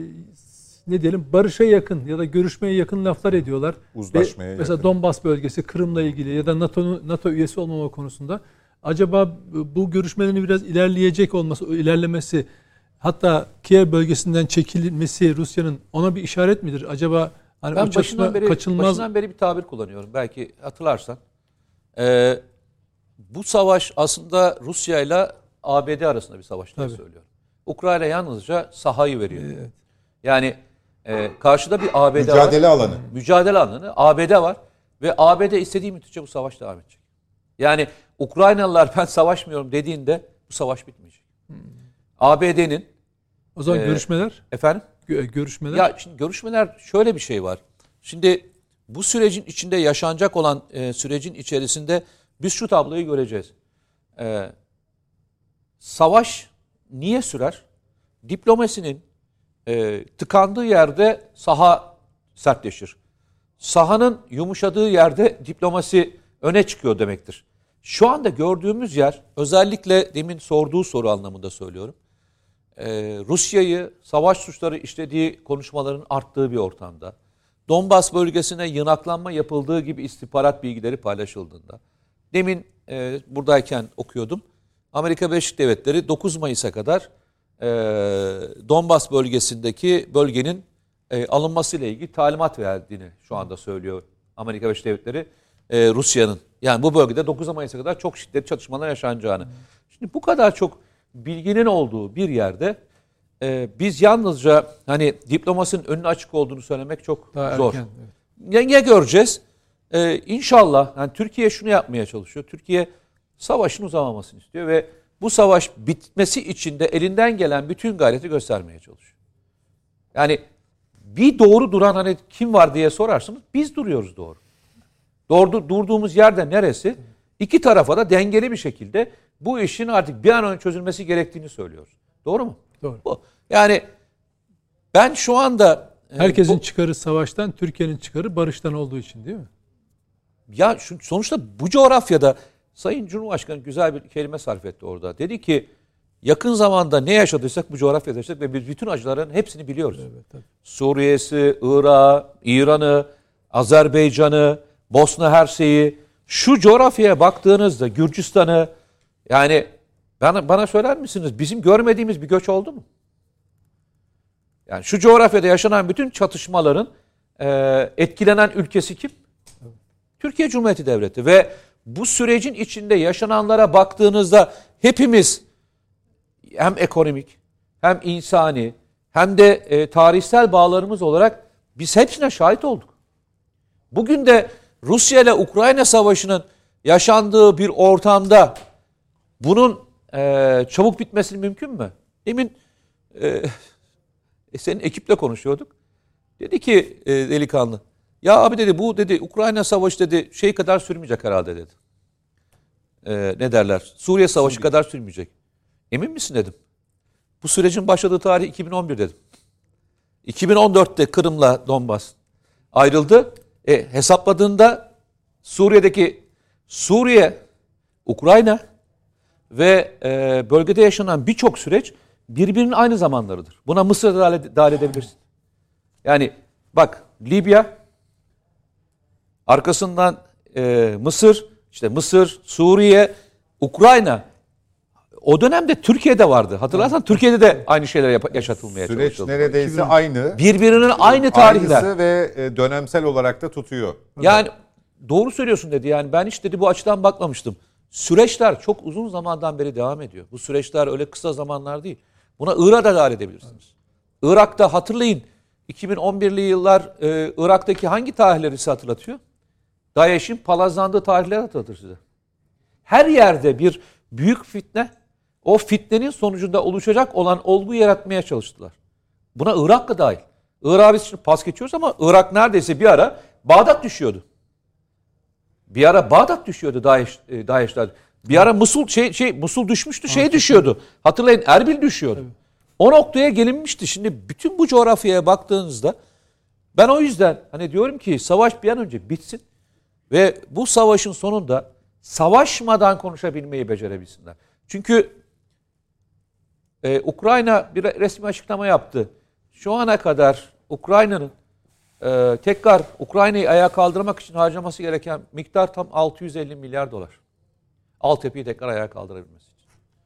ne diyelim barışa yakın ya da görüşmeye yakın laflar ediyorlar. Uzlaşmaya yakın. Mesela Donbas bölgesi Kırım'la ilgili ya da NATO üyesi olmama konusunda acaba bu görüşmelerin biraz ilerlemesi hatta Kiev bölgesinden çekilmesi Rusya'nın ona bir işaret midir? Acaba hani ben o çatışma kaçınılmaz. Başından beri bir tabir kullanıyorum. Belki hatırlarsan. Bu savaş aslında Rusya ile ABD arasında bir savaş diye söylüyorum. Ukrayna yalnızca sahayı veriyor. Evet. Yani karşıda bir ABD mücadele var. alanı. Mücadele alanı. ABD var. Ve ABD istediği müddetçe bu savaş devam edecek. Yani Ukraynalılar ben savaşmıyorum dediğinde bu savaş bitmeyecek. ABD'nin o zaman görüşmeler? Efendim? Görüşmeler? Ya şimdi görüşmeler şöyle bir şey var. Şimdi bu sürecin içinde yaşanacak olan sürecin içerisinde biz şu tabloyu göreceğiz. Savaş niye sürer? Diplomasinin tıkandığı yerde saha sertleşir. Sahanın yumuşadığı yerde diplomasi öne çıkıyor demektir. Şu anda gördüğümüz yer özellikle demin sorduğu soru anlamında söylüyorum. Rusya'yı savaş suçları işlediği konuşmaların arttığı bir ortamda. Donbas bölgesine yığınaklanma yapıldığı gibi istihbarat bilgileri paylaşıldığında. Demin buradayken okuyordum. Amerika Birleşik Devletleri 9 Mayıs'a kadar Donbas bölgesindeki bölgenin alınmasıyla ilgili talimat verdiğini şu anda söylüyor Amerika Birleşik Devletleri Rusya'nın. Yani bu bölgede 9 Mayıs'a kadar çok şiddetli çatışmalar yaşanacağını. Şimdi bu kadar çok bilginin olduğu bir yerde biz yalnızca hani diplomasinin önünü açık olduğunu söylemek çok daha zor. Erken, evet. Ne göreceğiz? İnşallah yani Türkiye şunu yapmaya çalışıyor. Türkiye savaşın uzamamasını istiyor ve bu savaş bitmesi için de elinden gelen bütün gayreti göstermeye çalışıyor. Yani bir doğru duran hani kim var diye sorarsınız biz duruyoruz doğru. Durduğumuz yerde neresi? İki tarafa da dengeli bir şekilde bu işin artık bir an önce çözülmesi gerektiğini söylüyoruz. Doğru mu? Doğru. Bu. Yani ben şu anda herkesin çıkarı savaştan, Türkiye'nin çıkarı barıştan olduğu için değil mi? Ya sonuçta bu coğrafyada Sayın Cumhurbaşkanı güzel bir kelime sarf etti orada. Dedi ki yakın zamanda ne yaşadıysak bu coğrafyada yaşadık ve biz bütün acıların hepsini biliyoruz. Evet, tabii. Suriye'si, Irak'ı, İran'ı, Azerbaycan'ı, Bosna Hersek'i, şu coğrafyaya baktığınızda Gürcistan'ı yani bana söyler misiniz bizim görmediğimiz bir göç oldu mu? Yani şu coğrafyada yaşanan bütün çatışmaların etkilenen ülkesi kim? Türkiye Cumhuriyeti Devleti ve bu sürecin içinde yaşananlara baktığınızda hepimiz hem ekonomik hem insani hem de tarihsel bağlarımız olarak biz hepsine şahit olduk. Bugün de Rusya ile Ukrayna savaşının yaşandığı bir ortamda bunun çabuk bitmesi mümkün mü? Demin senin ekiple konuşuyorduk. Dedi ki delikanlı, ya abi dedi bu dedi Ukrayna savaşı dedi şey kadar sürmeyecek herhalde dedi. Ne derler? Suriye savaşı kadar sürmeyecek. Emin misin dedim. Bu sürecin başladığı tarih 2011 dedim. 2014'te Kırım'la Donbas ayrıldı. Hesapladığında Suriye, Ukrayna ve bölgede yaşanan birçok süreç birbirinin aynı zamanlarıdır. Buna Mısır'da dahil edebilirsin. Yani bak Libya, arkasından Mısır, işte Mısır, Suriye, Ukrayna. O dönemde Türkiye'de vardı. Hatırlarsan Türkiye'de de aynı şeyler yaşatılmaya çalışıldı. Süreç neredeyse aynı. Birbirinin aynı tarihler. Aynısı ve dönemsel olarak da tutuyor. Yani doğru söylüyorsun dedi. Yani ben hiç dedi bu açıdan bakmamıştım. Süreçler çok uzun zamandan beri devam ediyor. Bu süreçler öyle kısa zamanlar değil. Buna Irak'a da dahil edebilirsiniz. Irak'ta hatırlayın 2011'li yıllar Irak'taki hangi tarihleri size hatırlatıyor? DAEŞ'in palazlandığı tarihleri hatırlatır size. Her yerde bir büyük fitne, o fitnenin sonucunda oluşacak olan olgu yaratmaya çalıştılar. Buna Irak da dahil. Irak'ı biz şimdi pas geçiyoruz ama Irak neredeyse bir ara Bağdat düşüyordu. Bir ara Bağdat düşüyordu DAEŞ'ler. Bir ara Musul düşmüştü, düşüyordu. Hatırlayın Erbil düşüyordu. Evet. O noktaya gelinmişti. Şimdi bütün bu coğrafyaya baktığınızda ben o yüzden hani diyorum ki savaş bir an önce bitsin ve bu savaşın sonunda savaşmadan konuşabilmeyi becerebilsinler. Çünkü Ukrayna bir resmi açıklama yaptı. Şu ana kadar Ukrayna'nın tekrar Ukrayna'yı ayağa kaldırmak için harcaması gereken miktar tam 650 milyar dolar. Altyapıyı tekrar ayağa kaldırabilmesi için.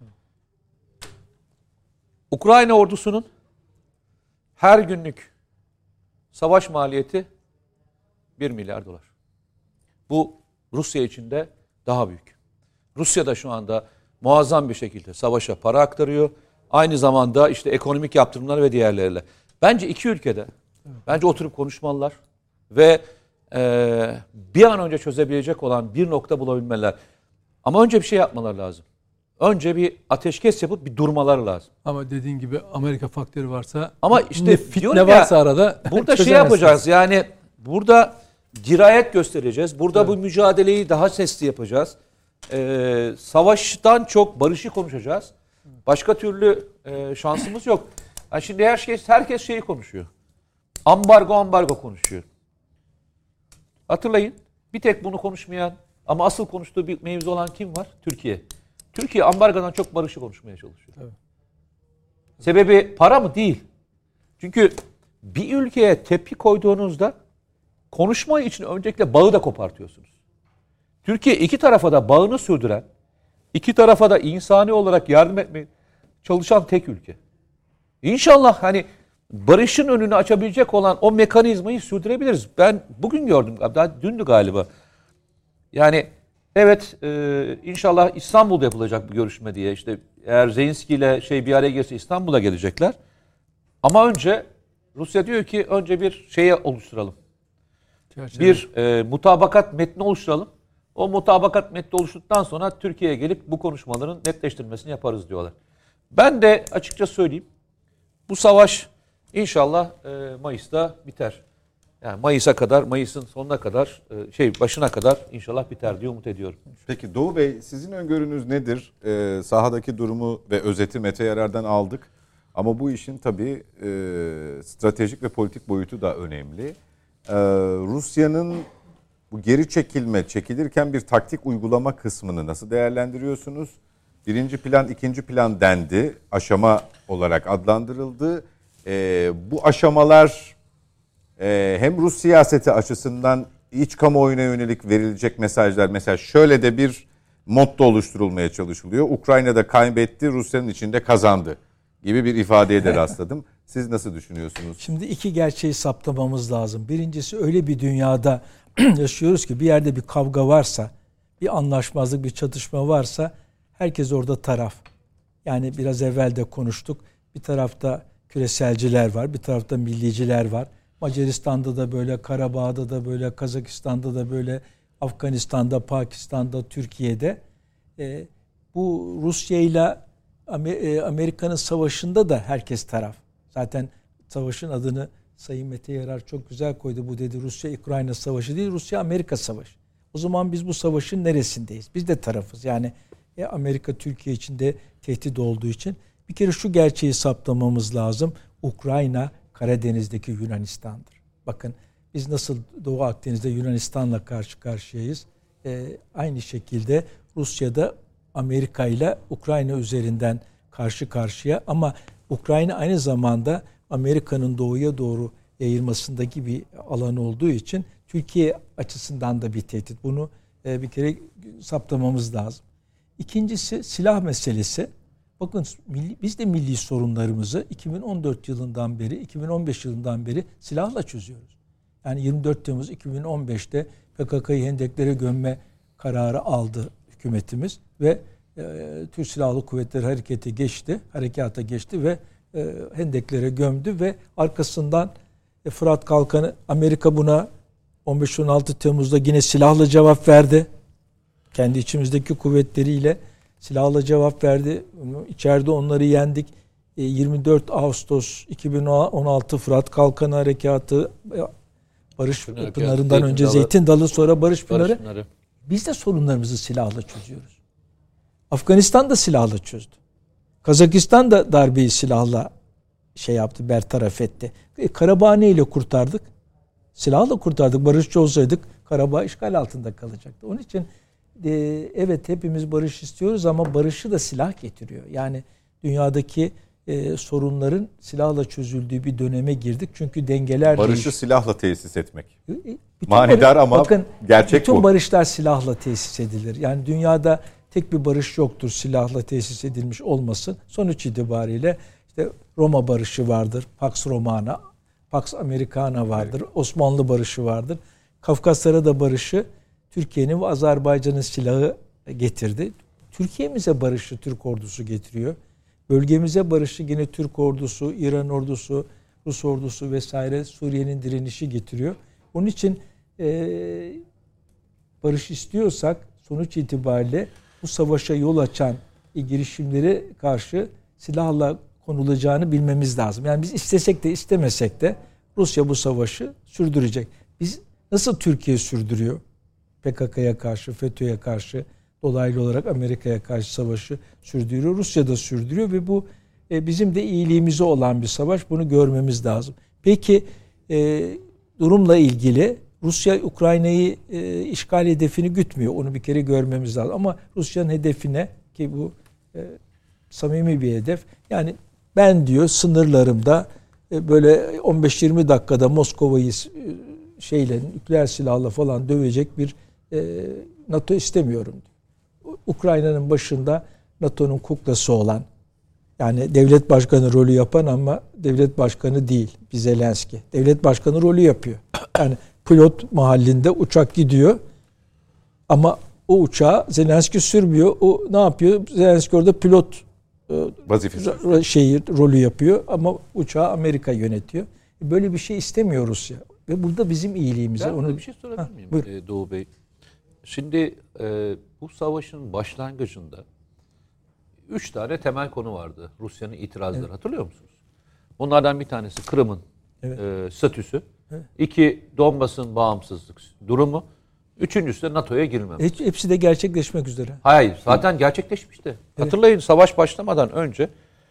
Ukrayna ordusunun her günlük savaş maliyeti 1 milyar dolar. Bu Rusya için de daha büyük. Rusya da şu anda muazzam bir şekilde savaşa para aktarıyor. Aynı zamanda işte ekonomik yaptırımlar ve diğerleriyle. Bence iki ülkede oturup konuşmalılar ve bir an önce çözebilecek olan bir nokta bulabilmeler. Ama önce bir şey yapmaları lazım. Önce bir ateşkes yapıp bir durmaları lazım. Ama dediğin gibi Amerika faktörü varsa, ama işte fitne varsa arada burada şey yapacağız. Yani burada dirayet göstereceğiz. Burada bu mücadeleyi daha sesli yapacağız. Savaştan çok barışı konuşacağız. Başka türlü şansımız yok. Yani şimdi herkes şeyi konuşuyor. Ambargo konuşuyor. Hatırlayın. Bir tek bunu konuşmayan ama asıl konuştuğu bir mevzu olan kim var? Türkiye. Türkiye ambargodan çok barışı konuşmaya çalışıyor. Evet. Sebebi para mı? Değil. Çünkü bir ülkeye tepki koyduğunuzda konuşma için öncelikle bağı da kopartıyorsunuz. Türkiye iki tarafa da bağını sürdüren, iki tarafa da insani olarak yardım etmeye çalışan tek ülke. İnşallah hani barışın önünü açabilecek olan o mekanizmayı sürdürebiliriz. Ben bugün gördüm, daha dündü galiba. Yani evet inşallah İstanbul'da yapılacak bir görüşme diye. İşte eğer Zelenski ile bir araya gelirse İstanbul'a gelecekler. Ama önce Rusya diyor ki önce bir şeye oluşturalım. Bir mutabakat metni oluşturalım. O mutabakat metni oluşturduktan sonra Türkiye'ye gelip bu konuşmaların netleştirmesini yaparız diyorlar. Ben de açıkça söyleyeyim. Bu savaş inşallah Mayıs'ta biter. Yani Mayıs'ın sonuna kadar, başına kadar inşallah biter diye umut ediyorum. Peki Doğu Bey, sizin öngörünüz nedir? Sahadaki durumu ve özeti Mete Yarar'dan aldık. Ama bu işin tabii stratejik ve politik boyutu da önemli. Rusya'nın bu geri çekilirken bir taktik uygulama kısmını nasıl değerlendiriyorsunuz? Birinci plan, ikinci plan dendi. Aşama olarak adlandırıldı. Bu aşamalar hem Rus siyaseti açısından iç kamuoyuna yönelik verilecek mesajlar. Mesela şöyle de bir motto oluşturulmaya çalışılıyor. Ukrayna'da kaybetti, Rusya'nın içinde kazandı gibi bir ifadeye de rastladım. Siz nasıl düşünüyorsunuz? Şimdi iki gerçeği saptamamız lazım. Birincisi, öyle bir dünyada yaşıyoruz ki bir yerde bir kavga varsa, bir anlaşmazlık, bir çatışma varsa herkes orada taraf. Yani biraz evvel de konuştuk. Bir tarafta küreselciler var, bir tarafta milliciler var. Macaristan'da da böyle, Karabağ'da da böyle, Kazakistan'da da böyle, Afganistan'da, Pakistan'da, Türkiye'de. Bu Rusya ile Amerika'nın savaşında da herkes taraf. Zaten savaşın adını Sayın Mete Yarar çok güzel koydu. Bu dedi Rusya-Ukrayna savaşı değil, Rusya-Amerika savaşı. O zaman biz bu savaşın neresindeyiz? Biz de tarafız. Yani Amerika Türkiye için de tehdit olduğu için bir kere şu gerçeği saptamamız lazım. Ukrayna Karadeniz'deki Yunanistan'dır. Bakın biz nasıl Doğu Akdeniz'de Yunanistan'la karşı karşıyayız. Aynı şekilde Rusya'da Amerika ile Ukrayna üzerinden karşı karşıya, ama Ukrayna aynı zamanda Amerika'nın doğuya doğru yayılmasındaki bir alan olduğu için Türkiye açısından da bir tehdit. Bunu bir kere saptamamız lazım. İkincisi silah meselesi. Bakın biz de milli sorunlarımızı 2014 yılından beri, 2015 yılından beri silahla çözüyoruz. Yani 24 Temmuz 2015'te PKK'yı hendeklere gömme kararı aldı hükümetimiz ve Türk Silahlı Kuvvetleri harekata geçti ve hendeklere gömdü ve arkasından Fırat Kalkanı, Amerika buna 15-16 Temmuz'da yine silahla cevap verdi. Kendi içimizdeki kuvvetleriyle silahla cevap verdi. İçeride onları yendik. 24 Ağustos 2016 Fırat Kalkanı Harekatı, Barış Pınarı'ndan önce Zeytin Dalı, sonra Barış Pınarı. Biz de sorunlarımızı silahla çözüyoruz. Afganistan da silahla çözdü. Kazakistan da darbeyi silahla bertaraf etti. Karabağ neyle kurtardık? Silahla kurtardık. Barışçı olsaydık Karabağ işgal altında kalacaktı. Onun için evet hepimiz barış istiyoruz ama barışı da silah getiriyor. Yani dünyadaki sorunların silahla çözüldüğü bir döneme girdik. Çünkü dengeler barışı silahla tesis etmek. Manidar ama bakın, gerçek bütün bu. Barışlar silahla tesis edilir. Yani dünyada tek bir barış yoktur silahla tesis edilmiş olmasın. Sonuç itibariyle işte Roma barışı vardır, Pax Romana, Pax Americana vardır, evet. Osmanlı barışı vardır. Kafkaslara da barışı Türkiye'nin ve Azerbaycan'ın silahı getirdi. Türkiye'mize barışı Türk ordusu getiriyor. Bölgemize barışı yine Türk ordusu, İran ordusu, Rus ordusu vesaire, Suriye'nin direnişi getiriyor. Onun için barış istiyorsak sonuç itibariyle bu savaşa yol açan girişimlere karşı silahla konulacağını bilmemiz lazım. Yani biz istesek de istemesek de Rusya bu savaşı sürdürecek. Biz nasıl Türkiye sürdürüyor? PKK'ya karşı, FETÖ'ye karşı, dolaylı olarak Amerika'ya karşı savaşı sürdürüyor. Rusya da sürdürüyor ve bu bizim de iyiliğimize olan bir savaş. Bunu görmemiz lazım. Peki durumla ilgili Rusya Ukrayna'yı işgal hedefini gütmüyor. Onu bir kere görmemiz lazım. Ama Rusya'nın hedefine, ki bu samimi bir hedef. Yani ben diyor sınırlarımda böyle 15-20 dakikada Moskova'yı nükleer silahla falan dövecek bir NATO istemiyorum diyor. Ukrayna'nın başında NATO'nun kuklası olan, yani devlet başkanı rolü yapan ama devlet başkanı değil bir Zelenski. Devlet başkanı rolü yapıyor. Yani pilot mahallinde uçak gidiyor ama o uçağı Zelenski sürmüyor. O ne yapıyor? Zelenski orada pilot vazifesi rolü yapıyor ama uçağı Amerika yönetiyor. Böyle bir şey istemiyor Rusya. Ve burada bizim iyiliğimize. Ben bir şey sorabilir miyim Doğu Bey? Şimdi bu savaşın başlangıcında 3 tane temel konu vardı. Rusya'nın itirazları. Evet. Hatırlıyor musunuz? Bunlardan bir tanesi Kırım'ın statüsü. Evet. 2 Donbas'ın bağımsızlık durumu. Üçüncüsü de NATO'ya girilmemesi. Hepsi de gerçekleşmek üzere. Hayır. Zaten gerçekleşmişti. Evet. Hatırlayın, savaş başlamadan önce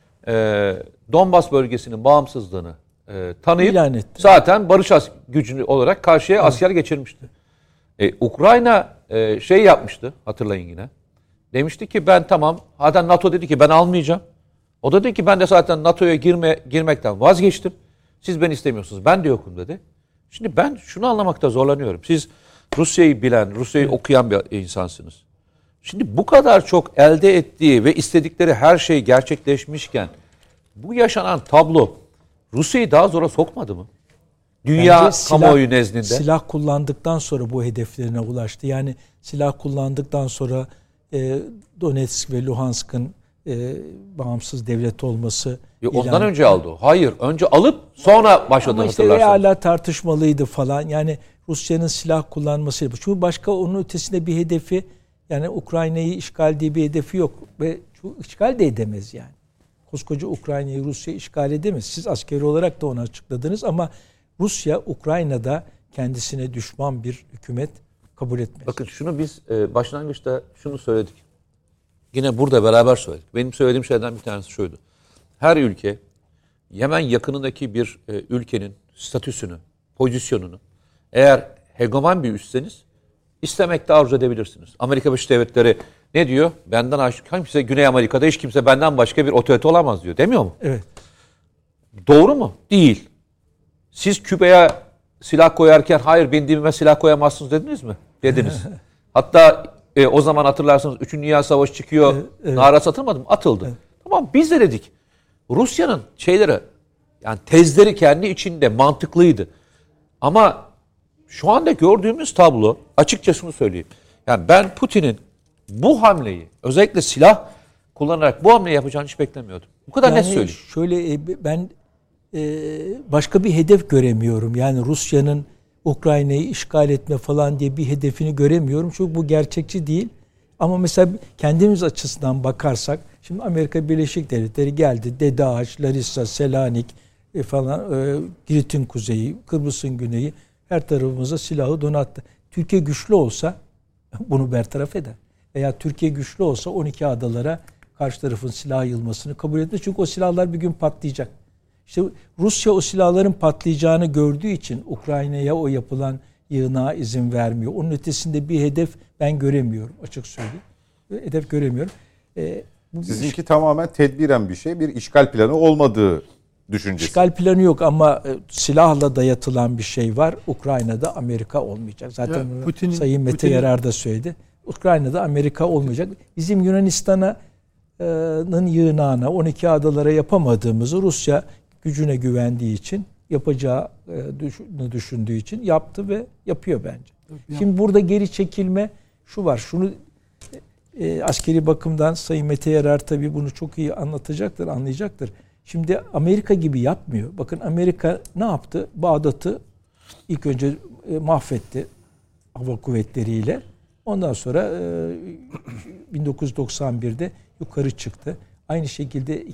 Donbas bölgesinin bağımsızlığını tanıyıp zaten barış gücü olarak karşıya asker geçirmişti. Ukrayna yapmıştı, hatırlayın yine. Demişti ki ben tamam. Zaten NATO dedi ki ben almayacağım. O da dedi ki ben de zaten NATO'ya girmekten vazgeçtim. Siz beni istemiyorsunuz. Ben de yokum dedi. Şimdi ben şunu anlamakta zorlanıyorum. Siz Rusya'yı bilen, Rusya'yı okuyan bir insansınız. Şimdi bu kadar çok elde ettiği ve istedikleri her şey gerçekleşmişken bu yaşanan tablo Rusya'yı daha zora sokmadı mı? Dünya kamuoyu nezdinde. Silah kullandıktan sonra bu hedeflerine ulaştı. Yani silah kullandıktan sonra Donetsk ve Luhansk'ın bağımsız devlet olması. Ondan önce aldı o. Hayır. Önce alıp sonra başladı, ama işte hatırlarsanız. hala tartışmalıydı falan. Yani Rusya'nın silah kullanması. Çünkü başka onun ötesinde bir hedefi, yani Ukrayna'yı işgal diye bir hedefi yok. Ve işgal de edemez yani. Koskoca Ukrayna'yı Rusya işgal edemez. Siz askeri olarak da onu açıkladınız ama Rusya Ukrayna'da kendisine düşman bir hükümet kabul etmez. Bakın şunu biz başlangıçta şunu söyledik. Yine burada beraber söyledik. Benim söylediğim şeylerden bir tanesi şuydu. Her ülke Yemen yakınındaki bir ülkenin statüsünü, pozisyonunu eğer hegemon bir üsseniz istemekte arzu edebilirsiniz. Amerika Birleşik Devletleri ne diyor? Benden kimse Güney Amerika'da hiç kimse benden başka bir otorite olamaz diyor. Demiyor mu? Evet. Doğru mu? Değil. Siz Küba'ya silah koyarken hayır benim dibime silah koyamazsınız dediniz mi? Dediniz. Hatta o zaman hatırlarsanız 3. Dünya Savaşı çıkıyor. Evet. Nara satılmadı mı? Atıldı. Evet. Tamam, biz de dedik. Rusya'nın yani tezleri kendi içinde mantıklıydı. Ama şu anda gördüğümüz tablo, açıkça şunu söyleyeyim. Yani ben Putin'in bu hamleyi, özellikle silah kullanarak bu hamleyi yapacağını hiç beklemiyordum. Bu kadar yani net söyleyeyim. Şöyle ben başka bir hedef göremiyorum. Yani Rusya'nın Ukrayna'yı işgal etme falan diye bir hedefini göremiyorum. Çünkü bu gerçekçi değil. Ama mesela kendimiz açısından bakarsak, şimdi Amerika Birleşik Devletleri geldi. Dede Ağaç, Larissa, Selanik falan, Girit'in kuzeyi, Kıbrıs'ın güneyi, her tarafımıza silahı donattı. Türkiye güçlü olsa bunu bertaraf eder. Veya Türkiye güçlü olsa 12 adalara karşı tarafın silah yığılmasını kabul etmez. Çünkü o silahlar bir gün patlayacak. İşte Rusya o silahların patlayacağını gördüğü için Ukrayna'ya o yapılan yığınağa izin vermiyor. Onun ötesinde bir hedef ben göremiyorum, açık söyleyeyim. Hedef göremiyorum. Sizinki tamamen tedbiren bir şey, bir işgal planı olmadığı düşüncesi. İşgal planı yok ama silahla dayatılan bir şey var. Ukrayna'da Amerika olmayacak. Zaten Sayın Mete Yarar da söyledi. Ukrayna'da Amerika olmayacak. Bizim Yunanistan'ın yığınağına, 12 adalara yapamadığımızı Rusya gücüne güvendiği için, yapacağını düşündüğü için yaptı ve yapıyor bence. Şimdi burada geri çekilme şu var. Şunu askeri bakımdan Sayın Mete Yarar tabii bunu çok iyi anlatacaktır, anlayacaktır. Şimdi Amerika gibi yapmıyor. Bakın Amerika ne yaptı? Bağdat'ı ilk önce mahvetti hava kuvvetleriyle. Ondan sonra 1991'de yukarı çıktı. Aynı şekilde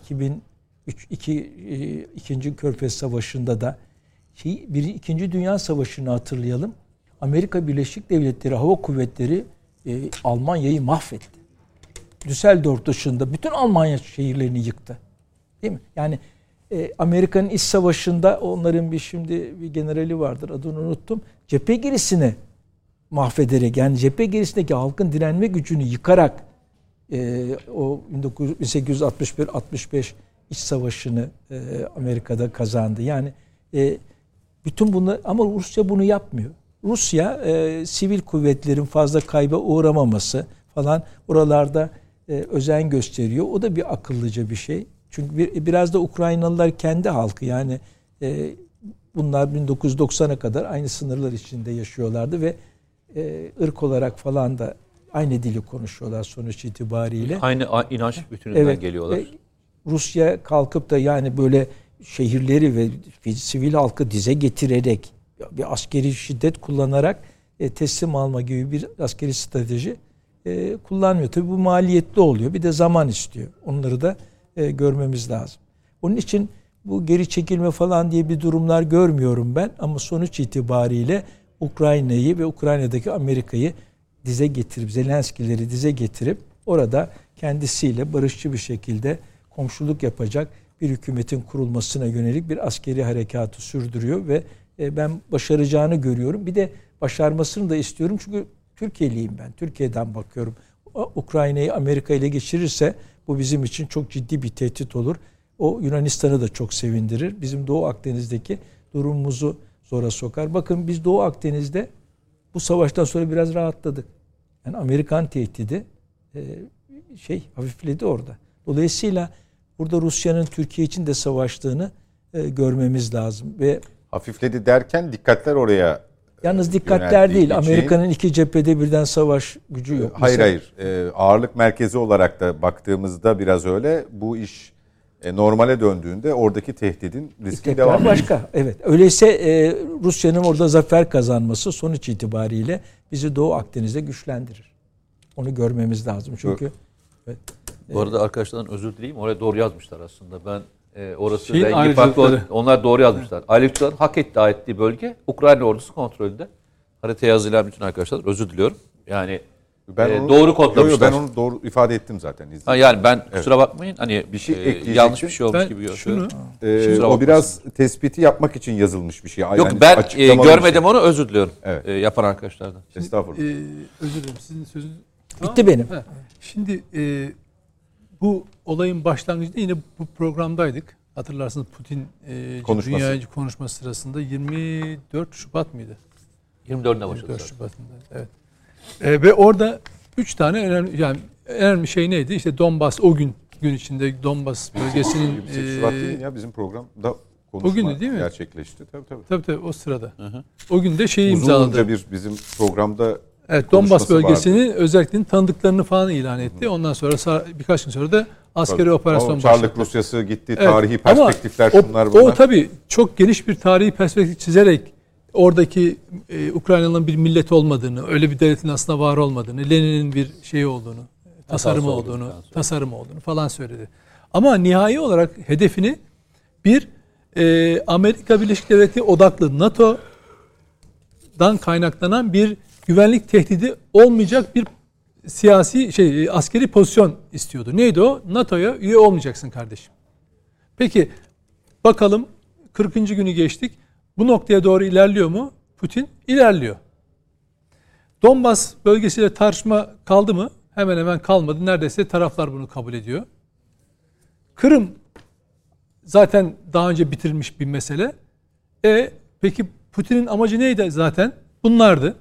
2. Körfez Savaşı'nda da İkinci Dünya Savaşı'nı hatırlayalım. Amerika Birleşik Devletleri Hava Kuvvetleri Almanya'yı mahvetti. Düsseldorf dışında bütün Almanya şehirlerini yıktı. Değil mi? Yani Amerika'nın iç savaşında onların şimdi bir generali vardır, adını unuttum. Cephe gerisini mahvederek, yani cephe gerisindeki halkın direnme gücünü yıkarak o 1861-65 iç savaşını Amerika'da kazandı. Yani bütün bunlar, ama Rusya bunu yapmıyor. Rusya sivil kuvvetlerin fazla kayba uğramaması falan, oralarda özen gösteriyor. O da bir akıllıca bir şey. Çünkü biraz da Ukraynalılar kendi halkı, yani bunlar 1990'a kadar aynı sınırlar içinde yaşıyorlardı ve ırk olarak falan da aynı dili konuşuyorlar sonuç itibariyle. Aynı inanç bütününden geliyorlar. Rusya kalkıp da yani böyle şehirleri ve sivil halkı dize getirerek, bir askeri şiddet kullanarak teslim alma gibi bir askeri strateji kullanmıyor. Tabii bu maliyetli oluyor. Bir de zaman istiyor. Onları da görmemiz lazım. Onun için bu geri çekilme falan diye bir durumlar görmüyorum ben. Ama sonuç itibariyle Ukrayna'yı ve Ukrayna'daki Amerika'yı dize getirip, Zelenskileri dize getirip orada kendisiyle barışçı bir şekilde komşuluk yapacak bir hükümetin kurulmasına yönelik bir askeri harekatı sürdürüyor ve ben başaracağını görüyorum. Bir de başarmasını da istiyorum çünkü Türkiye'liyim ben. Türkiye'den bakıyorum. Ukrayna'yı Amerika ile geçirirse bu bizim için çok ciddi bir tehdit olur. O Yunanistan'ı da çok sevindirir. Bizim Doğu Akdeniz'deki durumumuzu zora sokar. Bakın biz Doğu Akdeniz'de bu savaştan sonra biraz rahatladık. Yani Amerikan tehdidi hafifledi orada. Dolayısıyla burada Rusya'nın Türkiye için de savaştığını görmemiz lazım ve hafifledi derken dikkatler oraya Yalnız dikkatler yöneldiği değil. için- Amerika'nın iki cephede birden savaş gücü yok. Hayır Mesela- hayır. Ağırlık merkezi olarak da baktığımızda biraz öyle. Bu iş normale döndüğünde oradaki tehdidin riski Tekrar devam ediyor. başka. Evet. Öyleyse Rusya'nın orada zafer kazanması sonuç itibariyle bizi Doğu Akdeniz'de güçlendirir. Onu görmemiz lazım. Çünkü Bu arada arkadaşlardan özür dileyeyim. Oraya doğru yazmışlar aslında. Ben orası Şeyin rengi ayrıcalıkları. farklı. Onlar doğru yazmışlar. Ayrıcalıkların hak iddia ettiği bölge Ukrayna ordusu kontrolünde. Haritaya yazılan bütün arkadaşlar özür diliyorum. Yani doğru kodlamışlar. Ben onu doğru ifade ettim zaten. Ha, yani ben kusura bakmayın. Hani Bir şey ekleyecektim. yanlış bir şey olmuş Ben gibi şunu görüyorum. Kusura o biraz bakmasın. tespiti yapmak için yazılmış bir şey. Yok Yani ben açıklamalı bir görmedim onu, özür diliyorum. Evet. Yapan arkadaşlardan. şey. Estağfurullah. özür dilerim sizin sözünüz. bitti benim. Ha, şimdi bu olayın başlangıcında yine bu programdaydık. Hatırlarsınız Putin Konuşması. dünya konuşması sırasında 24 Şubat mıydı? 24'üne başladı 24 zaten. Şubat'ında. Evet. Ve orada 3 tane önemli, yani önemli şey neydi? İşte Donbas, o gün içinde Donbas bölgesinin 28 Şubat değil mi ya bizim programda konuşma o gündü değil mi? gerçekleşti. Tabii. tabii o sırada. O gün de şeyi Uzunca imzaladı. bir bizim programda Evet, Donbas konuşması bölgesinin özelliklerini tanıdıklarını falan ilan etti. Ondan sonra birkaç gün sonra da askeri operasyon o Çarlık başlattı. Rusyası gitti, Evet, tarihi ama perspektifler o, şunlar bunlar. O tabii çok geniş bir tarihi perspektif çizerek oradaki Ukrayna'nın bir millet olmadığını, öyle bir devletin aslında var olmadığını, Lenin'in bir şeyi olduğunu, tasarımı olduğunu falan söyledi. Ama nihai olarak hedefini bir Amerika Birleşik Devletleri odaklı NATO'dan kaynaklanan bir güvenlik tehdidi olmayacak bir siyasi askeri pozisyon istiyordu. Neydi o? NATO'ya üye olmayacaksın kardeşim. Peki bakalım 40. günü geçtik. Bu noktaya doğru ilerliyor mu? Putin ilerliyor. Donbas bölgesiyle tartışma kaldı mı? Hemen hemen kalmadı. Neredeyse taraflar bunu kabul ediyor. Kırım zaten daha önce bitirilmiş bir mesele. Peki Putin'in amacı neydi zaten? Bunlardı.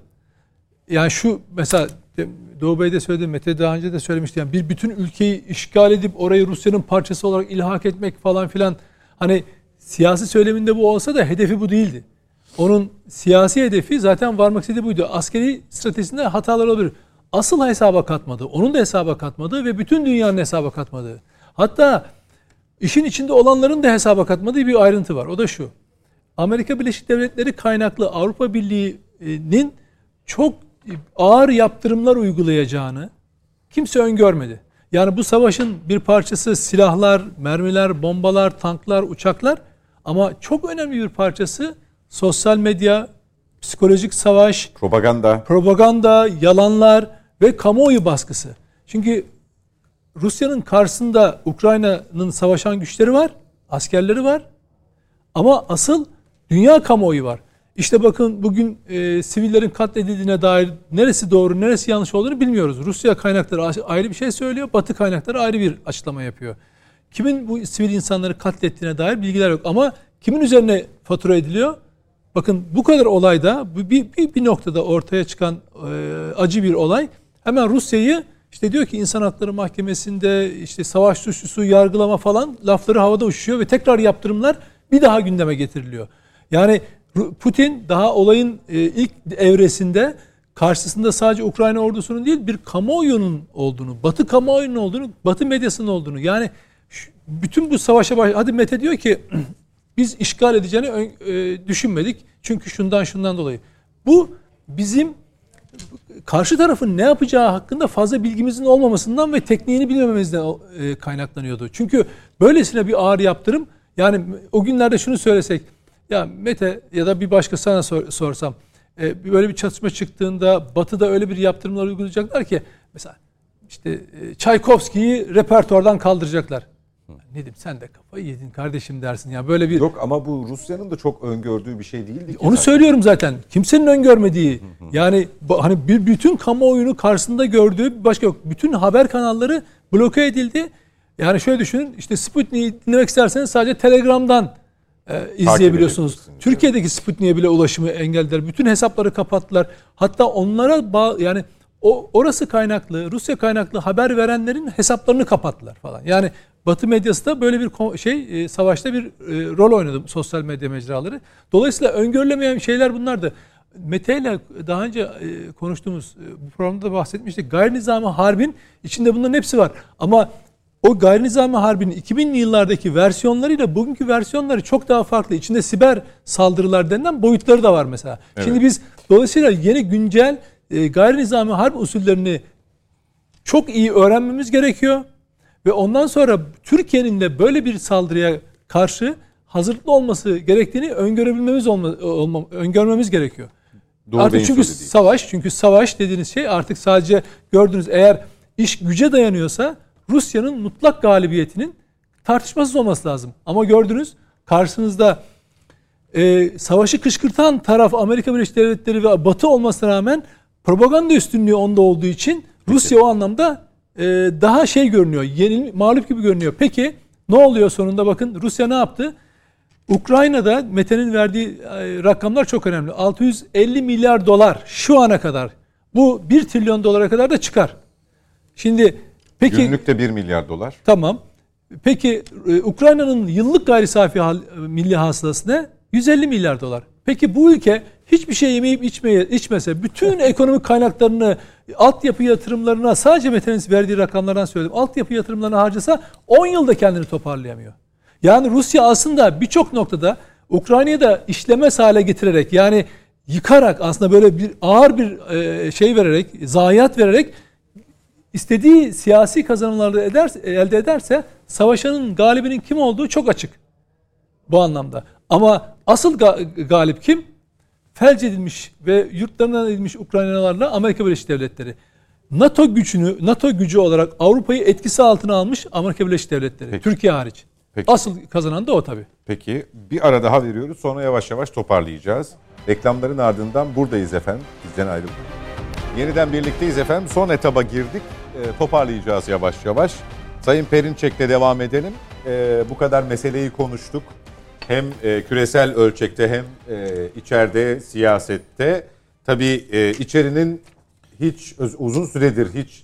Yani şu mesela Doğu Bey de söyledi, Mete daha önce de söylemişti. Yani bir bütün ülkeyi işgal edip orayı Rusya'nın parçası olarak ilhak etmek falan filan. Hani siyasi söyleminde bu olsa da hedefi bu değildi. Onun siyasi hedefi zaten varmak istediği buydu. Askeri stratejisinde hatalar olabilir. Asıl hesaba katmadı. Onun da hesaba katmadığı ve bütün dünyanın hesaba katmadığı. Hatta işin içinde olanların da hesaba katmadığı bir ayrıntı var. O da şu. Amerika Birleşik Devletleri kaynaklı Avrupa Birliği'nin çok ağır yaptırımlar uygulayacağını kimse öngörmedi. Yani bu savaşın bir parçası silahlar, mermiler, bombalar, tanklar, uçaklar ama çok önemli bir parçası sosyal medya, psikolojik savaş, propaganda, yalanlar ve kamuoyu baskısı. Çünkü Rusya'nın karşısında Ukrayna'nın savaşan güçleri var, askerleri var ama asıl dünya kamuoyu var. İşte bakın bugün sivillerin katledildiğine dair neresi doğru, neresi yanlış olduğunu bilmiyoruz. Rusya kaynakları ayrı bir şey söylüyor, Batı kaynakları ayrı bir açıklama yapıyor. Kimin bu sivil insanları katlettiğine dair bilgiler yok ama kimin üzerine fatura ediliyor? Bakın bu kadar olayda bir noktada ortaya çıkan acı bir olay hemen Rusya'yı işte diyor ki İnsan Hakları Mahkemesi'nde işte savaş suçlusu yargılama falan lafları havada uçuşuyor ve tekrar yaptırımlar bir daha gündeme getiriliyor. Yani Putin daha olayın ilk evresinde karşısında sadece Ukrayna ordusunun değil bir kamuoyunun olduğunu, Batı kamuoyunun olduğunu, Batı medyasının olduğunu yani bütün bu savaşa hadi Mete diyor ki biz işgal edeceğini düşünmedik. Çünkü şundan dolayı. Bu bizim karşı tarafın ne yapacağı hakkında fazla bilgimizin olmamasından ve tekniğini bilmememizden kaynaklanıyordu. Çünkü böylesine bir ağır yaptırım yani o günlerde şunu söylesek ya Mete ya da bir başka sana sorsam böyle bir çatışma çıktığında Batı'da öyle bir yaptırımlar uygulayacaklar ki mesela işte Çaykovski'yi repertuardan kaldıracaklar. Ne diyeyim sen de kafayı yedin kardeşim dersin ya böyle bir... Yok ama bu Rusya'nın da çok öngördüğü bir şey değildi ki. Onu zaten söylüyorum zaten. Kimsenin öngörmediği yani hani bütün kamuoyunu karşısında gördüğü başka yok. Bütün haber kanalları bloke edildi. Yani şöyle düşünün işte Sputnik'i dinlemek isterseniz sadece Telegram'dan izleyebiliyorsunuz. Türkiye'deki Sputnik'e bile ulaşımı engellediler. Bütün hesapları kapattılar. Hatta onlara yani orası kaynaklı, Rusya kaynaklı haber verenlerin hesaplarını kapattılar falan. Yani Batı medyası da böyle bir savaşta bir rol oynadı sosyal medya mecraları. Dolayısıyla öngörülemeyen şeyler bunlardı. Mete ile daha önce konuştuğumuz bu programda da bahsetmiştik. Gayri nizami harbin içinde bunların hepsi var. Ama o gayri nizami harbinin 2000'li yıllardaki versiyonlarıyla bugünkü versiyonları çok daha farklı. İçinde siber saldırılar denilen boyutları da var mesela. Evet. Şimdi biz dolayısıyla yeni güncel gayri nizami harp usullerini çok iyi öğrenmemiz gerekiyor. Ve ondan sonra Türkiye'nin de böyle bir saldırıya karşı hazırlıklı olması gerektiğini öngörmemiz gerekiyor. Doğru, artık çünkü savaş dediğiniz şey artık sadece gördüğünüz, eğer iş güce dayanıyorsa Rusya'nın mutlak galibiyetinin tartışmasız olması lazım. Ama gördünüz, karşınızda savaşı kışkırtan taraf Amerika Birleşik Devletleri ve Batı olmasına rağmen propaganda üstünlüğü onda olduğu için Rusya o anlamda daha görünüyor. Mağlup gibi görünüyor. Peki ne oluyor sonunda? Bakın Rusya ne yaptı? Ukrayna'da Mete'nin verdiği rakamlar çok önemli. 650 milyar dolar şu ana kadar. Bu 1 trilyon dolara kadar da çıkar. Şimdi peki günlükte 1 milyar dolar. Tamam. Peki Ukrayna'nın yıllık gayri safi milli hasılası ne? 150 milyar dolar. Peki bu ülke hiçbir şey yemeyip içmese, bütün ekonomik kaynaklarını altyapı yatırımlarına, sadece Mete'nin verdiği rakamlardan söyledim, altyapı yatırımlarına harcasa 10 yılda kendini toparlayamıyor. Yani Rusya aslında birçok noktada Ukrayna'yı da işlemez hale getirerek, yani yıkarak, aslında böyle bir ağır bir vererek, zayiat vererek istediği siyasi kazanımları elde ederse savaşanın, galibinin kim olduğu çok açık bu anlamda. Ama asıl galip kim? Felç edilmiş ve yurtlarından edilmiş Ukraynalılarla Amerika Birleşik Devletleri. NATO gücü olarak Avrupa'yı etkisi altına almış Amerika Birleşik Devletleri. Peki. Türkiye hariç. Peki. Asıl kazanan da o tabii. Peki bir ara daha veriyoruz, sonra yavaş yavaş toparlayacağız. Reklamların ardından buradayız efendim. Bizden ayrılmayın. Yeniden birlikteyiz efendim. Son etaba girdik. Toparlayacağız yavaş yavaş. Sayın Perinçek'le devam edelim. Bu kadar meseleyi konuştuk. Hem küresel ölçekte hem içeride, siyasette. Tabii içerinin hiç uzun süredir hiç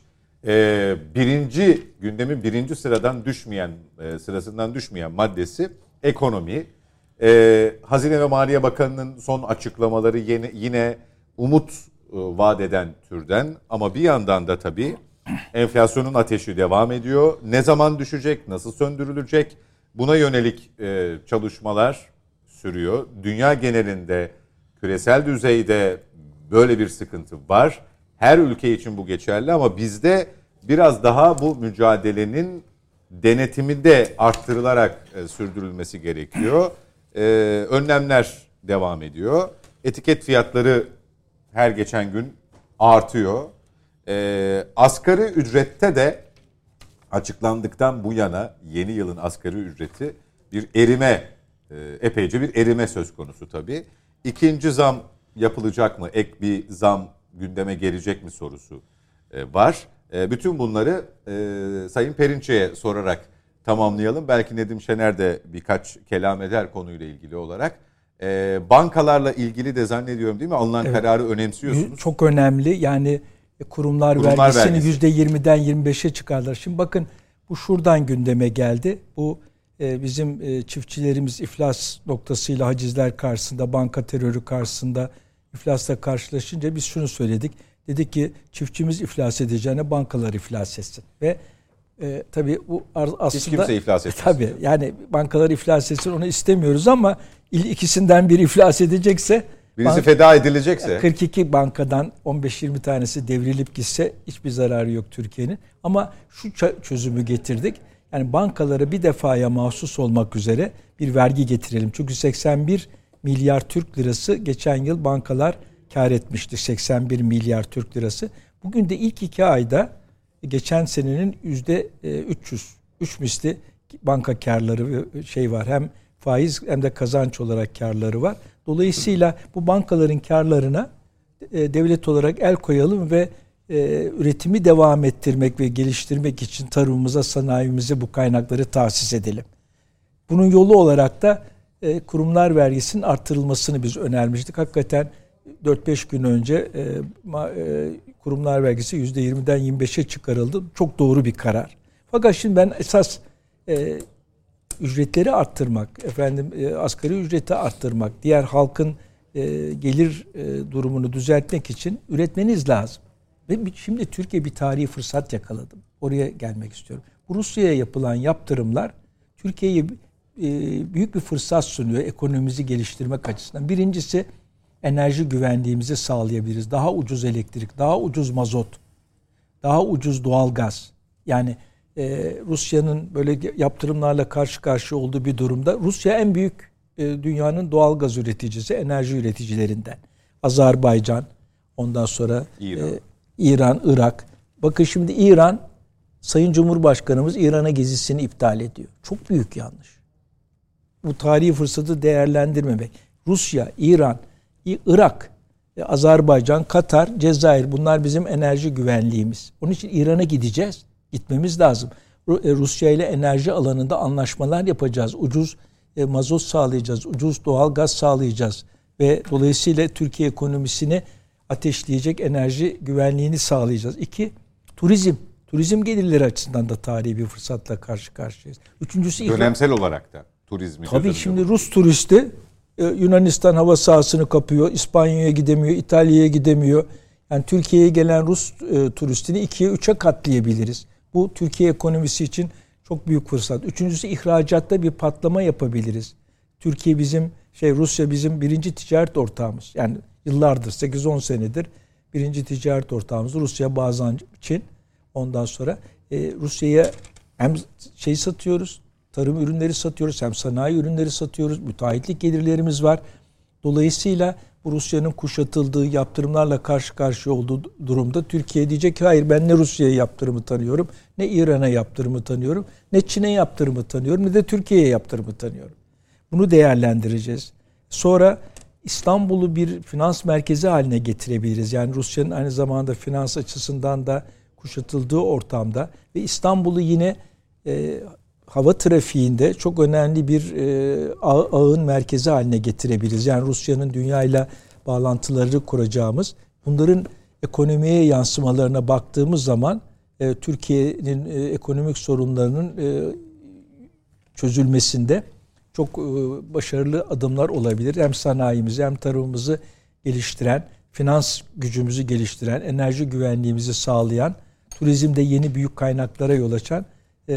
gündemin birinci sırasından düşmeyen maddesi ekonomi. Hazine ve Maliye Bakanı'nın son açıklamaları yine umut vaat eden türden, ama bir yandan da tabii enflasyonun ateşi devam ediyor. Ne zaman düşecek, nasıl söndürülecek? Buna yönelik çalışmalar sürüyor. Dünya genelinde, küresel düzeyde böyle bir sıkıntı var. Her ülke için bu geçerli, ama bizde biraz daha bu mücadelenin denetiminde arttırılarak sürdürülmesi gerekiyor. Önlemler devam ediyor. Etiket fiyatları her geçen gün artıyor. Asgari ücrette de açıklandıktan bu yana yeni yılın asgari ücreti bir erime, epeyce bir erime söz konusu tabii. İkinci zam yapılacak mı? Ek bir zam gündeme gelecek mi sorusu var. Bütün bunları Sayın Perinçek'e sorarak tamamlayalım. Belki Nedim Şener de birkaç kelam eder konuyla ilgili olarak. Bankalarla ilgili de zannediyorum, değil mi? Alınan kararı önemsiyorsunuz. Çok önemli. Yani kurumlar vergisini %20'den 25'e çıkardılar. Şimdi bakın, bu şuradan gündeme geldi. Bu bizim çiftçilerimiz iflas noktasıyla, hacizler karşısında, banka terörü karşısında iflasla karşılaşınca biz şunu söyledik. Dedik ki çiftçimiz iflas edeceğine bankalar iflas etsin. Ve tabii bu aslında hiç kimse iflas etmesin. Tabii yani bankalar iflas etsin, onu istemiyoruz, ama ikisinden biri iflas edecekse, birisi feda edilecekse, 42 bankadan 15-20 tanesi devrilip gitse hiçbir zararı yok Türkiye'nin. Ama şu çözümü getirdik. Yani bankalara bir defaya mahsus olmak üzere bir vergi getirelim. Çünkü 81 milyar Türk lirası geçen yıl bankalar kar etmişti. 81 milyar Türk lirası. Bugün de ilk 2 ayda geçen senenin %3 misli banka karları var. Hem faiz hem de kazanç olarak karları var. Dolayısıyla bu bankaların karlarına devlet olarak el koyalım ve üretimi devam ettirmek ve geliştirmek için tarımımıza, sanayimize bu kaynakları tahsis edelim. Bunun yolu olarak da kurumlar vergisinin artırılmasını biz önermiştik. Hakikaten 4-5 gün önce kurumlar vergisi %20'den 25'e çıkarıldı. Çok doğru bir karar. Fakat şimdi ben esas ücretleri arttırmak, asgari ücreti arttırmak, diğer halkın gelir durumunu düzeltmek için üretmeniz lazım. Ve şimdi Türkiye bir tarihi fırsat yakaladı. Oraya gelmek istiyorum. Bu Rusya'ya yapılan yaptırımlar Türkiye'ye büyük bir fırsat sunuyor ekonomimizi geliştirmek açısından. Birincisi, enerji güvenliğimizi sağlayabiliriz. Daha ucuz elektrik, daha ucuz mazot, daha ucuz doğalgaz. Yani Rusya'nın böyle yaptırımlarla karşı karşıya olduğu bir durumda Rusya en büyük dünyanın doğalgaz üreticisi, enerji üreticilerinden. Azerbaycan, ondan sonra İran, Irak. Bakın şimdi İran, Sayın Cumhurbaşkanımız İran'a gezisini iptal ediyor. Çok büyük yanlış. Bu tarihi fırsatı değerlendirmemek. Rusya, İran, Irak, Azerbaycan, Katar, Cezayir, bunlar bizim enerji güvenliğimiz. Onun için İran'a gideceğiz. Gitmemiz lazım. Rusya ile enerji alanında anlaşmalar yapacağız. Ucuz mazot sağlayacağız. Ucuz doğal gaz sağlayacağız. Ve dolayısıyla Türkiye ekonomisini ateşleyecek enerji güvenliğini sağlayacağız. 2. Turizm. Turizm gelirleri açısından da tarihi bir fırsatla karşı karşıyayız. Üçüncüsü dönemsel olarak da turizmi. Tabii şimdi Rus turisti Yunanistan hava sahasını kapıyor. İspanya'ya gidemiyor, İtalya'ya gidemiyor. Yani Türkiye'ye gelen Rus turistini 2'ye 3'e katlayabiliriz. Bu Türkiye ekonomisi için çok büyük fırsat. Üçüncüsü, ihracatta bir patlama yapabiliriz. Türkiye bizim Rusya bizim birinci ticaret ortağımız. Yani yıllardır 8-10 senedir birinci ticaret ortağımız Rusya, bazen Çin. Ondan sonra Rusya'ya hem satıyoruz, tarım ürünleri satıyoruz, hem sanayi ürünleri satıyoruz. Müteahhitlik gelirlerimiz var. Dolayısıyla bu Rusya'nın kuşatıldığı, yaptırımlarla karşı karşıya olduğu durumda Türkiye diyecek ki hayır, ben ne Rusya'ya yaptırımı tanıyorum, ne İran'a yaptırımı tanıyorum, ne Çin'e yaptırımı tanıyorum, ne de Türkiye'ye yaptırımı tanıyorum. Bunu değerlendireceğiz. Sonra İstanbul'u bir finans merkezi haline getirebiliriz. Yani Rusya'nın aynı zamanda finans açısından da kuşatıldığı ortamda ve İstanbul'u yine hava trafiğinde çok önemli bir ağın merkezi haline getirebiliriz. Yani Rusya'nın dünyayla bağlantıları kuracağımız, bunların ekonomiye yansımalarına baktığımız zaman Türkiye'nin ekonomik sorunlarının çözülmesinde çok başarılı adımlar olabilir. Hem sanayimizi hem tarımımızı geliştiren, finans gücümüzü geliştiren, enerji güvenliğimizi sağlayan, turizmde yeni büyük kaynaklara yol açan,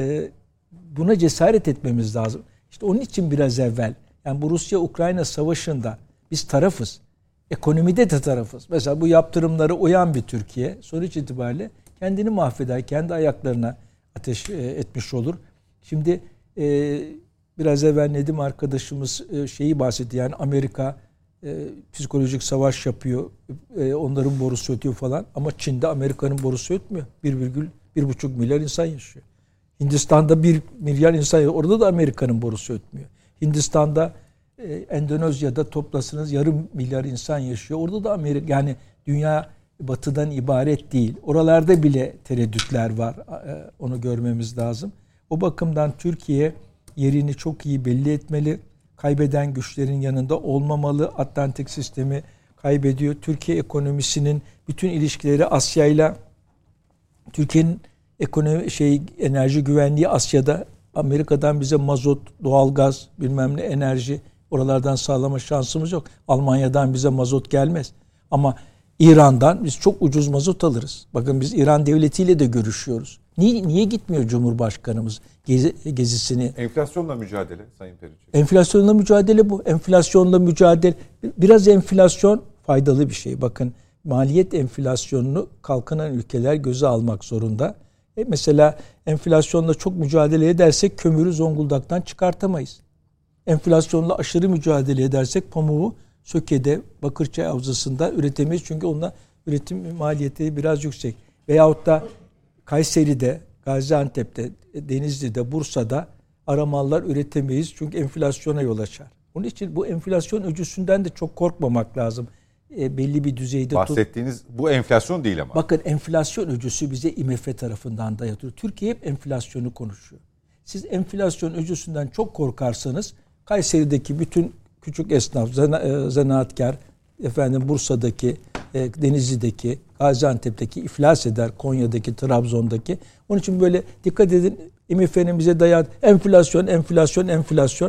buna cesaret etmemiz lazım. İşte onun için biraz evvel, yani bu Rusya-Ukrayna savaşında biz tarafız. Ekonomide de tarafız. Mesela bu yaptırımlara uyan bir Türkiye sonuç itibariyle kendini mahveder, kendi ayaklarına ateş etmiş olur. Şimdi biraz evvel Nedim arkadaşımız bahsetti. Yani Amerika psikolojik savaş yapıyor. Onların borusu ötüyor falan. Ama Çin'de Amerika'nın borusu ötmüyor. 1,5 milyar insan yaşıyor. Hindistan'da 1 milyar insan yaşıyor. Orada da Amerika'nın borusu ötmüyor. Hindistan'da, Endonezya'da toplasanız yarım milyar insan yaşıyor. Orada da Amerika, yani dünya batıdan ibaret değil. Oralarda bile tereddütler var. Onu görmemiz lazım. O bakımdan Türkiye yerini çok iyi belli etmeli. Kaybeden güçlerin yanında olmamalı. Atlantik sistemi kaybediyor. Türkiye ekonomisinin bütün ilişkileri Asya'yla, Türkiye'nin enerji güvenliği Asya'da, Amerika'dan bize mazot, doğalgaz, bilmem ne enerji, oralardan sağlama şansımız yok. Almanya'dan bize mazot gelmez. Ama İran'dan biz çok ucuz mazot alırız. Bakın biz İran devletiyle de görüşüyoruz. Niye gitmiyor Cumhurbaşkanımız gezisini? Enflasyonla mücadele Sayın Perinçek. Enflasyonla mücadele bu. Enflasyonla mücadele. Biraz enflasyon faydalı bir şey. Bakın, maliyet enflasyonunu kalkınan ülkeler göze almak zorunda. Mesela enflasyonla çok mücadele edersek kömürü Zonguldak'tan çıkartamayız. Enflasyonla aşırı mücadele edersek pamuğu Söke'de, Bakırçay Havzası'nda üretemeyiz. Çünkü onunla üretim maliyeti biraz yüksek. Veyahut da Kayseri'de, Gaziantep'te, Denizli'de, Bursa'da aramallar üretemeyiz. Çünkü enflasyona yol açar. Onun için bu enflasyon öcüsünden de çok korkmamak lazım. Belli bir düzeyde bahsettiğiniz bu enflasyon değil ama. Bakın, enflasyon öcüsü bize IMF tarafından dayatılıyor. Türkiye hep enflasyonu konuşuyor. Siz enflasyon öcüsünden çok korkarsanız Kayseri'deki bütün küçük esnaf, zanaatkar, Bursa'daki, Denizli'deki, Gaziantep'teki iflas eder, Konya'daki, Trabzon'daki. Onun için böyle dikkat edin, IMF'nin bize enflasyon.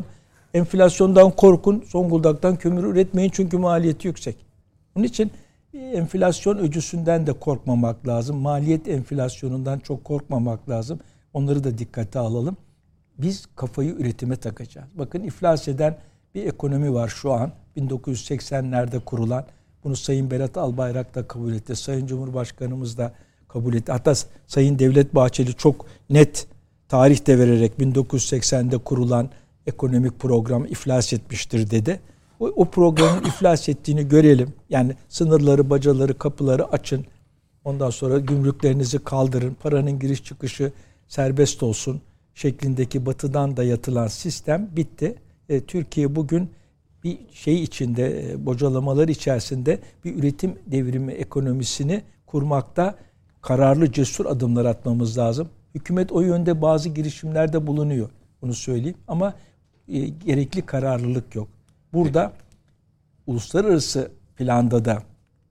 Enflasyondan korkun, Zonguldak'tan kömür üretmeyin çünkü maliyeti yüksek. Onun için enflasyon öcüsünden de korkmamak lazım. Maliyet enflasyonundan çok korkmamak lazım. Onları da dikkate alalım. Biz kafayı üretime takacağız. Bakın iflas eden bir ekonomi var şu an. 1980'lerde kurulan. Bunu Sayın Berat Albayrak da kabul etti. Sayın Cumhurbaşkanımız da kabul etti. Hatta Sayın Devlet Bahçeli çok net tarih de vererek 1980'de kurulan ekonomik program iflas etmiştir dedi. O programın iflas ettiğini görelim. Yani sınırları, bacaları, kapıları açın. Ondan sonra gümrüklerinizi kaldırın. Paranın giriş çıkışı serbest olsun şeklindeki batıdan dayatılan sistem bitti. Türkiye bugün bir şey içinde, bocalamalar içerisinde bir üretim devrimi ekonomisini kurmakta kararlı, cesur adımlar atmamız lazım. Hükümet o yönde bazı girişimlerde bulunuyor. Bunu söyleyeyim ama gerekli kararlılık yok. Burada uluslararası planda da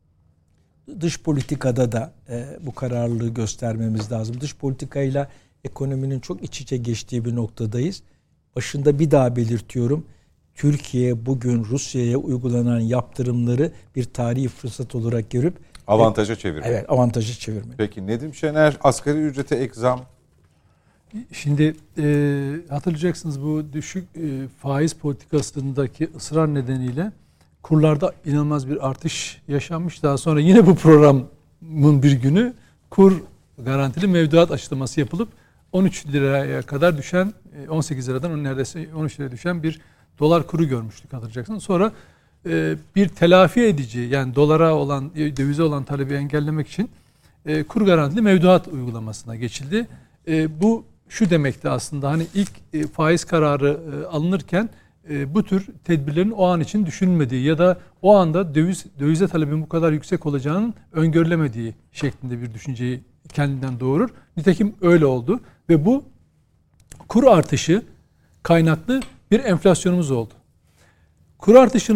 dış politikada da bu kararlılığı göstermemiz lazım. Dış politikayla ekonominin çok iç içe geçtiği bir noktadayız. Başında bir daha belirtiyorum. Türkiye bugün Rusya'ya uygulanan yaptırımları bir tarihi fırsat olarak görüp avantaja çevirmeli. Evet, avantaja çevirmeli. Peki Nedim Şener, asgari ücrete ek zam. Şimdi hatırlayacaksınız bu düşük faiz politikasındaki ısrar nedeniyle kurlarda inanılmaz bir artış yaşanmış. Daha sonra yine bu programın bir günü kur garantili mevduat açıklaması yapılıp 13 liraya kadar düşen, 18 liradan neredeyse 13 liraya düşen bir dolar kuru görmüştük hatırlayacaksınız. Sonra bir telafi edici, yani dolara olan, dövize olan talebi engellemek için kur garantili mevduat uygulamasına geçildi. Bu şu demekti aslında, hani ilk faiz kararı alınırken bu tür tedbirlerin o an için düşünülmediği ya da o anda dövize talebin bu kadar yüksek olacağının öngörülemediği şeklinde bir düşünceyi kendinden doğurur. Nitekim öyle oldu ve bu kur artışı kaynaklı bir enflasyonumuz oldu. Kur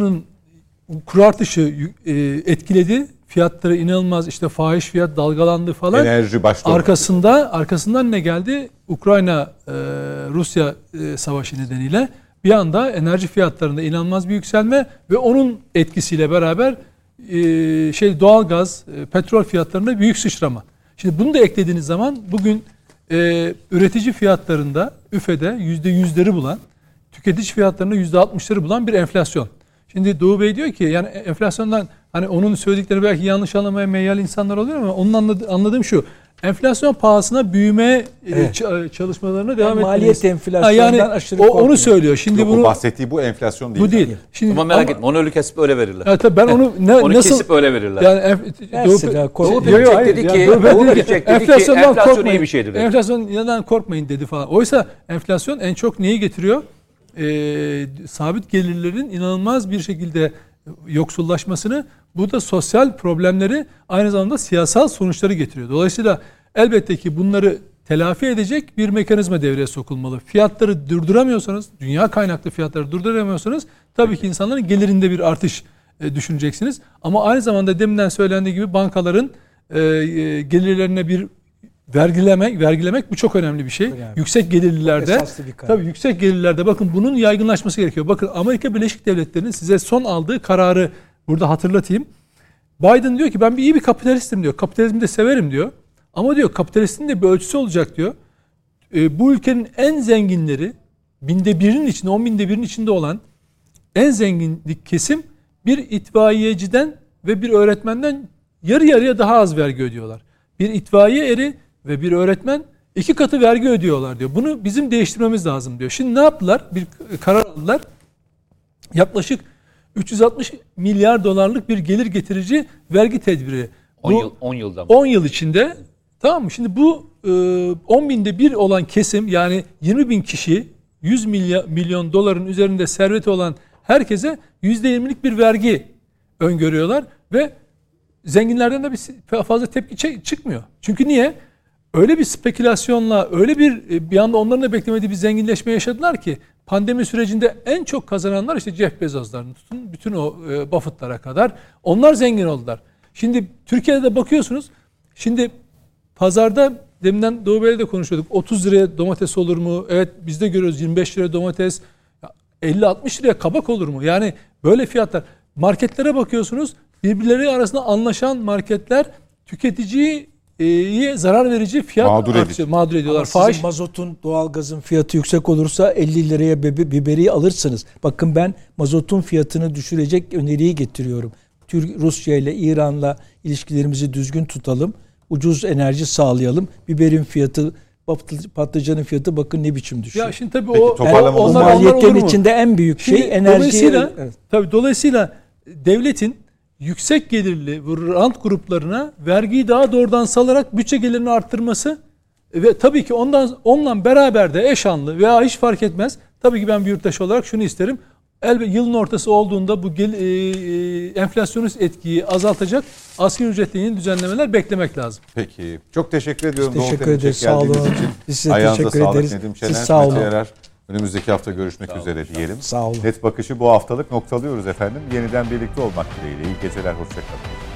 artışı etkiledi. Fiyatları inanılmaz, işte fahiş fiyat dalgalandı falan. Enerji başta. Arkasından ne geldi? Ukrayna Rusya savaşı nedeniyle bir anda enerji fiyatlarında inanılmaz bir yükselme ve onun etkisiyle beraber doğalgaz, petrol fiyatlarında büyük sıçrama. Şimdi bunu da eklediğiniz zaman bugün üretici fiyatlarında üfede %100'leri bulan, tüketici fiyatlarında %60'ları bulan bir enflasyon. Şimdi Doğu Bey diyor ki yani enflasyondan, hani onun söyledikleri belki yanlış anlamaya meyyal insanlar oluyor ama onun anladığım şu: enflasyon pahasına büyüme çalışmalarına devam etmeliyiz. Maliyet enflasyondan aşırı korkmuyor. Onu söylüyor. Şimdi Yok, bunu bahsettiği bu enflasyon değil. Bu değil. Şimdi, ama merak etme, onu öyle kesip öyle verirler. Ya tabii ben onu onu nasıl kesip öyle verirler. Yani Doğu Perinçek dedi ki enflasyon iyi bir şeydir dedi. Enflasyondan korkmayın dedi falan. Oysa enflasyon en çok neyi getiriyor? Sabit gelirlerin inanılmaz bir şekilde yoksullaşmasını, bu da sosyal problemleri, aynı zamanda siyasal sonuçları getiriyor. Dolayısıyla elbette ki bunları telafi edecek bir mekanizma devreye sokulmalı. Fiyatları durduramıyorsanız, dünya kaynaklı fiyatları durduramıyorsanız tabii ki insanların gelirinde bir artış düşüneceksiniz. Ama aynı zamanda deminden söylendiği gibi bankaların gelirlerine bir vergilemek bu çok önemli bir şey. Önemli. Yüksek gelirlilerde, tabii yüksek gelirlilerde bakın bunun yaygınlaşması gerekiyor. Bakın Amerika Birleşik Devletleri'nin size son aldığı kararı burada hatırlatayım. Biden diyor ki ben iyi bir kapitalistim diyor. Kapitalizmi de severim diyor. Ama diyor kapitalistin de bir ölçüsü olacak diyor. Bu ülkenin en zenginleri, 1000'de içinde, 10.000'de içinde olan en zenginlik kesim bir itfaiyeciden ve bir öğretmenden yarı yarıya daha az vergi ödüyorlar. Bir itfaiye eri ve bir öğretmen 2 katı vergi ödüyorlar diyor. Bunu bizim değiştirmemiz lazım diyor. Şimdi ne yaptılar? Bir karar aldılar. Yaklaşık 360 milyar dolarlık bir gelir getirici vergi tedbiri. 10 yıldan. 10 yıl içinde, tamam mı? Şimdi bu 10.000'de 1 olan kesim, yani 20.000 kişi, 100 milyon doların üzerinde serveti olan herkese %20'lik bir vergi öngörüyorlar ve zenginlerden de bir fazla tepki çıkmıyor. Çünkü niye? Öyle bir spekülasyonla, öyle bir anda onların da beklemediği bir zenginleşme yaşadılar ki pandemi sürecinde en çok kazananlar işte Jeff Bezos'larını tutun, bütün o Buffett'lara kadar onlar zengin oldular. Şimdi Türkiye'de de bakıyorsunuz, şimdi pazarda deminden Doğu Bey'le de konuşuyorduk. 30 liraya domates olur mu? Evet, biz de görüyoruz 25 liraya domates. 50-60 liraya kabak olur mu? Yani böyle fiyatlar. Marketlere bakıyorsunuz, birbirleri arasında anlaşan marketler tüketiciye zarar verici fiyat mağdur ediyorlar. Ama sizin mazotun, doğalgazın fiyatı yüksek olursa 50 liraya biberi alırsınız. Bakın ben mazotun fiyatını düşürecek öneriyi getiriyorum. Rusya ile İran'la ilişkilerimizi düzgün tutalım. Ucuz enerji sağlayalım. Biberin fiyatı, patlıcanın fiyatı bakın ne biçim düşüyor. Ya şimdi tabii Peki, o maliyetlerin içinde en büyük şey enerji. Dolayısıyla devletin yüksek gelirli rant gruplarına vergiyi daha doğrudan salarak bütçe gelirini arttırması ve tabii ki onunla beraber de eşanlı veya hiç fark etmez. Tabii ki ben bir yurttaş olarak şunu isterim. Elbette yılın ortası olduğunda bu enflasyonist etkiyi azaltacak asgari ücretle yeni düzenlemeler beklemek lazım. Peki. Çok teşekkür ediyorum. Teşekkür ederiz. Sağ olun. Biz size Ayağınıza teşekkür sağlık ederiz. Nedim Şener, Siz sağ olun. Mete Yarar. Önümüzdeki hafta görüşmek üzere diyelim. Sağ olun. Net Bakış'ı bu haftalık noktalıyoruz efendim. Yeniden birlikte olmak dileğiyle. İyi geceler, hoşça kalın.